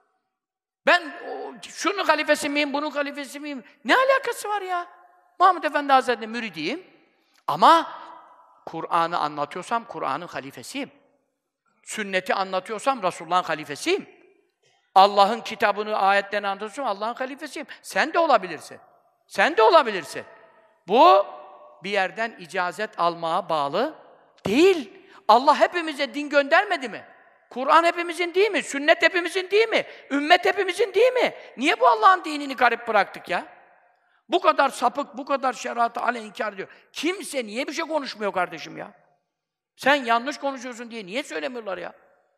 Ben şunun halifesi miyim, bunun halifesi miyim? Ne alakası var ya? Mahmud Efendi Hazretleri'nin müridiyim. Ama Kur'an'ı anlatıyorsam Kur'an'ın halifesiyim. Sünneti anlatıyorsam Resulullah'ın halifesiyim. Allah'ın kitabını, ayetlerini anlatıyorsam Allah'ın halifesiyim. Sen de olabilirsin. Sen de olabilirsin. Bu bir yerden icazet almaya bağlı değil. Allah hepimize din göndermedi mi? Kur'an hepimizin değil mi? Sünnet hepimizin değil mi? Ümmet hepimizin değil mi? Niye bu Allah'ın dinini garip bıraktık ya? Bu kadar sapık, bu kadar şeriatı aleyh inkar ediyor. Kimse niye bir şey konuşmuyor kardeşim ya? Sen yanlış konuşuyorsun diye niye söylemiyorlar ya?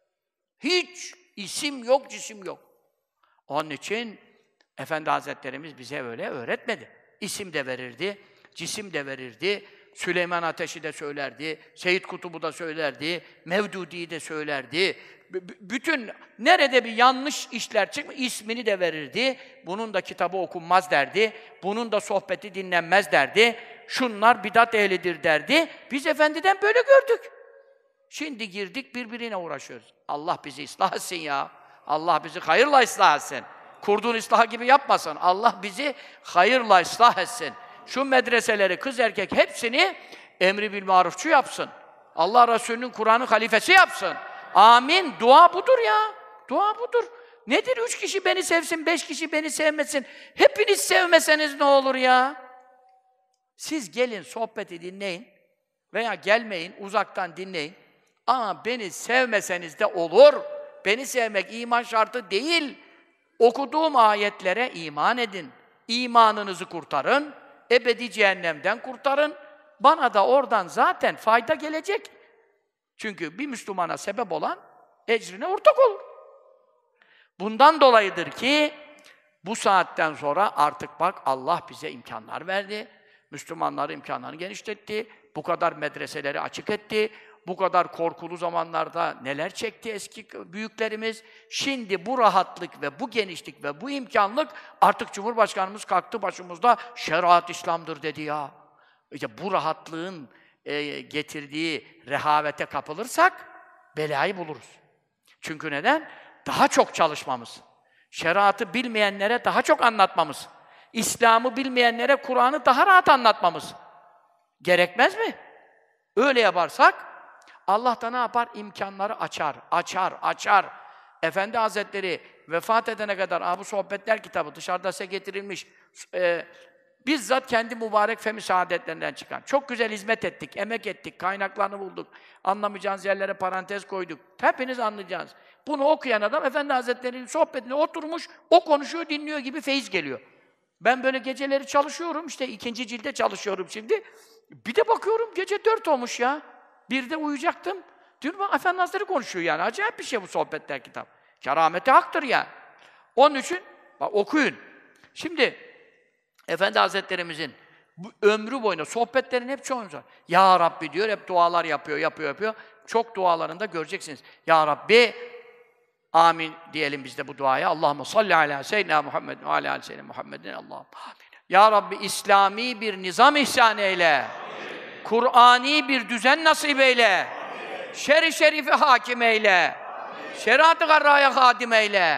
Hiç isim yok, cisim yok. Onun için Efendi Hazretlerimiz bize öyle öğretmedi. İsim de verirdi, cisim de verirdi. Süleyman Ateşi de söylerdi, Seyyid Kutub'u da söylerdi, Mevdudi'yi de söylerdi. Bütün nerede bir yanlış işler çıkmış, ismini de verirdi. Bunun da kitabı okunmaz derdi. Bunun da sohbeti dinlenmez derdi. Şunlar bidat ehlidir derdi. Biz Efendi'den böyle gördük. Şimdi girdik birbirine uğraşıyoruz. Allah bizi ıslah etsin ya. Allah bizi hayırla ıslah etsin. Kurduğun ıslahı gibi yapmasın. Allah bizi hayırla ıslah etsin. Şu medreseleri, kız erkek hepsini emri bil marufçu yapsın. Allah Resulü'nün Kur'an'ın halifesi yapsın. Amin. Dua budur ya. Dua budur. Nedir 3 kişi beni sevsin, 5 kişi beni sevmesin? Hepiniz sevmeseniz ne olur ya? Siz gelin, sohbeti dinleyin veya gelmeyin, uzaktan dinleyin. Ama beni sevmeseniz de olur. Beni sevmek iman şartı değil. Okuduğum ayetlere iman edin. İmanınızı kurtarın. Ebedi cehennemden kurtarın. Bana da oradan zaten fayda gelecek. Çünkü bir Müslümana sebep olan ecrine ortak olur. Bundan dolayıdır ki bu saatten sonra artık bak Allah bize imkanlar verdi. Müslümanların imkanlarını genişletti. Bu kadar medreseleri açık etti. Bu kadar korkulu zamanlarda neler çekti eski büyüklerimiz. Şimdi bu rahatlık ve bu genişlik ve bu imkanlık artık Cumhurbaşkanımız kalktı başımızda şeriat İslam'dır dedi ya. İşte bu rahatlığın getirdiği rehavete kapılırsak belayı buluruz. Çünkü neden? Daha çok çalışmamız. Şeriatı bilmeyenlere daha çok anlatmamız. İslam'ı bilmeyenlere Kur'an'ı daha rahat anlatmamız. Gerekmez mi? Öyle yaparsak Allah da ne yapar? İmkanları açar. Efendi Hazretleri vefat edene kadar bu sohbetler kitabı dışarıda size getirilmiş. Bizzat kendi mübarek femi saadetlerinden çıkan. Çok güzel hizmet ettik, emek ettik, kaynaklarını bulduk. Anlamayacağınız yerlere parantez koyduk. Hepiniz anlayacağınız. Bunu okuyan adam Efendi Hazretleri'nin sohbetine oturmuş, o konuşuyor, dinliyor gibi feyiz geliyor. Ben böyle geceleri çalışıyorum, işte 2. cilde çalışıyorum şimdi. Bir de bakıyorum gece 4 olmuş ya. Bir de uyuyacaktım. Diyorum bak Efendi Hazretleri konuşuyor yani. Acayip bir şey bu sohbetler kitap. Kerameti haktır yani. Onun için bak okuyun. Şimdi Efendi Hazretlerimizin bu ömrü boyunca sohbetlerin hep çoğunca Ya Rabbi diyor, hep dualar yapıyor. Çok dualarında göreceksiniz. Ya Rabbi, amin diyelim biz de bu duaya. Allahumme salli ala seyyidina Muhammed ve ala seyyidina Muhammedin. Allah'ım amin. Ya Rabbi, İslami bir nizam ihsan eyle. Kur'ani bir düzen nasip eyle. Şer-i şerifi hakim eyle. Şeriat-ı garraya hadim eyle.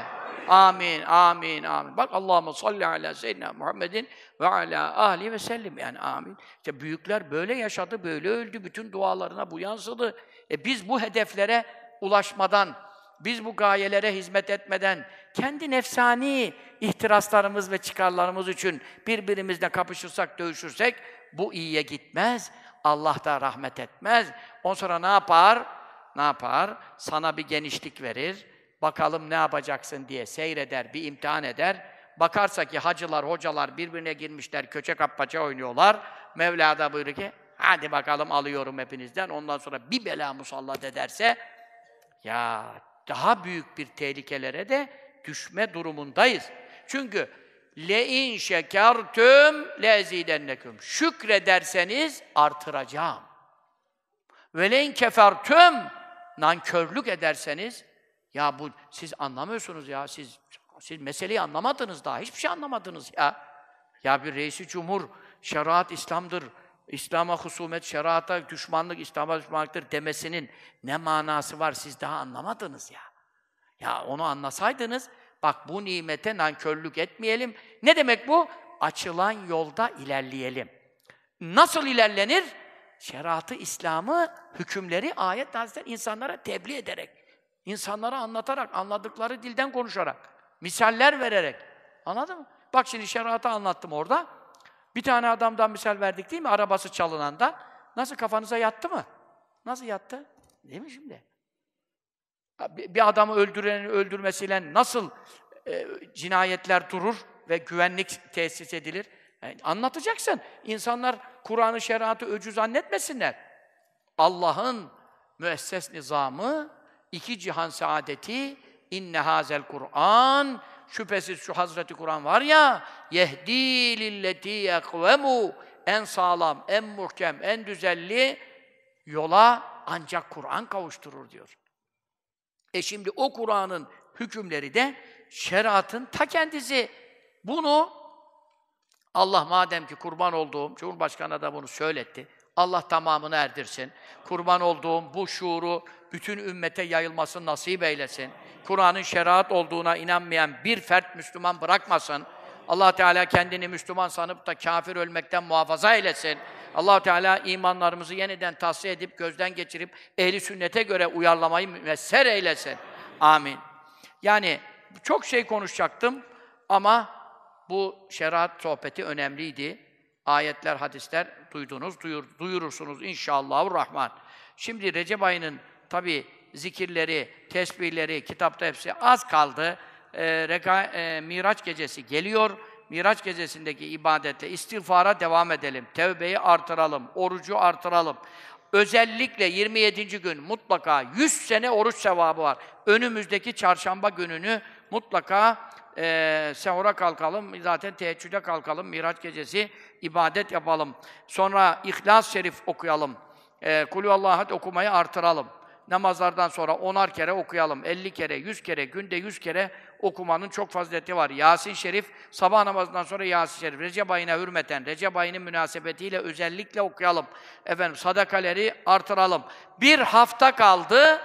Amin, amin, amin. Bak Allahumme salli ala seyyidina Muhammedin ve ala ahli ve sellim. Yani amin. İşte büyükler böyle yaşadı, böyle öldü. Bütün dualarına bu yansıdı. Biz bu hedeflere ulaşmadan, biz bu gayelere hizmet etmeden, kendi nefsani ihtiraslarımız ve çıkarlarımız için birbirimizle kapışırsak, dövüşürsek, bu iyiye gitmez. Allah da rahmet etmez. Ondan sonra ne yapar? Ne yapar? Sana bir genişlik verir. Bakalım ne yapacaksın diye seyreder, bir imtihan eder. Bakarsa ki hacılar, hocalar birbirine girmişler, köçe kapmaca oynuyorlar. Mevla da buyuruyor ki, hadi bakalım alıyorum hepinizden. Ondan sonra bir bela musallat ederse, ya daha büyük bir tehlikelere de düşme durumundayız. Çünkü le-in şekertüm lezidennekum. Şükrederseniz artıracağım. Ve le-in kefertüm, nankörlük ederseniz, ya bu siz anlamıyorsunuz ya, siz meseleyi anlamadınız daha, hiçbir şey anlamadınız ya. Ya bir reisi cumhur, şeriat İslam'dır, İslam'a husumet, şeriata düşmanlık, İslam'a düşmanlıktır demesinin ne manası var siz daha anlamadınız ya. Ya onu anlasaydınız, bak bu nimete nankörlük etmeyelim. Ne demek bu? Açılan yolda ilerleyelim. Nasıl ilerlenir? Şeriatı, İslam'ı, hükümleri, ayet, hadisler insanlara tebliğ ederek, insanlara anlatarak, anladıkları dilden konuşarak, misaller vererek. Anladın mı? Bak şimdi şeriatı anlattım orada. Bir tane adamdan misal verdik değil mi? Arabası çalınandan. Nasıl kafanıza yattı mı? Nasıl yattı? Değil mi şimdi? Bir adamı öldürenin öldürmesiyle nasıl cinayetler durur ve güvenlik tesis edilir? Yani anlatacaksın. İnsanlar Kur'an-ı şeriatı öcü zannetmesinler. Allah'ın müesses nizamı, iki cihan saadeti, inne hazel Kur'an, şüphesiz şu Hazreti Kur'an var ya, yehdi lilleti yekvemu, en sağlam, en muhkem, en düzenli yola ancak Kur'an kavuşturur diyor. Şimdi o Kur'an'ın hükümleri de şeriatın ta kendisi. Bunu Allah madem ki kurban olduğum, Cumhurbaşkanı da bunu söyletti. Allah tamamını erdirsin. Kurban olduğum bu şuuru bütün ümmete yayılmasını nasip eylesin. Kur'an'ın şeriat olduğuna inanmayan bir fert Müslüman bırakmasın. Allah Teala kendini Müslüman sanıp da kafir ölmekten muhafaza eylesin. Allah Teala imanlarımızı yeniden tahsiye edip gözden geçirip ehli sünnete göre uyarlamayı müyesser eylesin. Amin. Yani çok şey konuşacaktım ama bu şeriat sohbeti önemliydi. Ayetler, hadisler duydunuz, duyurursunuz inşallahurrahman. Şimdi Recep ayının tabii zikirleri, tesbihleri, kitapta hepsi az kaldı. Miraç gecesi geliyor. Miraç gecesindeki ibadetle, istiğfara devam edelim. Tevbeyi artıralım, orucu artıralım. Özellikle 27. gün mutlaka 100 sene oruç sevabı var. Önümüzdeki çarşamba gününü mutlaka sehura kalkalım, zaten teheccüde kalkalım, Miraç gecesi ibadet yapalım. Sonra İhlas-ı Şerif okuyalım. Kulüvallahat okumayı artıralım. Namazlardan sonra 10'ar kere okuyalım. 50 kere, 100 kere, günde 100 kere okumanın çok fazileti var. Yasin Şerif, sabah namazından sonra Yasin Şerif. Recep ayına hürmeten, Recep ayının münasebetiyle özellikle okuyalım. Efendim, sadakaleri artıralım. Bir hafta kaldı,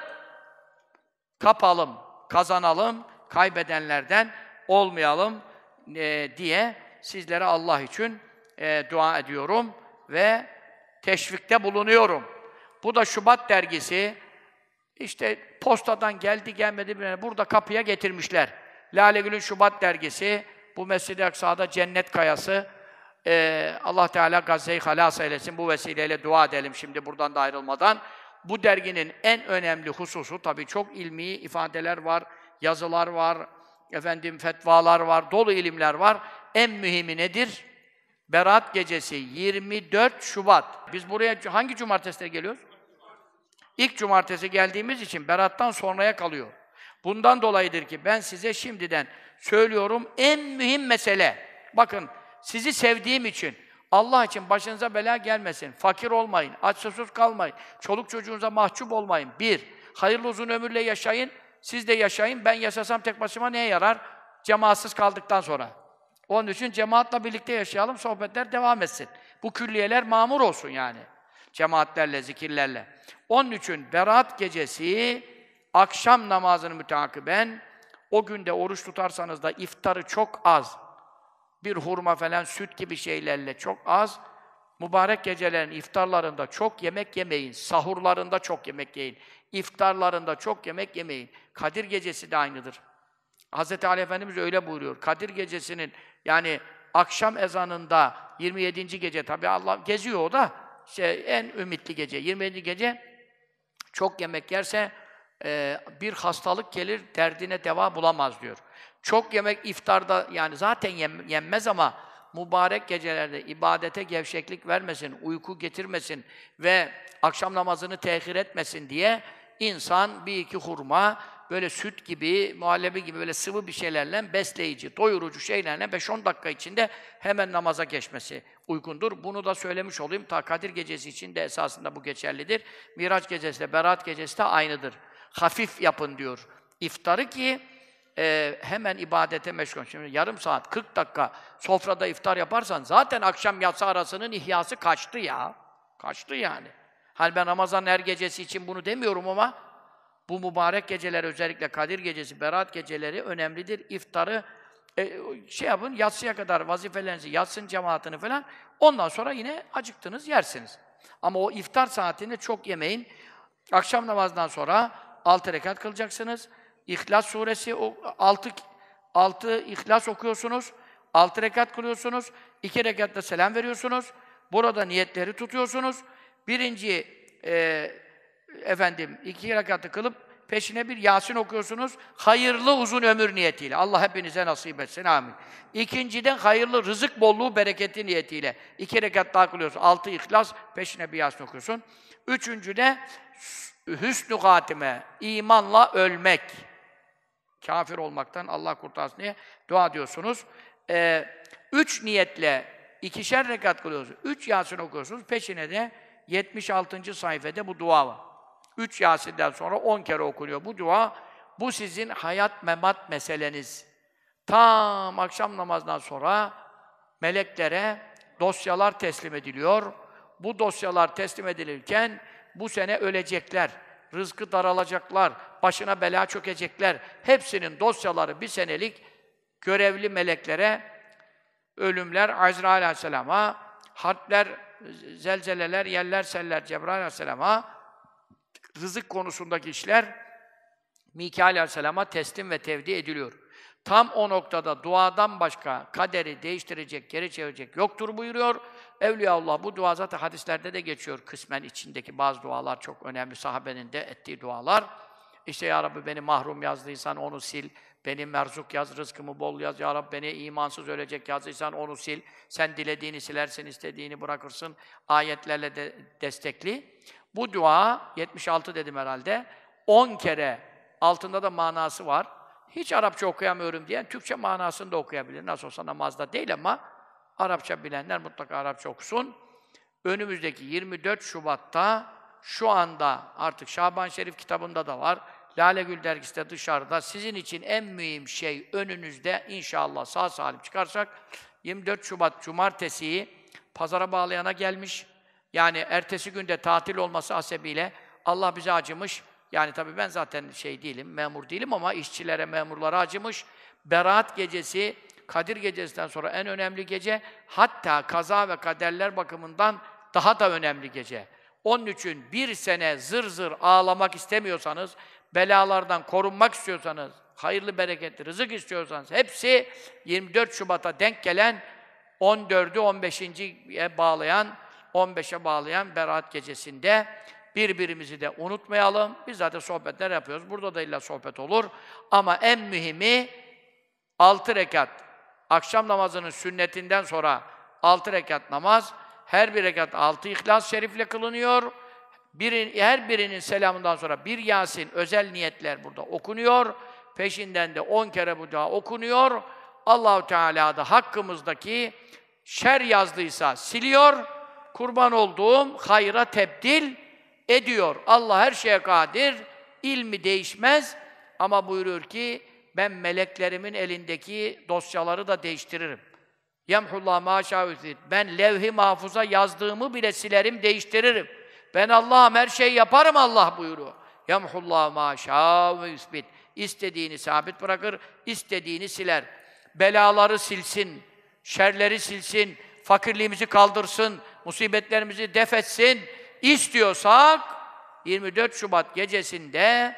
kapalım, kazanalım, kaybedenlerden olmayalım diye sizlere Allah için dua ediyorum ve teşvikte bulunuyorum. Bu da Şubat dergisi. İşte postadan geldi gelmedi burada kapıya getirmişler. Lale Gül'ün Şubat dergisi, bu Mescid-i Aksa'da cennet kayası. Allah Teala Gazze-i halas eylesin. Bu vesileyle dua edelim şimdi buradan da ayrılmadan. Bu derginin en önemli hususu, tabii çok ilmi ifadeler var, yazılar var, efendim fetvalar var, dolu ilimler var. En mühimi nedir? Berat gecesi 24 Şubat. Biz buraya hangi cumartesine geliyoruz? İlk cumartesi geldiğimiz için Berat'tan sonraya kalıyor. Bundan dolayıdır ki ben size şimdiden söylüyorum en mühim mesele. Bakın sizi sevdiğim için, Allah için başınıza bela gelmesin. Fakir olmayın, aç susuz kalmayın. Çoluk çocuğunuza mahcup olmayın. Bir, hayırlı uzun ömürle yaşayın. Siz de yaşayın. Ben yaşasam tek başıma neye yarar? Cemaatsız kaldıktan sonra. Onun için cemaatla birlikte yaşayalım, sohbetler devam etsin. Bu külliyeler mamur olsun yani. Cemaatlerle, zikirlerle. Onun için Berat gecesi akşam namazını müteakiben o günde oruç tutarsanız da iftarı çok az, bir hurma falan, süt gibi şeylerle çok az, mübarek gecelerin iftarlarında çok yemek yemeyin, sahurlarında çok yemek yiyin, iftarlarında çok yemek yemeyin. Kadir gecesi de aynıdır. Hz. Ali Efendimiz öyle buyuruyor. Kadir gecesinin, yani akşam ezanında 27. gece, tabi Allah geziyor o da, en ümitli gece, 27. gece çok yemek yerse bir hastalık gelir, derdine deva bulamaz diyor. Çok yemek iftarda, yani zaten yenmez ama mübarek gecelerde ibadete gevşeklik vermesin, uyku getirmesin ve akşam namazını tehir etmesin diye insan bir iki hurma, böyle süt gibi, muhallebi gibi böyle sıvı bir şeylerle, besleyici, doyurucu şeylerle 5-10 dakika içinde hemen namaza geçmesi uygundur. Bunu da söylemiş olayım. Ta Kadir Gecesi için de esasında bu geçerlidir. Miraç Gecesi de, Berat Gecesi de aynıdır. Hafif yapın diyor iftarı ki hemen ibadete meşgul. Şimdi yarım saat, 40 dakika sofrada iftar yaparsan zaten akşam yatsı arasının ihyası kaçtı ya. Kaçtı yani. Hani ben Ramazan her gecesi için bunu demiyorum ama bu mübarek geceler, özellikle Kadir Gecesi, Berat geceleri önemlidir. İftarı şey yapın, yatsıya kadar vazifelerinizi, yatsın cemaatini falan, ondan sonra yine acıktınız, yersiniz. Ama o iftar saatinde çok yemeyin. Akşam namazından sonra 6 rekat kılacaksınız. İhlas suresi 6 İhlas okuyorsunuz. 6 rekat kılıyorsunuz. 2 rekatta selam veriyorsunuz. Burada niyetleri tutuyorsunuz. Birinci 2 rekatı kılıp peşine bir Yasin okuyorsunuz. Hayırlı uzun ömür niyetiyle. Allah hepinize nasip etsin. Amin. İkinciden hayırlı rızık bolluğu, bereketi niyetiyle. 2 rekat daha kılıyorsun. 6 İhlas, peşine bir Yasin okuyorsun. Üçüncüde hüsnü hatime, imanla ölmek. Kafir olmaktan Allah kurtarsın diye dua ediyorsunuz. 3 niyetle 2'şer rekat kılıyorsunuz. 3 Yasin okuyorsunuz. Peşine de 76. sayfada bu dua var. 3 Yasin'den sonra 10 kere okunuyor bu dua. Bu sizin hayat memat meseleniz. Tam akşam namazından sonra meleklere dosyalar teslim ediliyor. Bu dosyalar teslim edilirken bu sene ölecekler, rızkı daralacaklar, başına bela çökecekler. Hepsinin dosyaları bir senelik görevli meleklere, ölümler Azrail Aleyhisselam'a, harpler, zelzeleler, yeller, seller Cebrail Aleyhisselam'a, rızık konusundaki işler Mikail Aleyhisselam'a teslim ve tevdi ediliyor. Tam o noktada duadan başka kaderi değiştirecek, geri çevirecek yoktur buyuruyor. Evliyaullah, bu dua zaten hadislerde de geçiyor. Kısmen içindeki bazı dualar çok önemli. Sahabenin de ettiği dualar. İşte ya Rabbi beni mahrum yazdıysan onu sil. Beni merzuk yaz, rızkımı bol yaz. Ya Rabbi beni imansız ölecek yazdıysan onu sil. Sen dilediğini silersin, istediğini bırakırsın. Ayetlerle de destekli. Bu dua, 76 dedim herhalde, 10 kere, altında da manası var. Hiç Arapça okuyamıyorum diyen, Türkçe manasını da okuyabilir. Nasıl olsa namazda değil ama Arapça bilenler mutlaka Arapça okusun. Önümüzdeki 24 Şubat'ta, şu anda artık Şaban Şerif kitabında da var, Lale Gül dergisinde dışarıda, sizin için en mühim şey önünüzde, inşallah sağ salim çıkarsak, 24 Şubat Cumartesi'yi pazara bağlayana gelmiş. Yani ertesi günde tatil olması hasebiyle Allah bize acımış. Yani tabii ben zaten değilim, memur değilim ama işçilere, memurlara acımış. Berat gecesi, Kadir gecesinden sonra en önemli gece, hatta kaza ve kaderler bakımından daha da önemli gece. Onun için bir sene zır zır ağlamak istemiyorsanız, belalardan korunmak istiyorsanız, hayırlı bereketli rızık istiyorsanız, hepsi 24 Şubat'a denk gelen 14'ü 15'e bağlayan, 15'e bağlayan Berat gecesinde birbirimizi de unutmayalım. Biz zaten sohbetler yapıyoruz. Burada da illa sohbet olur. Ama en mühimi 6 rekat. Akşam namazının sünnetinden sonra 6 rekat namaz. Her bir rekat 6 İhlas Şerif'le kılınıyor. Her birinin selamından sonra bir Yasin, özel niyetler burada okunuyor. Peşinden de 10 kere bu dua okunuyor. Allah-u Teala da hakkımızdaki şer yazdıysa siliyor. Kurban olduğum hayra tebdil ediyor. Allah her şeye kadir, ilmi değişmez ama buyuruyor ki ben meleklerimin elindeki dosyaları da değiştiririm. Yemhullah ma şâ. Ben levh-i mahfuza yazdığımı bile silerim, değiştiririm. Ben Allah'ım her şeyi yaparım Allah buyuruyor. Yemhullah ma şâ ve yusbit. İstediğini sabit bırakır, istediğini siler. Belaları silsin, şerleri silsin, fakirliğimizi kaldırsın, musibetlerimizi def etsin. İstiyorsak 24 Şubat gecesinde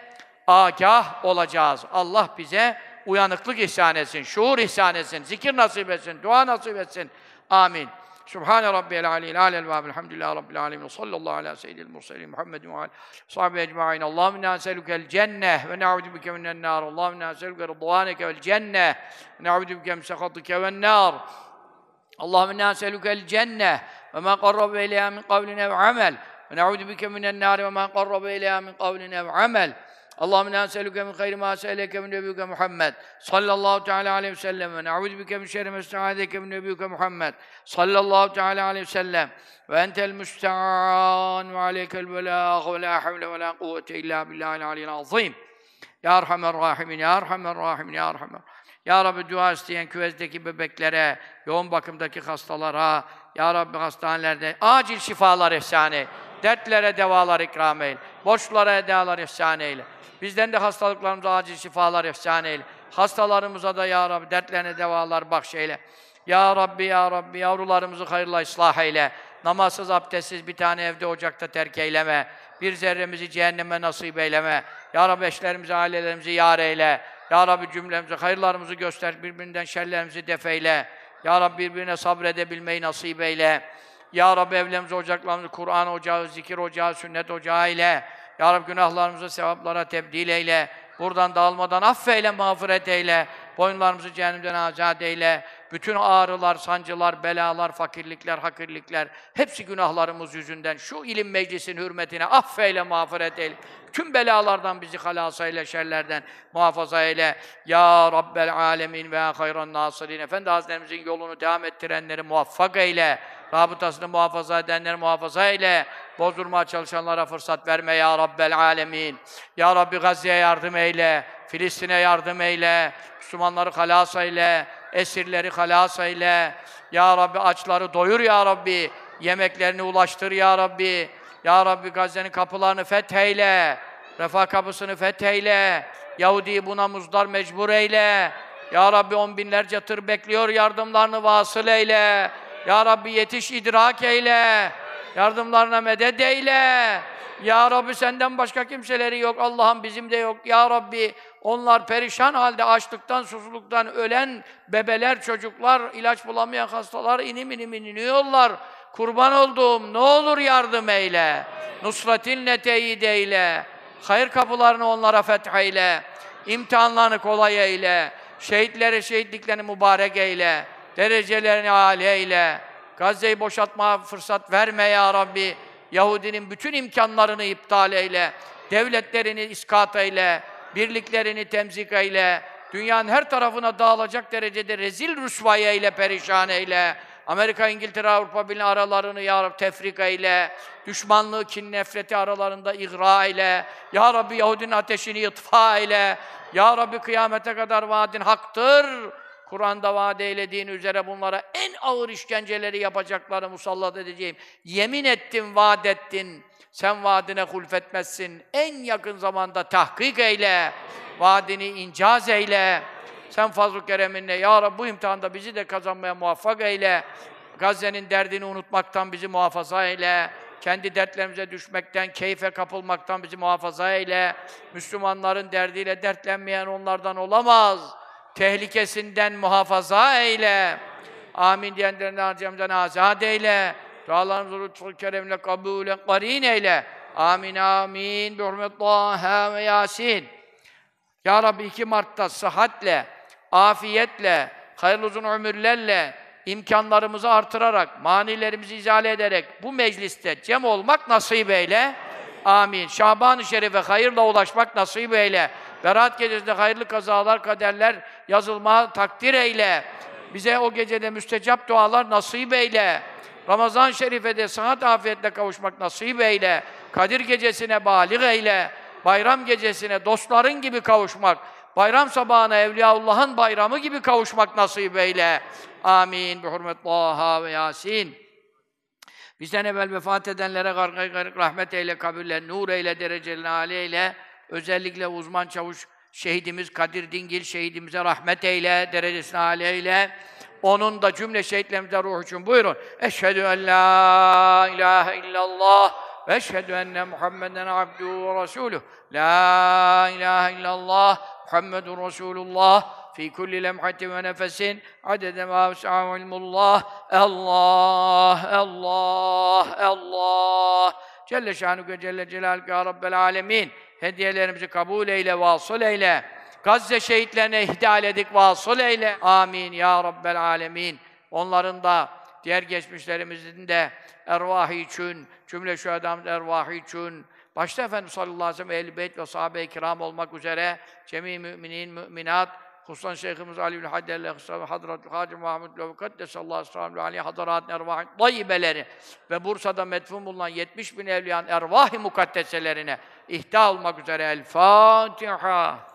agah olacağız. Allah bize uyanıklık ihsan etsin, şuur ihsan etsin, zikir nasip etsin, dua nasip etsin. Amin. Subhane rabbiyel aliyyil alel ve elhamdülillahi rabbil alemin. Sallallahu ala seyyidil murselin Muhammedin ve ala sahibi ecmaîn. Allahumme inna nes'elukel cenneh ve na'udu bike minen nar. Allahumme inna nes'eluke rıdvaneke vel cenneh ve na'udu bike min sehatike ven nar. Allahumme inna nes'elukel cenneh ve ma qarrabe ileyha min kavlin ev amel. Ve na'udu bike minen nar ve ma qarrabe ileyha min kavlin ev amel. Allahümme inna nes'eluke min hayri ma se'eleke min nebiyyike Muhammed sallallahu teala aleyhi ve sellem ve na'udhu bike min şerri ma esta'adeke min nebiyyike Muhammed sallallahu teala aleyhi ve sellem ve entel müste'an ve aleykel belâh ve la havle ve la kuvvete illa billahil aliyyil azîm. Ya Erhamer Rahimin, Ya Erhamer Rahimin, Ya Erhamer. Ya Rabbi dua isteyen küvezdeki bebeklere, yoğun bakımdaki hastalara, Ya Rabbi hastanelerde acil şifalar ihsan eyle. Dertlere devalar ikram eyle. Borçlara edalar ihsan eyle. Bizden de hastalıklarımıza acil şifalar ihsan eyle. Hastalarımıza da Ya Rabbi dertlerine devalar bahşeyle. Ya Rabbi, Ya Rabbi, yavrularımızı hayırla ıslah eyle. Namazsız, abdestsiz bir tane evde ocakta terk eyleme. Bir zerremizi cehenneme nasip eyleme. Ya Rabbi eşlerimizi, ailelerimizi yar eyle. Ya Rabbi cümlemizi, hayırlarımızı göster, birbirinden şerlerimizi def eyle. Ya Rabbi birbirine sabredebilmeyi nasip eyle. Ya Rabbi evlerimizi, ocaklarımızı Kur'an ocağı, zikir ocağı, sünnet ocağı eyle. Ya Rabbi günahlarımızı sevaplara tebdil eyle. Buradan dağılmadan affeyle, mağfiret eyle. Boyunlarımızı cehennemden azat eyle. Bütün ağrılar, sancılar, belalar, fakirlikler, hakirlikler, hepsi günahlarımız yüzünden şu ilim meclisinin hürmetine affeyle, mağfiret eyle. Tüm belalardan bizi halas eyle, şerlerden muhafaza eyle. Ya Rabbel alemin ve hayran nasirin. Efendi Hazretlerimizin yolunu devam ettirenleri muvaffak eyle. Rabıtasını muhafaza edenleri muhafaza eyle. Bozdurmaya çalışanlara fırsat verme ya Rabbel alemin. Ya Rabbi Gazze'ye yardım eyle. Filistin'e yardım eyle. Müslümanları halas eyle. Esirleri halas eyle. Ya Rabbi açları doyur ya Rabbi. Yemeklerini ulaştır ya Rabbi. Ya Rabbi Gazze'nin kapılarını fetheyle. Refah kapısını fetheyle. Yahudi'yi buna muzdar mecbur eyle. Ya Rabbi on binlerce tır bekliyor, yardımlarını vasıl eyle. Ya Rabbi yetiş idrak eyle. Yardımlarına medet eyle. Ya Rabbi senden başka kimseleri yok. Allah'ım bizim de yok. Ya Rabbi onlar perişan halde açlıktan, susuzluktan ölen bebeler, çocuklar, ilaç bulamayan hastalar inim inim iniyorlar. Kurban olduğum ne olur yardım eyle. Nusretinle teyit eyle. Hayır kapılarını onlara fetheyle. İmtihanlarını kolay eyle. Şehitleri, şehitliklerini mübarek eyle. Derecelerini âli eyle. Gazze'yi boşaltmaya fırsat verme ya Rabbi. Yahudinin bütün imkanlarını iptal eyle. Devletlerini iskat eyle. Birliklerini temzik eyle. Dünyanın her tarafına dağılacak derecede rezil rüsvay eyle, perişan eyle. Amerika, İngiltere, Avrupa Birliği aralarını ya Rabbi tefrik eyle. Düşmanlığı, kin, nefreti aralarında igra eyle. Ya Rabbi Yahudinin ateşini itfa eyle. Ya Rabbi kıyamete kadar vaadin haktır. Kur'an'da vaat eylediğin üzere bunlara en ağır işkenceleri yapacakları musallat edeceğim. Yemin ettin, vaat ettin. Sen vaadine hulfetmezsin. En yakın zamanda tahkik eyle. Vaadini incaz eyle. Sen fazl-ı kereminle ya Rabbi bu imtihanda bizi de kazanmaya muvaffak eyle. Gazze'nin derdini unutmaktan bizi muhafaza eyle. Kendi dertlerimize düşmekten, keyfe kapılmaktan bizi muhafaza eyle. Müslümanların derdiyle dertlenmeyen onlardan olamaz. Tehlikesinden muhafaza eyle. Amin diyenlerini harcamdan azad eyle. Dualarımızı lütfu keremle kabûle qarîn eyle. Amin amin. Bi hurmet Taha ve Yasin. Ya Rabbi 2 Mart'ta sıhhatle, afiyetle, hayırlı uzun ömürlerle, imkanlarımızı artırarak, manilerimizi izale ederek bu mecliste cem olmak nasip eyle. Amin. Şaban-ı Şerif'e hayırla ulaşmak nasip eyle. Berat gecesinde hayırlı kazalar, kaderler yazılma takdir eyle. Bize o gecede müstecap dualar nasip eyle. Ramazan-ı Şerif'e de sıhhat afiyetle kavuşmak nasip eyle. Kadir gecesine bâlig eyle. Bayram gecesine dostların gibi kavuşmak, bayram sabahına Evliyaullah'ın bayramı gibi kavuşmak nasip eyle. Amin. Bi hurmet Taha ve Yasin. Bizden evvel vefat edenlere gargayı garık rahmet eyle, kabirlerini nur eyle, derecelerini âli eyle. Özellikle uzman çavuş şehidimiz Kadir Dingil şehidimize rahmet eyle, derecesini âli eyle. Onun da cümle şehitlerimize ruhu için buyurun. Eşhedü en la ilahe illallah ve eşhedü enne Muhammeden abduhu ve resuluh. La ilahe illallah Muhammedun Resulullah fi kulli lemhatin ve nefesin adede ma vesi'ahu ilmullah. Allah, Allah, Allah. Celle şanuke celle celaluke ya Rabbel alemin. Hediyelerimizi kabul eyle, vasıl eyle. Gazze şehitlerine ihdal edik, vasıl eyle. Amin ya Rabbel alemin. Onların da, diğer geçmişlerimizin de ervahı için, cümle şühedamız ervahı için, başta Efendimiz sallallahu aleyhi ve sellem, ehl-i beyt ve sahabe-i kiram olmak üzere, cemi müminin, müminat, hususan Şeyhimiz Ali'ül Haddellâh, Hazretü Hacı Mahmud Levü Kaddesallahu aleyhi hadaratın ervahı tayyibeleri ve Bursa'da medfun bulunan 70.000 evliyanın ervah-ı mukaddeselerine ihda olmak üzere El Fatiha.